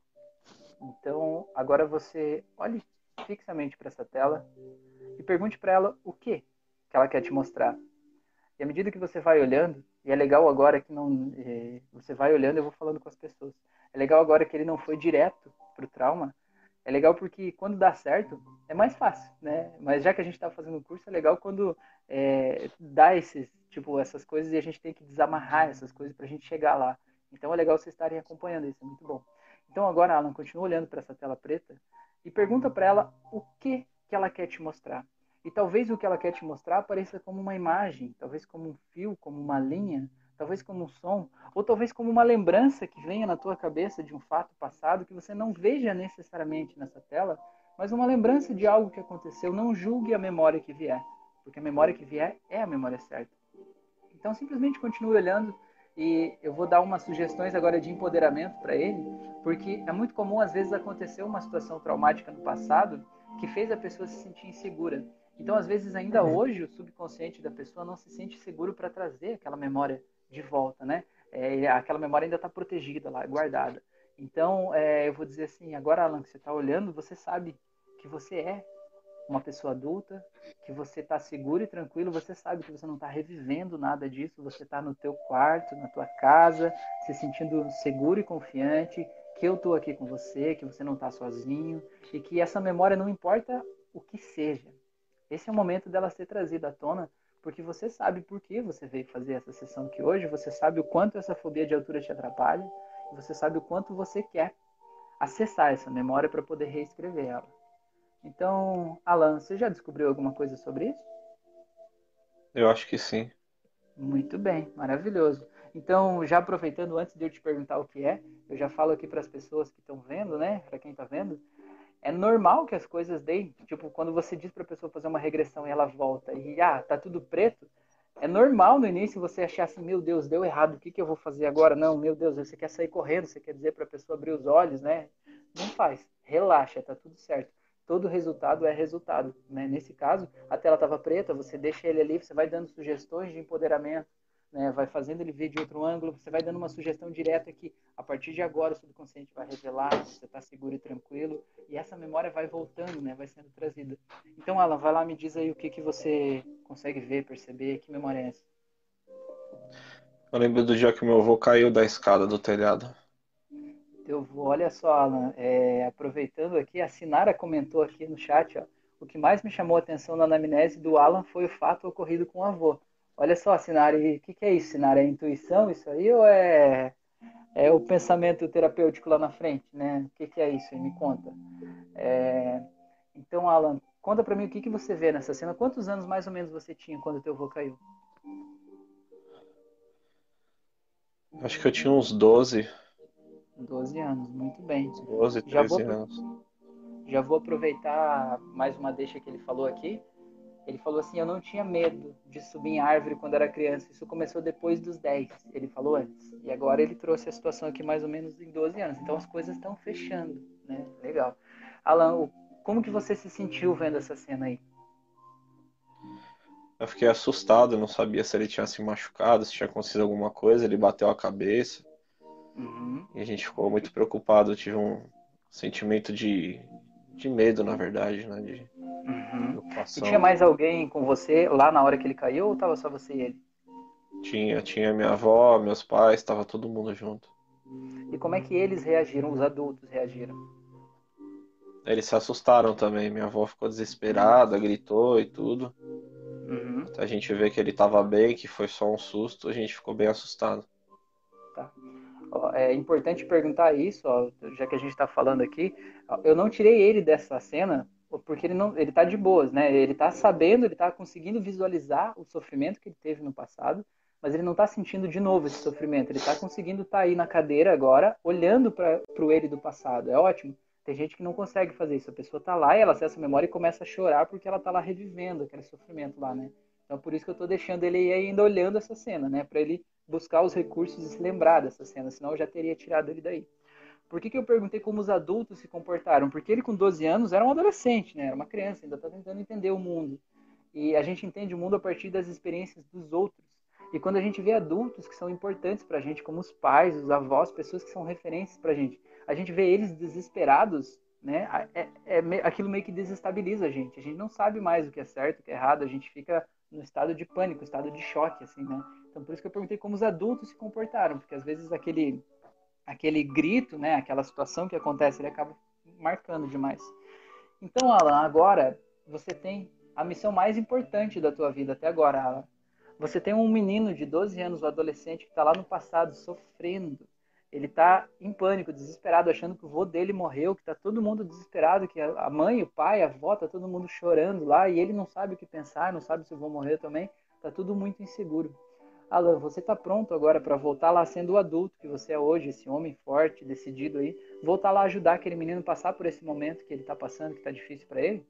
Então, agora você olhe fixamente para essa tela e pergunte para ela o que que ela quer te mostrar. E à medida que você vai olhando, e é legal agora que não, eh, você vai olhando, eu vou falando com as pessoas. É legal agora que ele não foi direto pro trauma. É legal porque quando dá certo, é mais fácil, né? Mas já que a gente está fazendo um curso, é legal quando é, dá esses, tipo, essas coisas e a gente tem que desamarrar essas coisas para a gente chegar lá. Então é legal vocês estarem acompanhando isso, é muito bom. Então agora, Alan, continua olhando para essa tela preta e pergunta para ela o que que ela quer te mostrar. E talvez o que ela quer te mostrar apareça como uma imagem, talvez como um fio, como uma linha, talvez como um som, ou talvez como uma lembrança que venha na tua cabeça de um fato passado que você não veja necessariamente nessa tela, mas uma lembrança de algo que aconteceu. Não julgue a memória que vier, porque a memória que vier é a memória certa. Então simplesmente continue olhando e eu vou dar umas sugestões agora de empoderamento para ele, porque é muito comum às vezes acontecer uma situação traumática no passado que fez a pessoa se sentir insegura. Então às vezes ainda hoje o subconsciente da pessoa não se sente seguro para trazer aquela memória de volta, né? É, aquela memória ainda está protegida lá, guardada. Então é, eu vou dizer assim, agora Alan, que você está olhando, você sabe que você é uma pessoa adulta, que você está seguro e tranquilo, você sabe que você não está revivendo nada disso, você está no teu quarto, na tua casa, se sentindo seguro e confiante, que eu estou aqui com você, que você não está sozinho, e que essa memória não importa o que seja. Esse é o momento dela ser trazida à tona, porque você sabe por que você veio fazer essa sessão aqui hoje, você sabe o quanto essa fobia de altura te atrapalha, e você sabe o quanto você quer acessar essa memória para poder reescrever ela. Então, Alan, você já descobriu alguma coisa sobre isso? Eu acho que sim. Muito bem, maravilhoso. Então, já aproveitando, antes de eu te perguntar o que é, eu já falo aqui para as pessoas que estão vendo, né? Para quem está vendo, é normal que as coisas deem. Tipo, quando você diz para a pessoa fazer uma regressão e ela volta e, ah, tá tudo preto, é normal no início você achar assim, meu Deus, deu errado, o que, que eu vou fazer agora? Não, meu Deus, você quer sair correndo, você quer dizer para a pessoa abrir os olhos, né? Não faz, relaxa, tá tudo certo. Todo resultado é resultado, né? Nesse caso, a tela estava preta, você deixa ele ali, você vai dando sugestões de empoderamento, né? Vai fazendo ele ver de outro ângulo, você vai dando uma sugestão direta que a partir de agora o subconsciente vai revelar, você está seguro e tranquilo, e essa memória vai voltando, né? Vai sendo trazida. Então, Alan, vai lá, me diz aí o que, que você consegue ver, perceber, que memória é essa? Eu lembro do dia que meu avô caiu da escada do telhado. Eu vou, olha só, Alan, é, aproveitando aqui, a Sinara comentou aqui no chat, ó, o que mais me chamou a atenção na anamnese do Alan foi o fato ocorrido com o avô. Olha só, Sinara, e o que, que é isso, Sinara? É intuição isso aí ou é, é o pensamento terapêutico lá na frente, né? O que, que é isso aí? Me conta. É, então, Alan, conta pra mim o que, que você vê nessa cena. Quantos anos mais ou menos você tinha quando teu avô caiu? Acho que eu tinha uns doze, Doze anos, muito bem. doze, Já vou, treze anos. já vou aproveitar mais uma deixa que ele falou aqui. Ele falou assim, eu não tinha medo de subir em árvore quando era criança. Isso começou depois dos dez. Ele falou antes. E agora ele trouxe a situação aqui mais ou menos em doze anos. Então as coisas estão fechando, né? Legal. Alan, como que você se sentiu vendo essa cena aí? Eu fiquei assustado, não sabia se ele tinha se machucado, se tinha acontecido alguma coisa. Ele bateu a cabeça Uhum. e a gente ficou muito preocupado. Eu tive um sentimento de, de medo, na verdade, né? De Uhum. E tinha preocupação. mais alguém com você lá na hora que ele caiu ou tava só você e ele? Tinha, tinha minha avó, meus pais, estava todo mundo junto. E como é que eles reagiram, os adultos reagiram? Eles se assustaram também. Minha avó ficou desesperada, gritou e tudo. Uhum. Até a gente ver que ele estava bem, que foi só um susto, a gente ficou bem assustado. Tá. Ó, é importante perguntar isso, ó, já que a gente está falando aqui. Eu não tirei ele dessa cena porque ele não, ele está de boas, né? Ele está sabendo, ele está conseguindo visualizar o sofrimento que ele teve no passado, mas ele não está sentindo de novo esse sofrimento. Ele está conseguindo estar tá aí na cadeira agora, olhando para o ele do passado. É ótimo. Tem gente que não consegue fazer isso. A pessoa está lá e ela acessa a memória e começa a chorar porque ela está lá revivendo aquele sofrimento lá, né? Então por isso que eu estou deixando ele aí ainda olhando essa cena, né? Para ele buscar os recursos e se lembrar dessa cena, senão eu já teria tirado ele daí. Por que, que eu perguntei como os adultos se comportaram? Porque ele com doze anos era um adolescente, né? Era uma criança, ainda está tentando entender o mundo. E a gente entende o mundo a partir das experiências dos outros. E quando a gente vê adultos que são importantes para a gente, como os pais, os avós, pessoas que são referências para a gente, a gente vê eles desesperados, né? É, é, é, aquilo meio que desestabiliza a gente. A gente não sabe mais o que é certo, o que é errado, a gente fica no estado de pânico, estado de choque, assim, né? Então por isso que eu perguntei como os adultos se comportaram, porque às vezes aquele, aquele grito, né? Aquela situação que acontece, ele acaba marcando demais. Então, Alan, agora você tem a missão mais importante da tua vida até agora, Alan. Você tem um menino de doze anos, um adolescente, que está lá no passado sofrendo. Ele está em pânico, desesperado, achando que o vô dele morreu, que está todo mundo desesperado, que a mãe, o pai, a avó, está todo mundo chorando lá, e ele não sabe o que pensar, não sabe se o vô morreu também. Está tudo muito inseguro. Alan, você está pronto agora para voltar lá sendo o adulto que você é hoje, esse homem forte, decidido aí, voltar lá ajudar aquele menino a passar por esse momento que ele está passando, que está difícil para ele?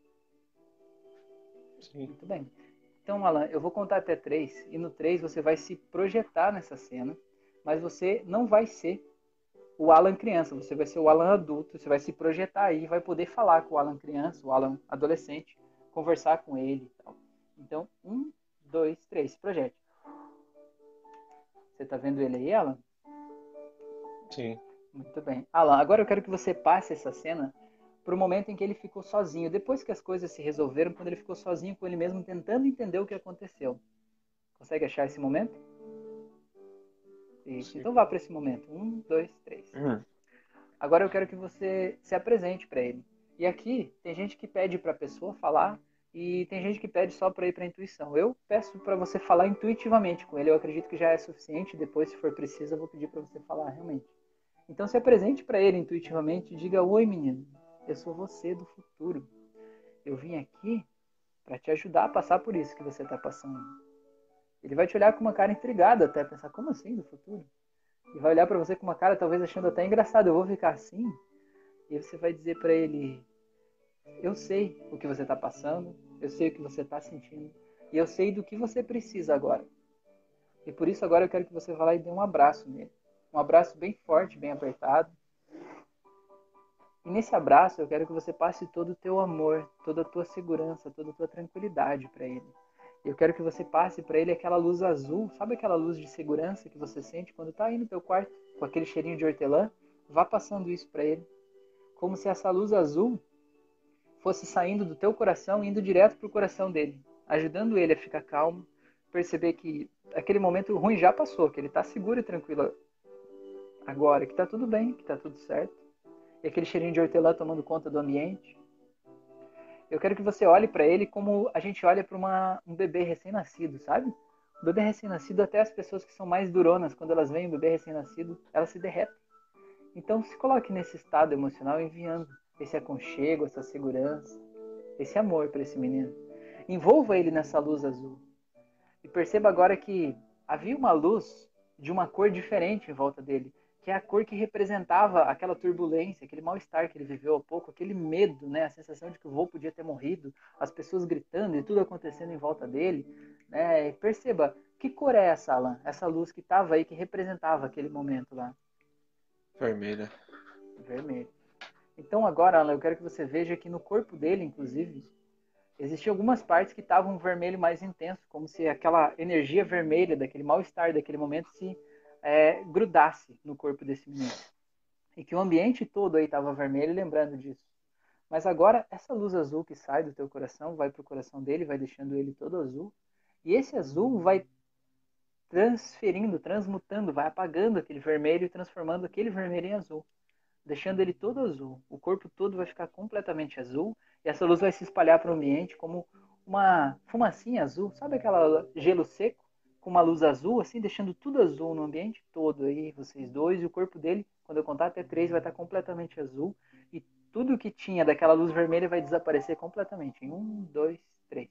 Sim. Muito bem. Então, Alan, eu vou contar até três, e no três você vai se projetar nessa cena, mas você não vai ser o Alan criança, você vai ser o Alan adulto, você vai se projetar aí, vai poder falar com o Alan criança, o Alan adolescente, conversar com ele e tal. Então, um, dois, três, se projete. Você está vendo ele aí, Alan? Sim. Muito bem. Alan, agora eu quero que você passe essa cena para o momento em que ele ficou sozinho, depois que as coisas se resolveram, quando ele ficou sozinho com ele mesmo, tentando entender o que aconteceu. Consegue achar esse momento? Isso. Sim. Então vá para esse momento. Um, dois, três. Uhum. Agora eu quero que você se apresente para ele. E aqui tem gente que pede para a pessoa falar e tem gente que pede só para ir para a intuição. Eu peço para você falar intuitivamente com ele. Eu acredito que já é suficiente. Depois, se for preciso, eu vou pedir para você falar realmente. Então se apresente para ele intuitivamente e diga: oi, menino. Eu sou você do futuro. Eu vim aqui para te ajudar a passar por isso que você está passando. Ele vai te olhar com uma cara intrigada até, pensar: como assim do futuro? E vai olhar para você com uma cara talvez achando até engraçado: eu vou ficar assim? E você vai dizer para ele: eu sei o que você está passando, eu sei o que você está sentindo, e eu sei do que você precisa agora. E por isso agora eu quero que você vá lá e dê um abraço nele. Um abraço bem forte, bem apertado. E nesse abraço eu quero que você passe todo o teu amor, toda a tua segurança, toda a tua tranquilidade para ele. Eu quero que você passe para ele aquela luz azul, sabe aquela luz de segurança que você sente quando está aí no teu quarto, com aquele cheirinho de hortelã? Vá passando isso para ele, como se essa luz azul fosse saindo do teu coração e indo direto para o coração dele, ajudando ele a ficar calmo, perceber que aquele momento ruim já passou, que ele está seguro e tranquilo agora, que está tudo bem, que está tudo certo. E aquele cheirinho de hortelã tomando conta do ambiente. Eu quero que você olhe para ele como a gente olha para um bebê recém-nascido, sabe? O bebê recém-nascido, até as pessoas que são mais duronas, quando elas veem o bebê recém-nascido, elas se derretem. Então se coloque nesse estado emocional enviando esse aconchego, essa segurança, esse amor para esse menino. Envolva ele nessa luz azul. E perceba agora que havia uma luz de uma cor diferente em volta dele, que é a cor que representava aquela turbulência, aquele mal-estar que ele viveu há pouco, aquele medo, né? A sensação de que o vô podia ter morrido, as pessoas gritando e tudo acontecendo em volta dele. Né? E perceba, que cor é essa, Alan? Essa luz que estava aí, que representava aquele momento lá. Vermelha. Vermelho. Então agora, Alan, eu quero que você veja que no corpo dele, inclusive, existiam algumas partes que estavam um vermelho mais intenso, como se aquela energia vermelha, daquele mal-estar daquele momento, se é, grudasse no corpo desse menino. E que o ambiente todo aí estava vermelho, lembrando disso. Mas agora, essa luz azul que sai do teu coração, vai para o coração dele, vai deixando ele todo azul. E esse azul vai transferindo, transmutando, vai apagando aquele vermelho e transformando aquele vermelho em azul, deixando ele todo azul. O corpo todo vai ficar completamente azul e essa luz vai se espalhar para o ambiente como uma fumacinha azul. Sabe aquela gelo seco com uma luz azul, assim, deixando tudo azul no ambiente todo aí, vocês dois, e o corpo dele, quando eu contar até três, vai estar completamente azul e tudo que tinha daquela luz vermelha vai desaparecer completamente. Em um, dois, três.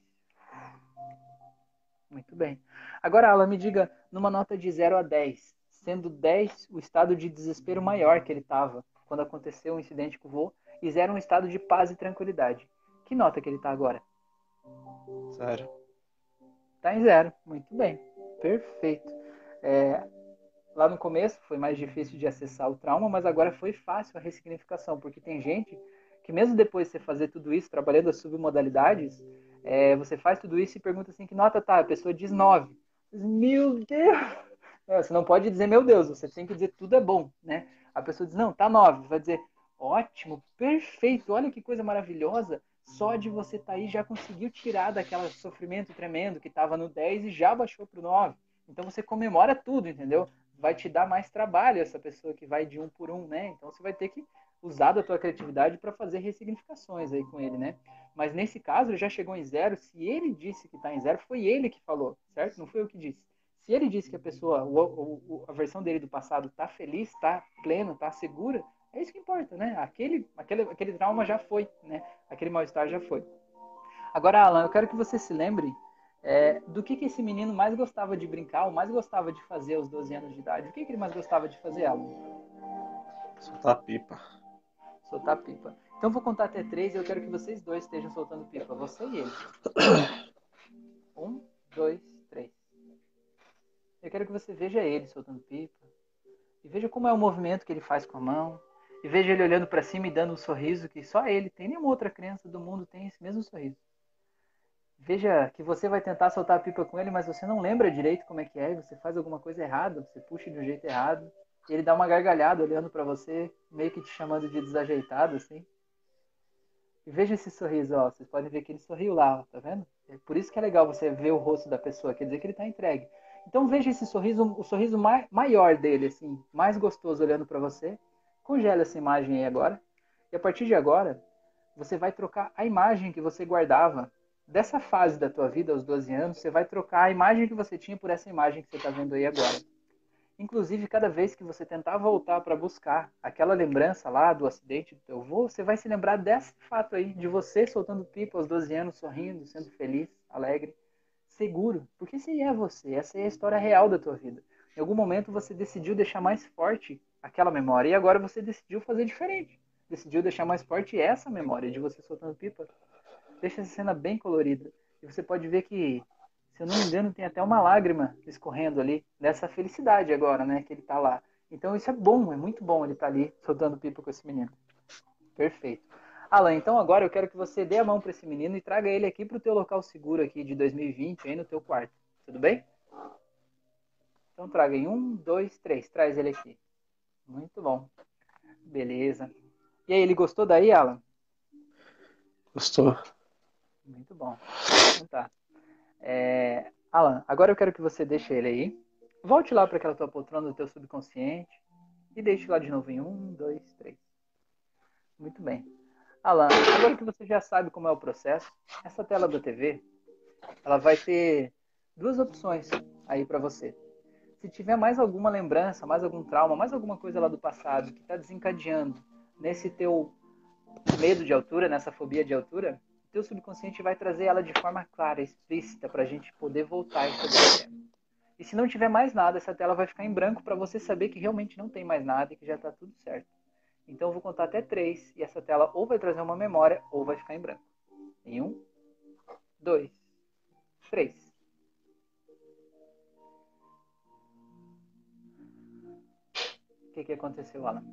Muito bem. Agora, Alan, me diga, numa nota de zero a dez, sendo dez o estado de desespero maior que ele estava quando aconteceu o incidente com o vô, e zero um estado de paz e tranquilidade. Que nota que ele está agora? Sério. Está em zero. Muito bem. Perfeito. É, lá no começo foi mais difícil de acessar o trauma, mas agora foi fácil a ressignificação, porque tem gente que mesmo depois de você fazer tudo isso, trabalhando as submodalidades, é, você faz tudo isso e pergunta assim, que nota tá? A pessoa diz nove. Meu Deus! É, você não pode dizer, meu Deus, você tem que dizer tudo é bom, né? A pessoa diz, não, tá nove. Vai dizer, ótimo, perfeito, olha que coisa maravilhosa. Só de você estar tá aí já conseguiu tirar daquele sofrimento tremendo que estava no dez e já baixou para o nove. Então você comemora tudo, entendeu? Vai te dar mais trabalho essa pessoa que vai de um por um, né? Então você vai ter que usar da tua criatividade para fazer ressignificações aí com ele, né? Mas nesse caso ele já chegou em zero. Se ele disse que está em zero, foi ele que falou, certo? Não foi eu que disse. Se ele disse que a pessoa, o, o, a versão dele do passado está feliz, está plena, está segura, é isso que importa, né? Aquele, aquele, aquele trauma já foi, né? Aquele mal-estar já foi. Agora, Alan, eu quero que você se lembre é, do que, que esse menino mais gostava de brincar, ou mais gostava de fazer aos doze anos de idade. O que, que ele mais gostava de fazer, Alan? Soltar pipa. Soltar pipa. Então eu vou contar até três e eu quero que vocês dois estejam soltando pipa, você e ele. Um, dois, três. Eu quero que você veja ele soltando pipa. E veja como é o movimento que ele faz com a mão. E veja ele olhando para cima e dando um sorriso que só ele tem. Nenhuma outra criança do mundo tem esse mesmo sorriso. Veja que você vai tentar soltar a pipa com ele, mas você não lembra direito como é que é. Você faz alguma coisa errada, você puxa de um jeito errado. E ele dá uma gargalhada olhando para você, meio que te chamando de desajeitado, assim. E veja esse sorriso, ó. Vocês podem ver que ele sorriu lá, ó, tá vendo? É por isso que é legal você ver o rosto da pessoa, quer dizer que ele está entregue. Então veja esse sorriso, o sorriso mai, maior dele, assim, mais gostoso olhando para você. Congela essa imagem aí agora. E a partir de agora, você vai trocar a imagem que você guardava dessa fase da tua vida, aos doze anos, você vai trocar a imagem que você tinha por essa imagem que você está vendo aí agora. Inclusive, cada vez que você tentar voltar para buscar aquela lembrança lá do acidente do teu avô, você vai se lembrar desse fato aí, de você soltando pipa aos doze anos, sorrindo, sendo feliz, alegre, seguro. Porque esse é você, essa é a história real da tua vida. Em algum momento você decidiu deixar mais forte aquela memória e agora você decidiu fazer diferente. Decidiu deixar mais forte essa memória de você soltando pipa. Deixa essa cena bem colorida. E você pode ver que, se eu não me engano, tem até uma lágrima escorrendo ali, dessa felicidade agora, né, que ele tá lá. Então isso é bom, é muito bom ele estar tá ali soltando pipa com esse menino. Perfeito. Alan, então agora eu quero que você dê a mão para esse menino e traga ele aqui para o teu local seguro aqui de dois mil e vinte, aí no teu quarto. Tudo bem? Então traga em um, dois, três. Traz ele aqui. Muito bom. Beleza. E aí, ele gostou daí, Alan? Gostou? Muito bom. Então tá. É... Alan, agora eu quero que você deixe ele aí. Volte lá para aquela tua poltrona do teu subconsciente e deixe lá de novo em um, dois, três. Muito bem. Alan, agora que você já sabe como é o processo, essa tela da T V, ela vai ter duas opções aí para você. Se tiver mais alguma lembrança, mais algum trauma, mais alguma coisa lá do passado que está desencadeando nesse teu medo de altura, nessa fobia de altura, o teu subconsciente vai trazer ela de forma clara, explícita, para a gente poder voltar e sobre esse tema. E se não tiver mais nada, essa tela vai ficar em branco para você saber que realmente não tem mais nada e que já está tudo certo. Então eu vou contar até três e essa tela ou vai trazer uma memória ou vai ficar em branco. Em um, dois, três. O que, que aconteceu, Alan?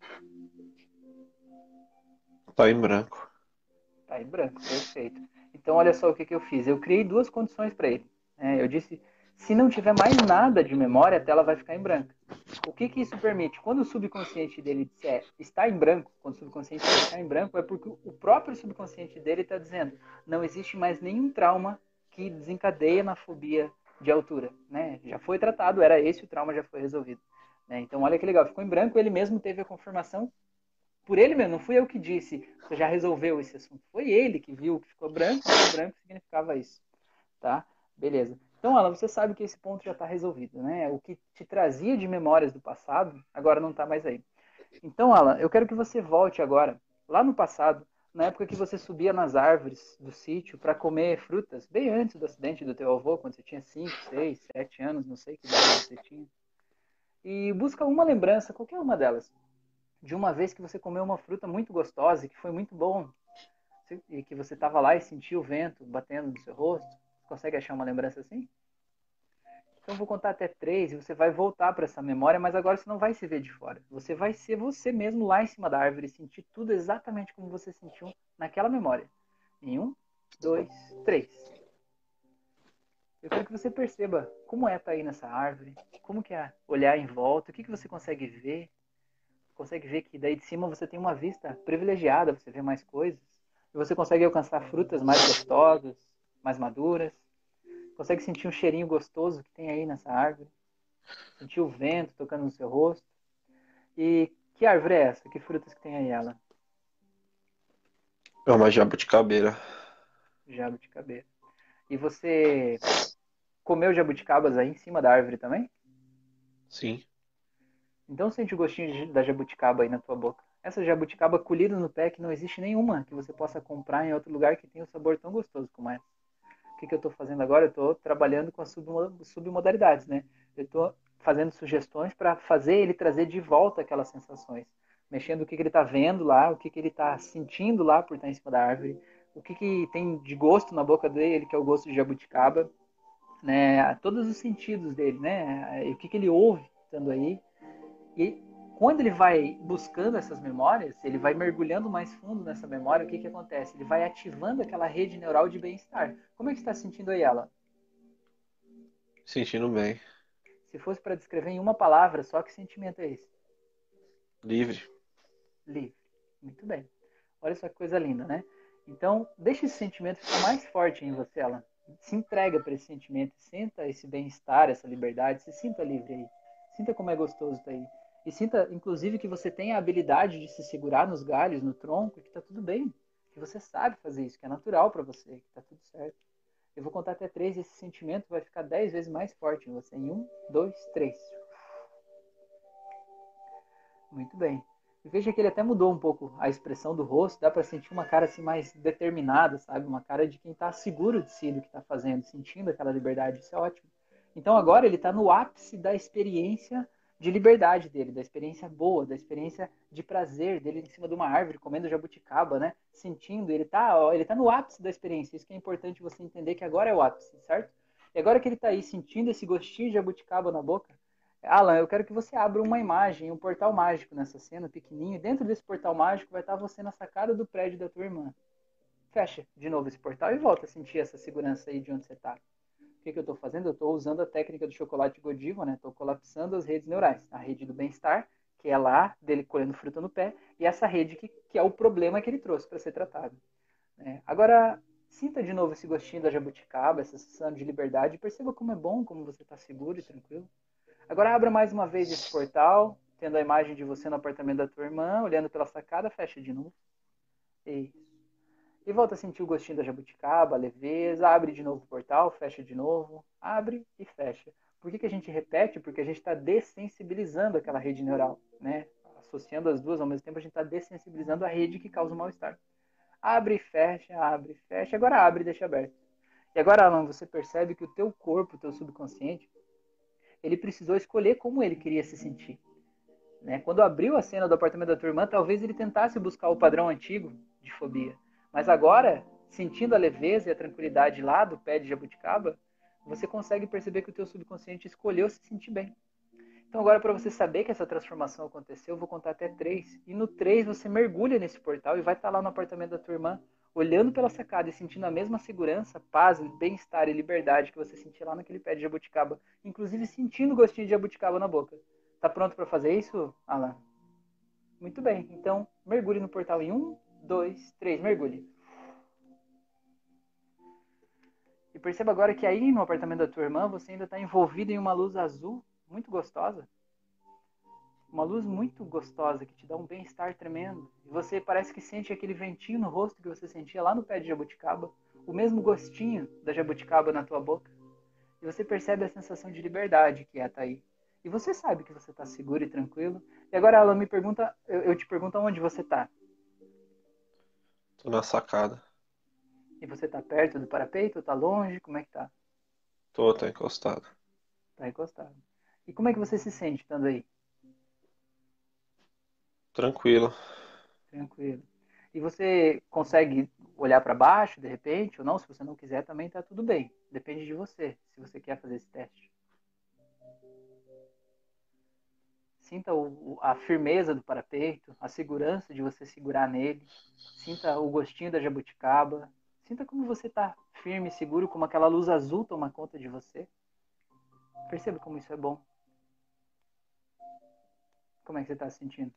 Tá em branco. Tá em branco, perfeito. Então olha só o que, que eu fiz. Eu criei duas condições para ele. É, eu disse, se não tiver mais nada de memória, a tela vai ficar em branco. O que, que isso permite? Quando o subconsciente dele disser está em branco, quando o subconsciente está em branco, é porque o próprio subconsciente dele está dizendo não existe mais nenhum trauma que desencadeia na fobia de altura. Né? Já foi tratado, era esse o trauma, já foi resolvido. Né? Então olha que legal, ficou em branco, ele mesmo teve a confirmação por ele mesmo, não fui eu que disse, você já resolveu esse assunto. Foi ele que viu que ficou branco, e branco significava isso. Tá? Beleza. Então, Alan, você sabe que esse ponto já está resolvido, né? O que te trazia de memórias do passado, agora não está mais aí. Então, Alan, eu quero que você volte agora, lá no passado, na época que você subia nas árvores do sítio para comer frutas, bem antes do acidente do teu avô, quando você tinha cinco, seis, sete anos, não sei que idade você tinha. E busca uma lembrança, qualquer uma delas, de uma vez que você comeu uma fruta muito gostosa e que foi muito bom, e que você estava lá e sentiu o vento batendo no seu rosto. Consegue achar uma lembrança assim? Então eu vou contar até três e você vai voltar para essa memória, mas agora você não vai se ver de fora. Você vai ser você mesmo lá em cima da árvore, sentir tudo exatamente como você sentiu naquela memória. Em um, dois, três. Eu quero que você perceba como é estar aí nessa árvore, como que é olhar em volta, o que, que você consegue ver. Consegue ver que daí de cima você tem uma vista privilegiada, você vê mais coisas. E você consegue alcançar frutas mais gostosas, mais maduras. Consegue sentir um cheirinho gostoso que tem aí nessa árvore. Sentir o vento tocando no seu rosto. E que árvore é essa? Que frutas que tem aí ela? É uma jabuticabeira. Jabuticabeira. E você comeu jabuticabas aí em cima da árvore também? Sim. Então sente o gostinho da jabuticaba aí na tua boca. Essa jabuticaba colhida no pé que não existe nenhuma que você possa comprar em outro lugar que tenha um sabor tão gostoso como essa. O que, que eu estou fazendo agora? Eu estou trabalhando com as submodalidades, né? Eu estou fazendo sugestões para fazer ele trazer de volta aquelas sensações. Mexendo o que, que ele está vendo lá, o que, que ele está sentindo lá por estar em cima da árvore, o que, que tem de gosto na boca dele, que é o gosto de jabuticaba, né? Todos os sentidos dele, né? E o que, que ele ouve estando aí. E quando ele vai buscando essas memórias, ele vai mergulhando mais fundo nessa memória, o que, que acontece? Ele vai ativando aquela rede neural de bem-estar. Como é que você está sentindo aí ela? Sentindo bem. Se fosse para descrever em uma palavra, só que sentimento é esse? Livre. Livre. Muito bem. Olha só que coisa linda, né? Então, deixa esse sentimento ficar mais forte em você, ela. Se entrega para esse sentimento, sinta esse bem-estar, essa liberdade, se sinta livre aí. Sinta como é gostoso estar aí. E sinta, inclusive, que você tem a habilidade de se segurar nos galhos, no tronco, e que está tudo bem. Que você sabe fazer isso, que é natural para você, que está tudo certo. Eu vou contar até três e esse sentimento vai ficar dez vezes mais forte em você. Em um, dois, três. Muito bem. E veja que ele até mudou um pouco a expressão do rosto, dá para sentir uma cara assim mais determinada, sabe? Uma cara de quem está seguro de si do que está fazendo, sentindo aquela liberdade, isso é ótimo. Então agora ele está no ápice da experiência de liberdade dele, da experiência boa, da experiência de prazer dele em cima de uma árvore, comendo jabuticaba, né? Sentindo, ele está ele tá no ápice da experiência, isso que é importante você entender que agora é o ápice, certo? E agora que ele está aí sentindo esse gostinho de jabuticaba na boca, Alan, eu quero que você abra uma imagem, um portal mágico nessa cena, pequenininho, e dentro desse portal mágico vai estar você na sacada do prédio da tua irmã. Fecha de novo esse portal e volta a sentir essa segurança aí de onde você está. O que, que eu estou fazendo? Eu estou usando a técnica do chocolate Godiva, né? Estou colapsando as redes neurais. A rede do bem-estar, que é lá dele colhendo fruta no pé, e essa rede que, que é o problema que ele trouxe para ser tratado. É. Agora, sinta de novo esse gostinho da jabuticaba, essa sensação de liberdade, e perceba como é bom, como você está seguro e tranquilo. Agora abra mais uma vez esse portal, tendo a imagem de você no apartamento da tua irmã, olhando pela sacada, fecha de novo. Isso. E volta a sentir o gostinho da jabuticaba, a leveza, abre de novo o portal, fecha de novo, abre e fecha. Por que, que a gente repete? Porque a gente está dessensibilizando aquela rede neural, né? Associando as duas ao mesmo tempo, a gente está dessensibilizando a rede que causa o mal-estar. Abre e fecha, abre e fecha, agora abre e deixa aberto. E agora, Alan, você percebe que o teu corpo, o teu subconsciente, ele precisou escolher como ele queria se sentir. Né? Quando abriu a cena do apartamento da tua irmã, talvez ele tentasse buscar o padrão antigo de fobia. Mas agora, sentindo a leveza e a tranquilidade lá do pé de jabuticaba, você consegue perceber que o teu subconsciente escolheu se sentir bem. Então agora, para você saber que essa transformação aconteceu, eu vou contar até três. E no três você mergulha nesse portal e vai estar lá no apartamento da tua irmã, olhando pela sacada e sentindo a mesma segurança, paz, bem-estar e liberdade que você sentia lá naquele pé de jabuticaba. Inclusive sentindo o gostinho de jabuticaba na boca. Tá pronto para fazer isso, Alan? Muito bem. Então, mergulhe no portal em um, dois, três. Mergulhe. E perceba agora que aí no apartamento da tua irmã você ainda está envolvido em uma luz azul muito gostosa. Uma luz muito gostosa que te dá um bem-estar tremendo. E você parece que sente aquele ventinho no rosto que você sentia lá no pé de jabuticaba. O mesmo gostinho da jabuticaba na tua boca. E você percebe a sensação de liberdade que é estar aí. E você sabe que você está seguro e tranquilo. E agora ela me pergunta, eu, eu te pergunto onde você está. Tô na sacada. E você está perto do parapeito? Está longe? Como é que tá? Tô, tô encostado. Está encostado. E como é que você se sente estando aí? Tranquilo. Tranquilo. E você consegue olhar para baixo de repente ou não? Se você não quiser, também está tudo bem. Depende de você, se você quer fazer esse teste. Sinta o, a firmeza do parapeito, a segurança de você segurar nele. Sinta o gostinho da jabuticaba. Sinta como você está firme e seguro, como aquela luz azul toma conta de você. Perceba como isso é bom. Como é que você está se sentindo?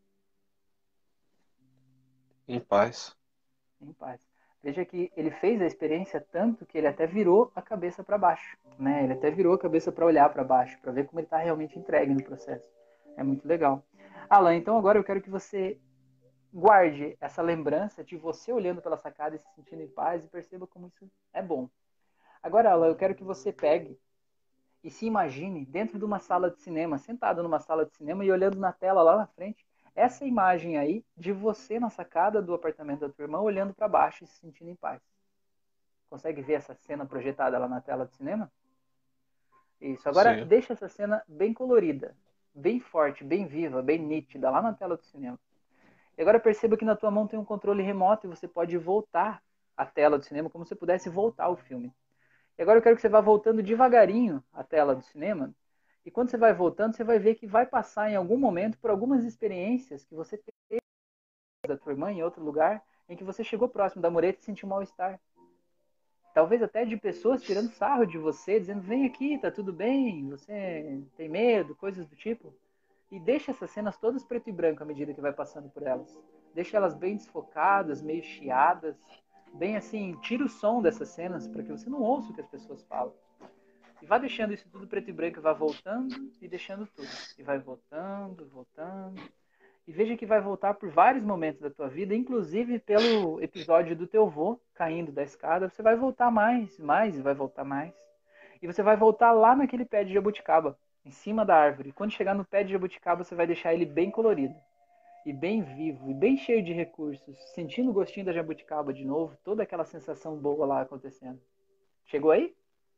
Em paz. Em paz. Veja que ele fez a experiência tanto que ele até virou a cabeça para baixo, né? Ele até virou a cabeça para olhar para baixo, para ver como ele está realmente entregue no processo. É muito legal. Alan, então agora eu quero que você guarde essa lembrança de você olhando pela sacada e se sentindo em paz e perceba como isso é bom. Agora, Alan, eu quero que você pegue e se imagine dentro de uma sala de cinema, sentado numa sala de cinema e olhando na tela lá na frente, essa imagem aí de você na sacada do apartamento da tua irmã olhando para baixo e se sentindo em paz. Consegue ver essa cena projetada lá na tela de cinema? Isso. Agora Sim. deixa essa cena bem colorida, bem forte, bem viva, bem nítida lá na tela do cinema. E agora perceba que na tua mão tem um controle remoto e você pode voltar a tela do cinema como se pudesse voltar o filme. E agora eu quero que você vá voltando devagarinho a tela do cinema. E quando você vai voltando, você vai ver que vai passar em algum momento por algumas experiências que você teve da tua irmã em outro lugar, em que você chegou próximo da mureta e sentiu mal-estar. Talvez até de pessoas tirando sarro de você, dizendo, vem aqui, tá tudo bem, você tem medo, coisas do tipo. E deixa essas cenas todas preto e branco à medida que vai passando por elas. Deixa elas bem desfocadas, meio chiadas, bem assim, tira o som dessas cenas para que você não ouça o que as pessoas falam. E vá deixando isso tudo preto e branco e vá voltando e deixando tudo. E vai voltando, voltando. E veja que vai voltar por vários momentos da tua vida, inclusive pelo episódio do teu vô caindo da escada. Você vai voltar mais, mais e vai voltar mais. E você vai voltar lá naquele pé de jabuticaba, em cima da árvore. Quando chegar no pé de jabuticaba, você vai deixar ele bem colorido. E bem vivo, e bem cheio de recursos. Sentindo o gostinho da jabuticaba de novo, toda aquela sensação boa lá acontecendo. Chegou aí?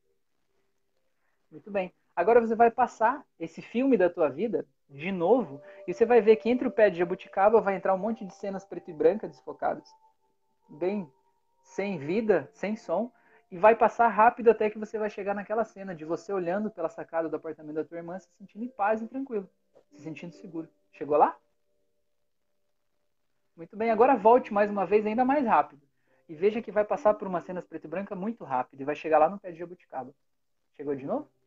Muito bem. Agora você vai passar esse filme da tua vida de novo e você vai ver que entre o pé de jabuticaba vai entrar um monte de cenas preto e branca desfocadas, bem sem vida, sem som, e vai passar rápido até que você vai chegar naquela cena de você olhando pela sacada do apartamento da tua irmã, se sentindo em paz e tranquilo, se sentindo seguro. Chegou lá? Muito bem. Agora volte mais uma vez ainda mais rápido e veja que vai passar por umas cenas preto e branca muito rápido e vai chegar lá no pé de jabuticaba. Chegou de novo?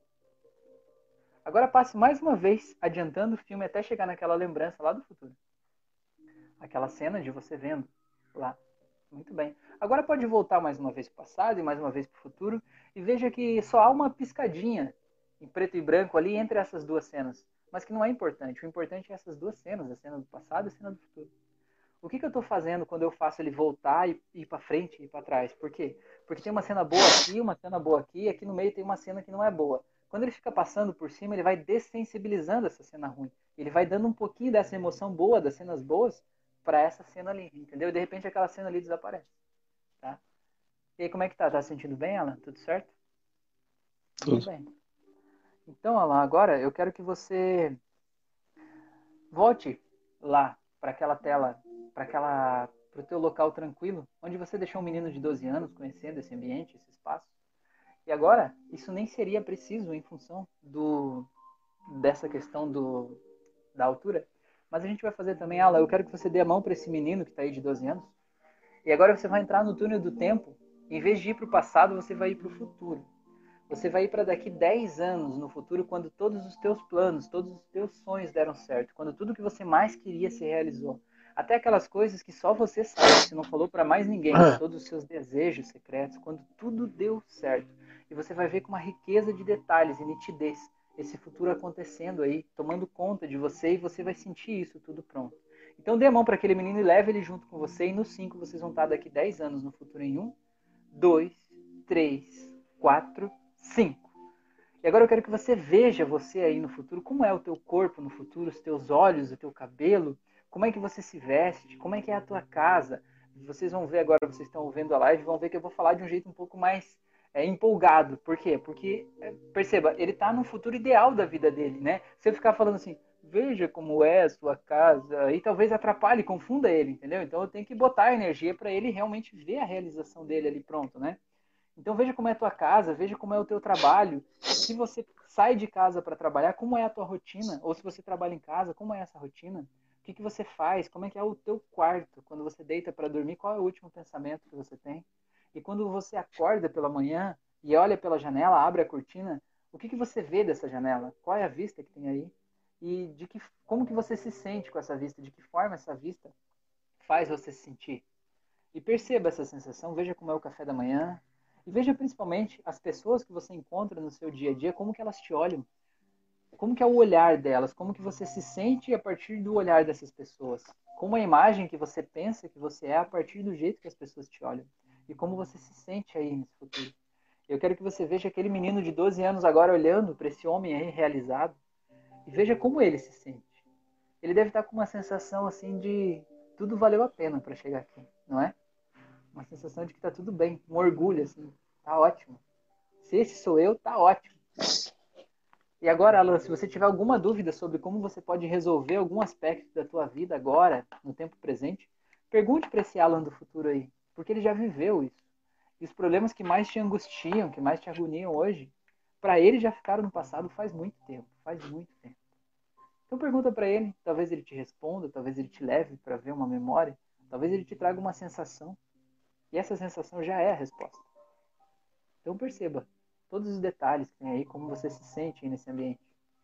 Agora passe mais uma vez, adiantando o filme até chegar naquela lembrança lá do futuro. Aquela cena de você vendo lá. Muito bem. Agora pode voltar mais uma vez para o passado e mais uma vez para o futuro e veja que só há uma piscadinha em preto e branco ali entre essas duas cenas. Mas que não é importante. O importante é essas duas cenas, a cena do passado e a cena do futuro. O que, que eu estou fazendo quando eu faço ele voltar e ir para frente e ir para trás? Por quê? Porque tem uma cena boa aqui, uma cena boa aqui, e aqui no meio tem uma cena que não é boa. Quando ele fica passando por cima, ele vai dessensibilizando essa cena ruim. Ele vai dando um pouquinho dessa emoção boa, das cenas boas, para essa cena ali, entendeu? E de repente aquela cena ali desaparece. Tá? E aí, como é que tá? Tá se sentindo bem, Alan? Tudo certo? Muito Tudo. bem. Então, Alan, agora eu quero que você volte lá para aquela tela, para aquela, para o teu local tranquilo, onde você deixou um menino de doze anos conhecendo esse ambiente, esse espaço. E agora, isso nem seria preciso em função do, dessa questão do, da altura. Mas a gente vai fazer também, Ala, eu quero que você dê a mão para esse menino que está aí de doze anos. E agora você vai entrar no túnel do tempo. Em vez de ir para o passado, você vai ir para o futuro. Você vai ir para daqui dez anos no futuro, quando todos os teus planos, todos os teus sonhos deram certo. Quando tudo que você mais queria se realizou. Até aquelas coisas que só você sabe, você não falou para mais ninguém. Todos os seus desejos secretos, quando tudo deu certo. E você vai ver com uma riqueza de detalhes e nitidez esse futuro acontecendo aí, tomando conta de você, e você vai sentir isso tudo pronto. Então dê a mão para aquele menino e leve ele junto com você, e nos cinco vocês vão estar daqui dez anos no futuro em um, dois, três, quatro, cinco. E agora eu quero que você veja você aí no futuro, como é o teu corpo no futuro, os teus olhos, o teu cabelo, como é que você se veste, como é que é a tua casa. Vocês vão ver agora, vocês estão ouvindo a live, vão ver que eu vou falar de um jeito um pouco mais é, empolgado. Por quê? Porque, é, perceba, ele está no futuro ideal da vida dele, né? Se eu ficar falando assim, veja como é a sua casa, e talvez atrapalhe, confunda ele, entendeu? Então eu tenho que botar energia para ele realmente ver a realização dele ali pronto, né? Então veja como é a tua casa, veja como é o teu trabalho, Se você sai de casa para trabalhar, como é a tua rotina? Ou se você trabalha em casa, como é essa rotina? O que que você faz? Como é que é o teu quarto? Quando você deita para dormir, qual é o último pensamento que você tem? E quando você acorda pela manhã e olha pela janela, abre a cortina, o que que você vê dessa janela? Qual é a vista que tem aí? E de que, como que você se sente com essa vista? De que forma essa vista faz você se sentir? E perceba essa sensação, veja como é o café da manhã. E veja principalmente as pessoas que você encontra no seu dia a dia, como que elas te olham. Como que é o olhar delas, como que você se sente a partir do olhar dessas pessoas. Como a imagem que você pensa que você é a partir do jeito que as pessoas te olham. E como você se sente aí nesse futuro. Eu quero que você veja aquele menino de doze anos agora olhando para esse homem aí realizado. E veja como ele se sente. Ele deve estar com uma sensação assim de tudo valeu a pena para chegar aqui, não é? Uma sensação de que tá tudo bem, um orgulho, assim, tá ótimo. Se esse sou eu, tá ótimo. E agora, Alan, se você tiver alguma dúvida sobre como você pode resolver algum aspecto da tua vida agora, no tempo presente, pergunte para esse Alan do futuro aí, porque ele já viveu isso. E os problemas que mais te angustiam, que mais te agoniam hoje, para ele já ficaram no passado faz muito tempo, faz muito tempo. Então pergunta para ele, talvez ele te responda, talvez ele te leve para ver uma memória, talvez ele te traga uma sensação. E essa sensação já é a resposta. Então perceba todos os detalhes que tem aí, como você se sente aí nesse ambiente.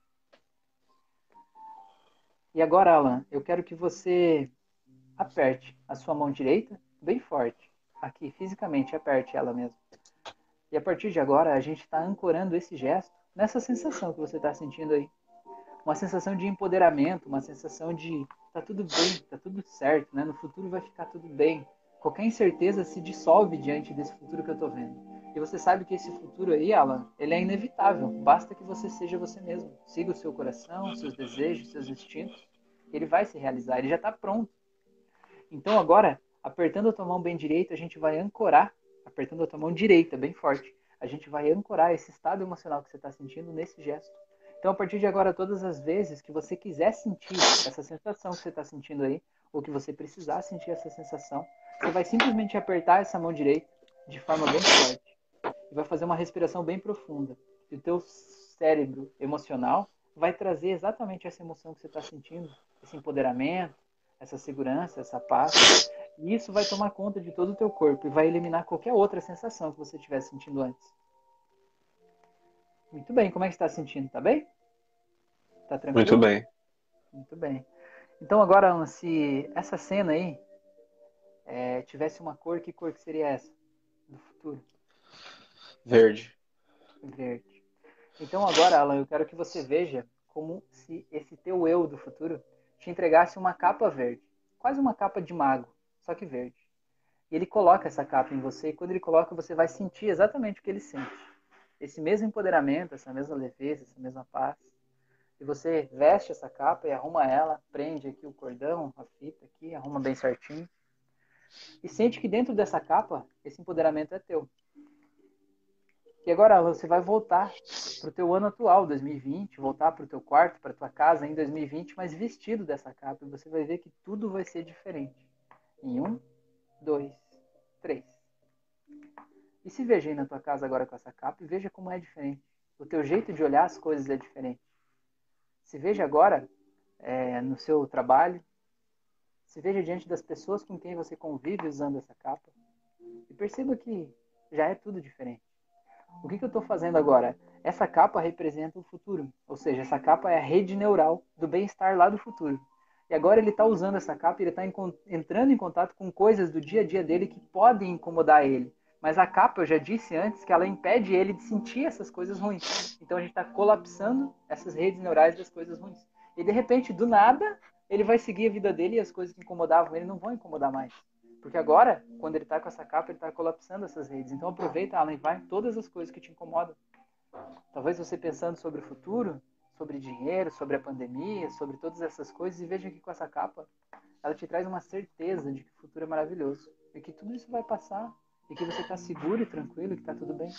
E agora, Alan, eu quero que você aperte a sua mão direita bem forte. Aqui, fisicamente, aperte ela mesmo. E a partir de agora, a gente está ancorando esse gesto nessa sensação que você está sentindo aí. Uma sensação de empoderamento, uma sensação de tá tudo bem, tá tudo certo, né? No futuro vai ficar tudo bem. Qualquer incerteza se dissolve diante desse futuro que eu estou vendo. E você sabe que esse futuro aí, Alan, ele é inevitável. Basta que você seja você mesmo. Siga o seu coração, seus desejos, seus instintos. Ele vai se realizar, ele já está pronto. Então agora, apertando a tua mão bem direita, a gente vai ancorar, apertando a tua mão direita bem forte, a gente vai ancorar esse estado emocional que você está sentindo nesse gesto. Então, a partir de agora, todas as vezes que você quiser sentir essa sensação que você está sentindo aí, ou que você precisar sentir essa sensação, você vai simplesmente apertar essa mão direita de forma bem forte e vai fazer uma respiração bem profunda. E o teu cérebro emocional vai trazer exatamente essa emoção que você está sentindo, esse empoderamento, essa segurança, essa paz. E isso vai tomar conta de todo o teu corpo e vai eliminar qualquer outra sensação que você estivesse sentindo antes. Muito bem, como é que você está sentindo? Tá bem? Tá Muito tranquilo? bem. Muito bem. Então agora, se essa cena aí é, tivesse uma cor, que cor que seria essa? Do futuro? Verde. Verde. Então agora, Alan, eu quero que você veja como se esse teu eu do futuro te entregasse uma capa verde. Quase uma capa de mago, só que verde. E ele coloca essa capa em você, e quando ele coloca, você vai sentir exatamente o que ele sente. Esse mesmo empoderamento, essa mesma leveza, essa mesma paz. E você veste essa capa e arruma ela, prende aqui o cordão, a fita aqui, arruma bem certinho. E sente que dentro dessa capa, esse empoderamento é teu. E agora você vai voltar para o teu ano atual, dois mil e vinte, voltar para o teu quarto, para a tua casa em dois mil e vinte, mas vestido dessa capa. E você vai ver que tudo vai ser diferente. Em um, dois, três. E se veja aí na tua casa agora com essa capa e veja como é diferente. O teu jeito de olhar as coisas é diferente. Se veja agora é, no seu trabalho. Se veja diante das pessoas com quem você convive usando essa capa. E perceba que já é tudo diferente. O que, que eu estou fazendo agora? Essa capa representa o futuro. Ou seja, essa capa é a rede neural do bem-estar lá do futuro. E agora ele está usando essa capa e ele está entrando em contato com coisas do dia a dia dele que podem incomodar ele. Mas a capa, eu já disse antes, que ela impede ele de sentir essas coisas ruins. Então a gente está colapsando essas redes neurais das coisas ruins. E de repente, do nada, ele vai seguir a vida dele e as coisas que incomodavam ele não vão incomodar mais. Porque agora, quando ele está com essa capa, ele está colapsando essas redes. Então aproveita, Alan, e vai em todas as coisas que te incomodam. Talvez você pensando sobre o futuro, sobre dinheiro, sobre a pandemia, sobre todas essas coisas, e veja que com essa capa, ela te traz uma certeza de que o futuro é maravilhoso. E que tudo isso vai passar. E que você está seguro e tranquilo, que está tudo bem.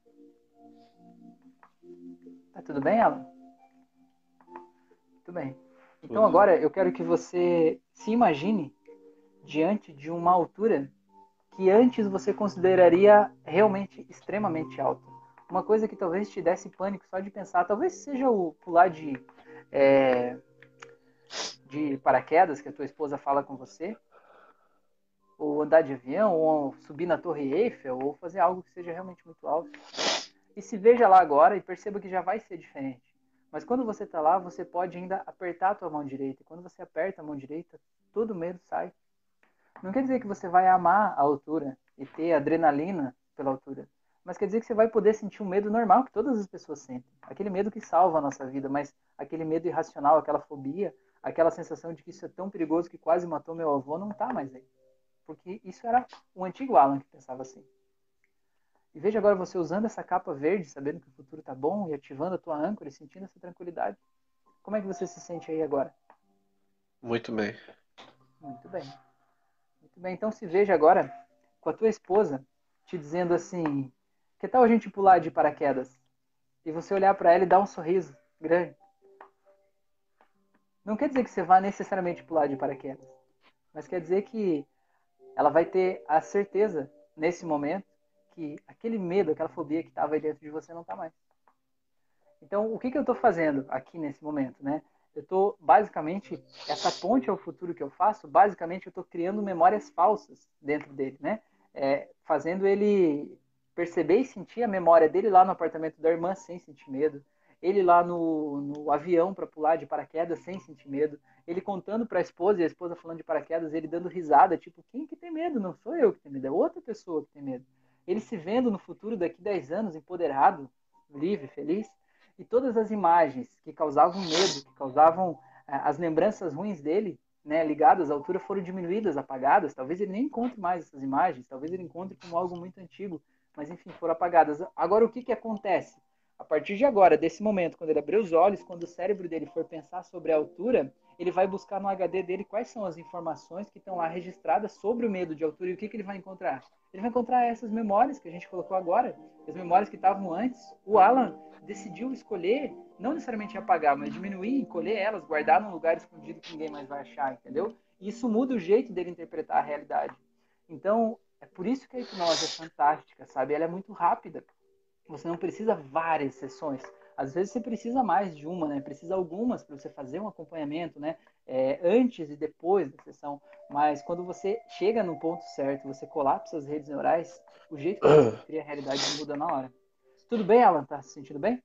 Tá tudo bem, Alan? Muito bem. Então Tudo. agora eu quero que você se imagine diante de uma altura que antes você consideraria realmente extremamente alta. Uma coisa que talvez te desse pânico só de pensar, talvez seja o pular de, é, de paraquedas que a tua esposa fala com você, ou andar de avião, ou subir na Torre Eiffel, ou fazer algo que seja realmente muito alto. E se veja lá agora e perceba que já vai ser diferente. Mas quando você está lá, você pode ainda apertar a tua mão direita. E quando você aperta a mão direita, todo medo sai. Não quer dizer que você vai amar a altura e ter adrenalina pela altura. Mas quer dizer que você vai poder sentir um medo normal que todas as pessoas sentem. Aquele medo que salva a nossa vida, mas aquele medo irracional, aquela fobia, aquela sensação de que isso é tão perigoso que quase matou meu avô, não está mais aí. Porque isso era o antigo Alan que pensava assim. E veja agora você usando essa capa verde, sabendo que o futuro está bom e ativando a tua âncora e sentindo essa tranquilidade. Como é que você se sente aí agora? Muito bem. Muito bem. Muito bem. Então se veja agora com a tua esposa te dizendo assim: que tal a gente pular de paraquedas? E você olhar para ela e dar um sorriso grande. Não quer dizer que você vá necessariamente pular de paraquedas, mas quer dizer que ela vai ter a certeza nesse momento que aquele medo, aquela fobia que estava aí dentro de você não está mais. Então, o que, que eu estou fazendo aqui nesse momento, né? Eu estou, basicamente, essa ponte ao futuro que eu faço, basicamente, eu estou criando memórias falsas dentro dele, né? É, fazendo ele perceber e sentir a memória dele lá no apartamento da irmã sem sentir medo, ele lá no, no avião para pular de paraquedas sem sentir medo, ele contando para a esposa e a esposa falando de paraquedas, ele dando risada, tipo, quem que tem medo? Não sou eu que tenho medo, é outra pessoa que tem medo. Ele se vendo no futuro daqui dez anos, empoderado, livre, feliz, e todas as imagens que causavam medo, que causavam as lembranças ruins dele, né, ligadas à altura, foram diminuídas, apagadas. Talvez ele nem encontre mais essas imagens, talvez ele encontre como algo muito antigo, mas enfim, foram apagadas. Agora, o que, que acontece? A partir de agora, desse momento, quando ele abrir os olhos, quando o cérebro dele for pensar sobre a altura, ele vai buscar no H D dele quais são as informações que estão lá registradas sobre o medo de altura e o que, que ele vai encontrar. Ele vai encontrar essas memórias que a gente colocou agora, as memórias que estavam antes. O Alan decidiu escolher, não necessariamente apagar, mas diminuir, encolher elas, guardar num lugar escondido que ninguém mais vai achar, entendeu? E isso muda o jeito dele interpretar a realidade. Então, é por isso que a hipnose é fantástica, sabe? Ela é muito rápida. Você não precisa várias sessões. Às vezes você precisa mais de uma, né? Precisa algumas para você fazer um acompanhamento, né? É, antes e depois da sessão. Mas quando você chega no ponto certo, você colapsa as redes neurais, o jeito que você cria a realidade muda na hora. Tudo bem, Alan? Tá se sentindo bem?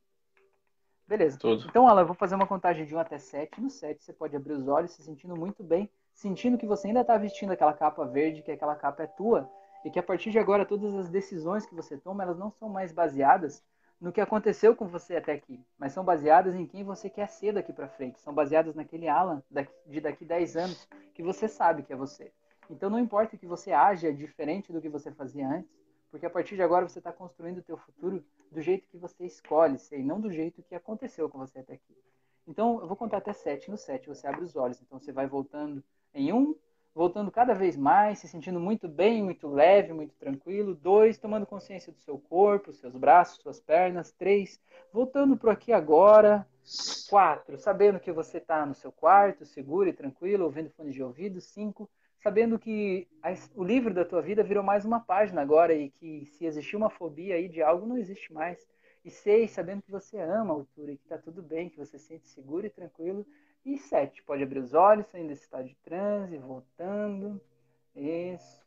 Beleza. Tudo. Então, Alan, eu vou fazer uma contagem de um até sete. No sete você pode abrir os olhos se sentindo muito bem, sentindo que você ainda está vestindo aquela capa verde, que aquela capa é tua, e que a partir de agora todas as decisões que você toma, elas não são mais baseadas no que aconteceu com você até aqui, mas são baseadas em quem você quer ser daqui para frente. São baseadas naquele Alan de daqui dez anos que você sabe que é você. Então não importa que você haja diferente do que você fazia antes, porque a partir de agora você está construindo o teu futuro do jeito que você escolhe ser, e não do jeito que aconteceu com você até aqui. Então, eu vou contar até sete. No sete, você abre os olhos. Então, você vai voltando em um, voltando cada vez mais, se sentindo muito bem, muito leve, muito tranquilo. Dois, tomando consciência do seu corpo, seus braços, suas pernas. Três, voltando para aqui agora. Quatro, sabendo que você está no seu quarto, seguro e tranquilo, ouvindo fones de ouvido. Cinco, sabendo que o livro da tua vida virou mais uma página agora e que se existir uma fobia aí de algo, não existe mais. E seis, sabendo que você ama a altura e que está tudo bem, que você se sente seguro e tranquilo. E sete, pode abrir os olhos, saindo desse estado de transe, voltando. Isso.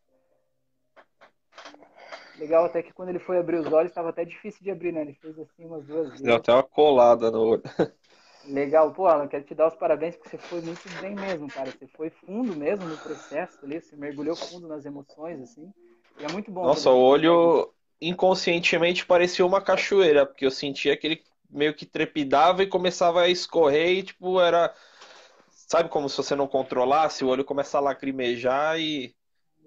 Legal até que quando ele foi abrir os olhos, estava até difícil de abrir, né? Ele fez assim umas duas Deu vezes. até uma colada no olho. Legal, pô, Alan, quero te dar os parabéns porque você foi muito bem mesmo, cara. Você foi fundo mesmo no processo ali, você mergulhou fundo nas emoções, assim. E é muito bom quando a Nossa, o gente consegue. olho inconscientemente parecia uma cachoeira, porque eu sentia que ele meio que trepidava e começava a escorrer e, tipo, era. Sabe como se você não controlasse, o olho começa a lacrimejar e.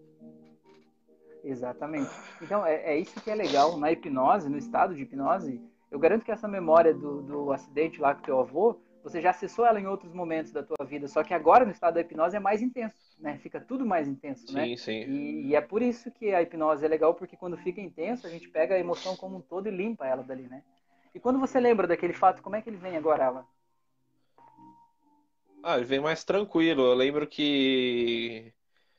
Exatamente. Então, é, é isso que é legal na hipnose, no estado de hipnose. Eu garanto que essa memória do, do acidente lá com teu avô, você já acessou ela em outros momentos da tua vida, só que agora no estado da hipnose é mais intenso, né? Fica tudo mais intenso, né? Sim, sim. E, e é por isso que a hipnose é legal, porque quando fica intenso, a gente pega a emoção como um todo e limpa ela dali, né? E quando você lembra daquele fato, como é que ele vem agora, Alan? Ah, ele vem mais tranquilo. Eu lembro que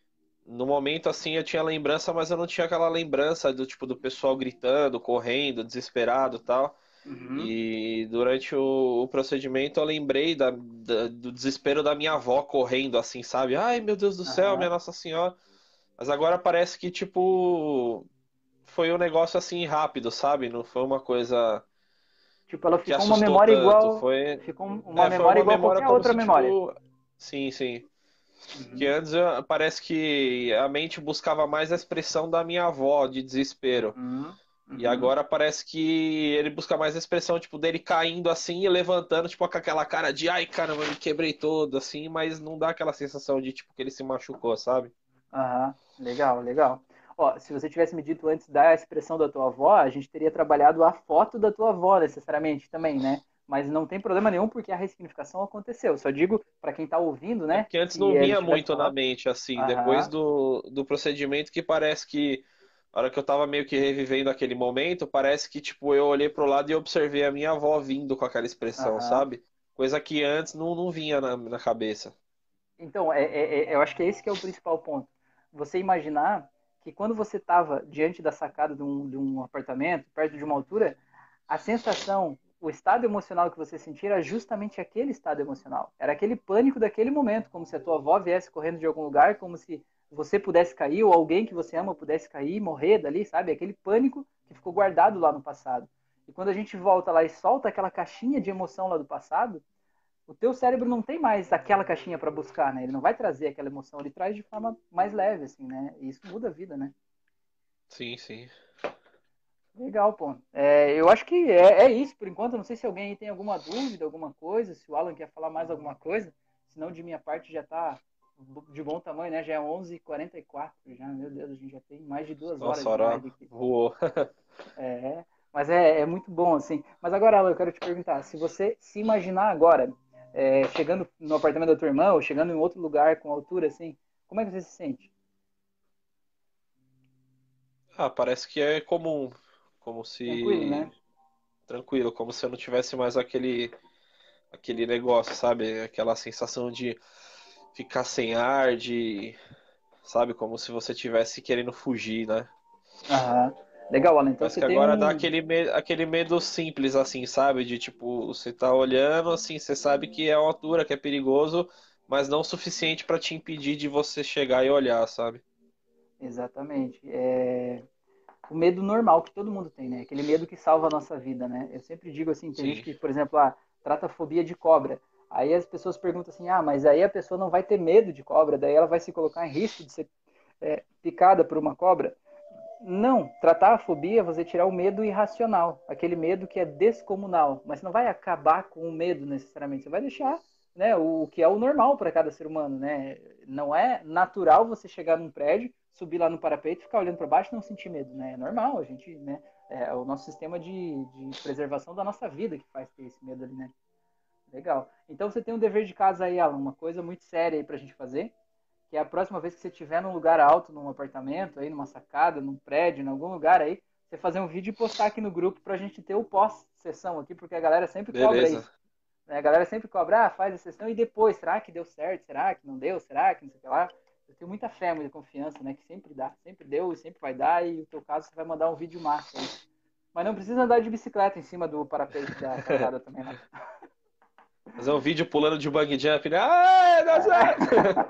no momento, assim, eu tinha lembrança, mas eu não tinha aquela lembrança do tipo do pessoal gritando, correndo, desesperado e tal. Uhum. E durante o, o procedimento eu lembrei da, da- do desespero da minha avó correndo, assim, sabe? Ai, meu Deus do céu, minha Aham. Nossa Senhora. Mas agora parece que, tipo, foi um negócio assim rápido, sabe? Não foi uma coisa Tipo, ela que ficou uma assustou memória tanto. igual. Foi, Ficou uma é, foi memória uma igual a memória qualquer como outra se, memória. tipo, sim, sim. Que Uhum. antes eu- parece que a mente buscava mais a expressão da minha avó de desespero. Uhum. E Uhum. agora parece que ele busca mais a expressão, tipo, dele caindo assim e levantando, tipo, com aquela cara de ai, caramba, me quebrei todo, assim, mas não dá aquela sensação de, tipo, que ele se machucou, sabe? Aham. Legal, legal. Ó, se você tivesse me dito antes da expressão da tua avó, a gente teria trabalhado a foto da tua avó necessariamente também, né? Mas não tem problema nenhum porque a ressignificação aconteceu. Só digo para quem tá ouvindo, É né? porque antes Se não eles vinha tivessem muito na falado. mente, assim, depois Aham. do, do procedimento que parece que, na hora que eu tava meio que revivendo aquele momento, parece que, tipo, eu olhei pro lado e observei a minha avó vindo com aquela expressão, Aham. sabe? Coisa que antes não, não vinha na, na cabeça. Então, é, é- é- eu acho que é esse que é o principal ponto. Você imaginar que quando você estava diante da sacada de um, de um apartamento, perto de uma altura, a sensação, o estado emocional que você sentia era justamente aquele estado emocional. Era aquele pânico daquele momento, como se a tua avó viesse correndo de algum lugar, como se você pudesse cair, ou alguém que você ama pudesse cair, morrer dali, sabe? Aquele pânico que ficou guardado lá no passado. E quando a gente volta lá e solta aquela caixinha de emoção lá do passado, o teu cérebro não tem mais aquela caixinha para buscar, né? Ele não vai trazer aquela emoção, ele traz de forma mais leve, assim, né? E isso muda a vida, né? Sim, sim. Legal, pô. É, eu acho que é, é isso por enquanto. Eu não sei se alguém aí tem alguma dúvida, alguma coisa, se o Alan quer falar mais alguma coisa. Senão, de minha parte, já tá de bom tamanho, né? Já é onze e quarenta e quatro já. Meu Deus, a gente já tem mais de duas Nossa, horas a de hora live aqui. voou. É, mas é, é muito bom, assim. Mas agora, Alan, eu quero te perguntar, se você se imaginar agora, é, chegando no apartamento da tua irmã, ou chegando em outro lugar com altura, assim, como é que você se sente? Ah, parece que é comum, como Tranquilo, se né? tranquilo, como se eu não tivesse mais aquele aquele negócio, sabe? Aquela sensação de ficar sem ar, de, sabe, como se você tivesse querendo fugir, né? Aham. Legal, Alan. Então Parece você que tem agora dá um. aquele, me- aquele medo simples, assim, sabe? De tipo, você tá olhando, assim, você sabe que é uma altura, que é perigoso, mas não o suficiente pra te impedir de você chegar e olhar, sabe? Exatamente. É o medo normal que todo mundo tem, né? Aquele medo que salva a nossa vida, né? Eu sempre digo assim, tem gente Sim. que, por exemplo, ah, trata a fobia de cobra. Aí as pessoas perguntam assim, ah, mas aí a pessoa não vai ter medo de cobra, daí ela vai se colocar em risco de ser é, picada por uma cobra. Não, tratar a fobia é você tirar o medo irracional, aquele medo que é descomunal, mas não vai acabar com o medo necessariamente, você vai deixar, né, o que é o normal para cada ser humano, né? Não é natural você chegar num prédio, subir lá no parapeito, ficar olhando para baixo e não sentir medo, né? É normal, a gente, né, é o nosso sistema de, de preservação da nossa vida que faz ter esse medo ali, né? Legal. Então você tem um dever de casa aí, Alan, uma coisa muito séria aí pra gente fazer, que é a próxima vez que você estiver num lugar alto, num apartamento, aí, numa sacada, num prédio, em algum lugar aí, você fazer um vídeo e postar aqui no grupo pra gente ter o pós-sessão aqui, porque a galera sempre cobra Beleza. isso. Né? A galera sempre cobra, ah, faz a sessão e depois, será que deu certo? Será que não deu? Será que não sei o que lá? Eu tenho muita fé, muita confiança, né? Que sempre dá, sempre deu e sempre vai dar, e no teu caso você vai mandar um vídeo massa aí. Mas não precisa andar de bicicleta em cima do parapeito da sacada também, não. Fazer um vídeo pulando de bungee jump, né? Ah, dá certo!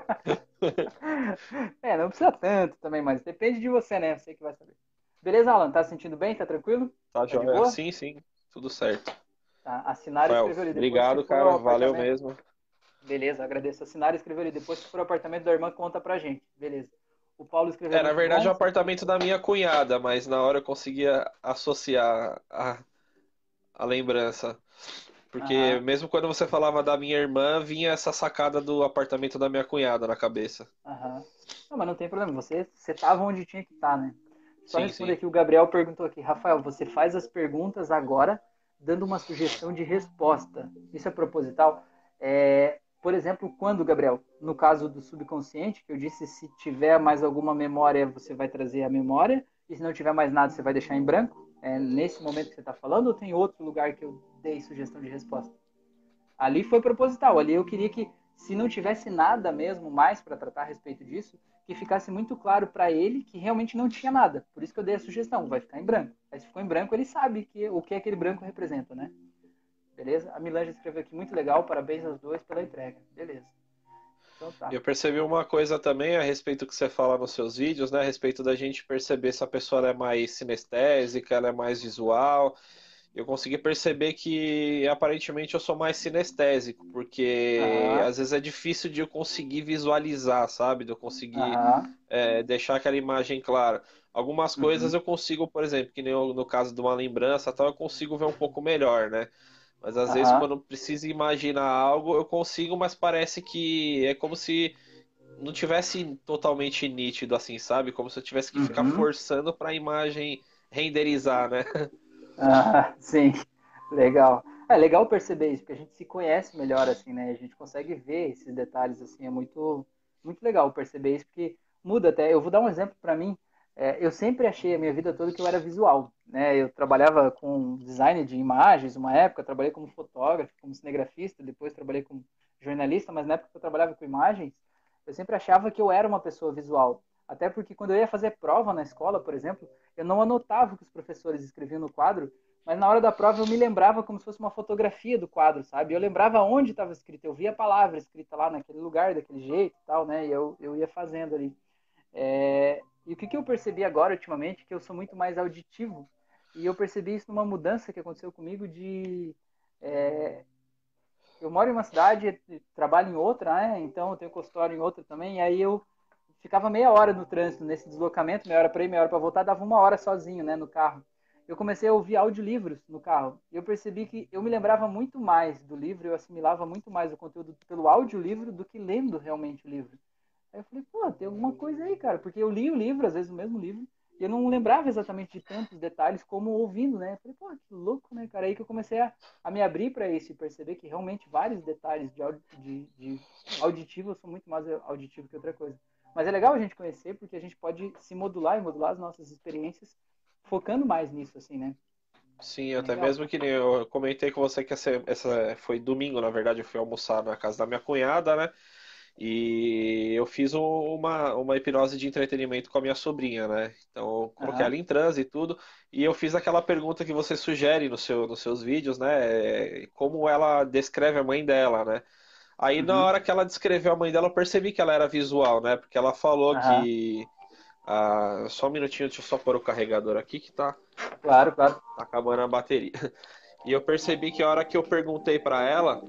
É, não precisa tanto também, mas depende de você, né? Você que vai saber. Beleza, Alan? Tá se sentindo bem? Tá tranquilo? Tá Tá de joia? boa? Sim, sim. Tudo certo. Tá. Assinar e Rafael, escrever ali. Depois, se obrigado, for ao cara. Valeu apartamento. mesmo. Beleza, agradeço. Assinar e escrever ali. Depois, se for ao apartamento da irmã, conta pra gente. Beleza. O Paulo escreveu É, na muito verdade é bom. o Você... apartamento da minha cunhada, mas na hora eu conseguia associar a, a lembrança. Porque Aham, mesmo quando você falava da minha irmã, vinha essa sacada do apartamento da minha cunhada na cabeça. aham. Não, mas não tem problema. Você, você tava onde tinha que estar, né? Só Sim, responder sim. aqui. O Gabriel perguntou aqui. Rafael, você faz as perguntas agora, dando uma sugestão de resposta. Isso é proposital? É, por exemplo, quando, Gabriel? No caso do subconsciente, que eu disse, se tiver mais alguma memória, você vai trazer a memória. E se não tiver mais nada, você vai deixar em branco? É nesse momento que você está falando ou tem outro lugar que eu dei sugestão de resposta? Ali foi proposital. Ali eu queria que, se não tivesse nada mesmo mais para tratar a respeito disso, que ficasse muito claro para ele que realmente não tinha nada. Por isso que eu dei a sugestão, vai ficar em branco. Aí se ficou em branco, ele sabe que, o que aquele branco representa, né? Beleza? A Milan já escreveu aqui, muito legal, parabéns aos dois pela entrega. Beleza. Então tá. Eu percebi uma coisa também a respeito do que você fala nos seus vídeos, né? A respeito da gente perceber se a pessoa ela é mais sinestésica, ela é mais visual. Eu consegui perceber que aparentemente eu sou mais sinestésico, porque Aham, às vezes é difícil de eu conseguir visualizar, sabe? De eu conseguir aham, é, deixar aquela imagem clara. Algumas coisas uhum, eu consigo, por exemplo, que nem eu- no caso de uma lembrança, tal, eu consigo ver um pouco melhor, né? Mas às vezes aham, quando eu preciso imaginar algo, eu consigo, mas parece que é como se não tivesse totalmente nítido assim, sabe? Como se eu tivesse que ficar uhum. forçando para a imagem renderizar, né? Ah, sim, legal. É legal perceber isso, porque a gente se conhece melhor assim, né? A gente consegue ver esses detalhes assim, é muito muito legal perceber isso, porque muda até. Eu vou dar um exemplo para mim. É, eu sempre achei a minha vida toda que eu era visual, né? Eu trabalhava com design de imagens, uma época, trabalhei como fotógrafo, como cinegrafista, depois trabalhei como jornalista, mas na época que eu trabalhava com imagens, eu sempre achava que eu era uma pessoa visual. Até porque quando eu ia fazer prova na escola, por exemplo, eu não anotava o que os professores escreviam no quadro, mas na hora da prova eu me lembrava como se fosse uma fotografia do quadro, sabe? Eu lembrava onde estava escrito, eu via a palavra escrita lá naquele lugar, daquele jeito e tal, né? E eu, eu ia fazendo ali. É... E o que, que eu percebi agora, ultimamente, que eu sou muito mais auditivo, e eu percebi isso numa mudança que aconteceu comigo de... É... Eu moro em uma cidade, trabalho em outra, né? Então eu tenho consultório em outra também, e aí eu ficava meia hora no trânsito, nesse deslocamento, meia hora para ir, meia hora para voltar, dava uma hora sozinho, né, no carro. Eu comecei a ouvir audiolivros no carro. E eu percebi que eu me lembrava muito mais do livro, eu assimilava muito mais o conteúdo pelo audiolivro do que lendo realmente o livro. Aí eu falei, pô, tem alguma coisa aí, cara, porque eu li o livro, às vezes o mesmo livro, e eu não lembrava exatamente de tantos detalhes como ouvindo, né? Eu falei, pô, que louco, né, cara? Aí que eu comecei a, a me abrir para isso e perceber que realmente vários detalhes de, de, de auditivo eu sou muito mais auditivo que outra coisa. Mas é legal a gente conhecer porque a gente pode se modular e modular as nossas experiências focando mais nisso, assim, né? Sim, Bem até legal. mesmo que nem eu comentei com você que essa, essa foi domingo, na verdade, eu fui almoçar na casa da minha cunhada, né? E eu fiz um- uma, uma hipnose de entretenimento com a minha sobrinha, né? Então eu coloquei Aham, ela em transe e tudo, e eu fiz aquela pergunta que você sugere no seu, nos seus vídeos, né? É, como ela descreve a mãe dela, né? Aí na uhum, hora que ela descreveu a mãe dela, eu percebi que ela era visual, né? Porque ela falou aham, que. Ah, só um minutinho, deixa eu só pôr o carregador aqui que tá, claro, claro. tá acabando a bateria. E eu percebi que a hora que eu perguntei pra ela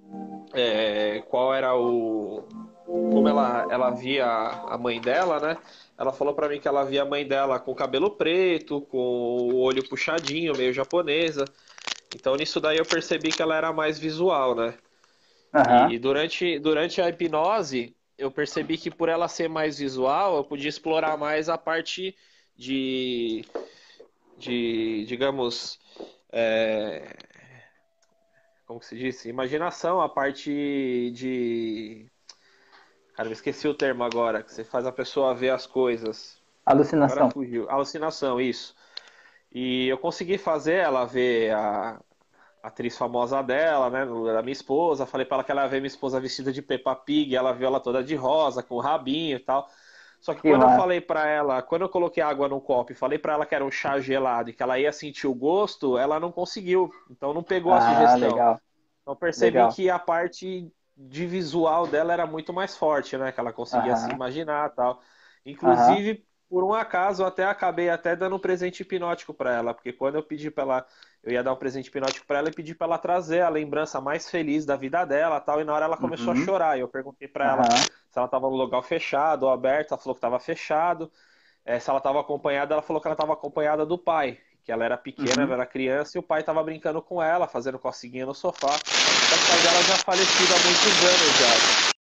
é, qual era o. Como ela, ela via a mãe dela, né? Ela falou pra mim que ela via a mãe dela com cabelo preto, com o olho puxadinho, meio japonesa. Então nisso daí eu percebi que ela era mais visual, né? Aham, E durante, durante a hipnose, eu percebi que por ela ser mais visual, eu podia explorar mais a parte de, de digamos, é, como que se diz? Imaginação, a parte de. Cara, eu esqueci o termo agora, que você faz a pessoa ver as coisas. Agora alucinação. fugiu. Alucinação, isso. E eu consegui fazer ela ver a atriz famosa dela, né? Da minha esposa. Falei pra ela que ela ia ver minha esposa vestida de Peppa Pig. Ela viu ela toda de rosa, com o rabinho e tal. Só que Que quando eu massa. falei pra ela, quando eu coloquei água no copo e falei pra ela que era um chá gelado e que ela ia sentir o gosto, ela não conseguiu. Então não pegou a Ah, sugestão. legal, Então eu percebi legal. que a parte de visual dela era muito mais forte, né? Que ela conseguia se Aham, imaginar e tal. aham, Inclusive, por um acaso, eu até acabei até dando um presente hipnótico para ela, porque quando eu pedi para ela, eu ia dar um presente hipnótico para ela e pedi para ela trazer a lembrança mais feliz da vida dela, tal, e na hora ela começou a uhum, chorar. E eu perguntei para ela aham, se ela estava no local fechado ou aberto, ela falou que estava fechado. É, se ela estava acompanhada, ela falou que ela estava acompanhada do pai, que ela era pequena, ela uhum. era criança, e o pai estava brincando com ela, fazendo coceguinha no sofá. Só que o pai dela já falecido há muitos anos já.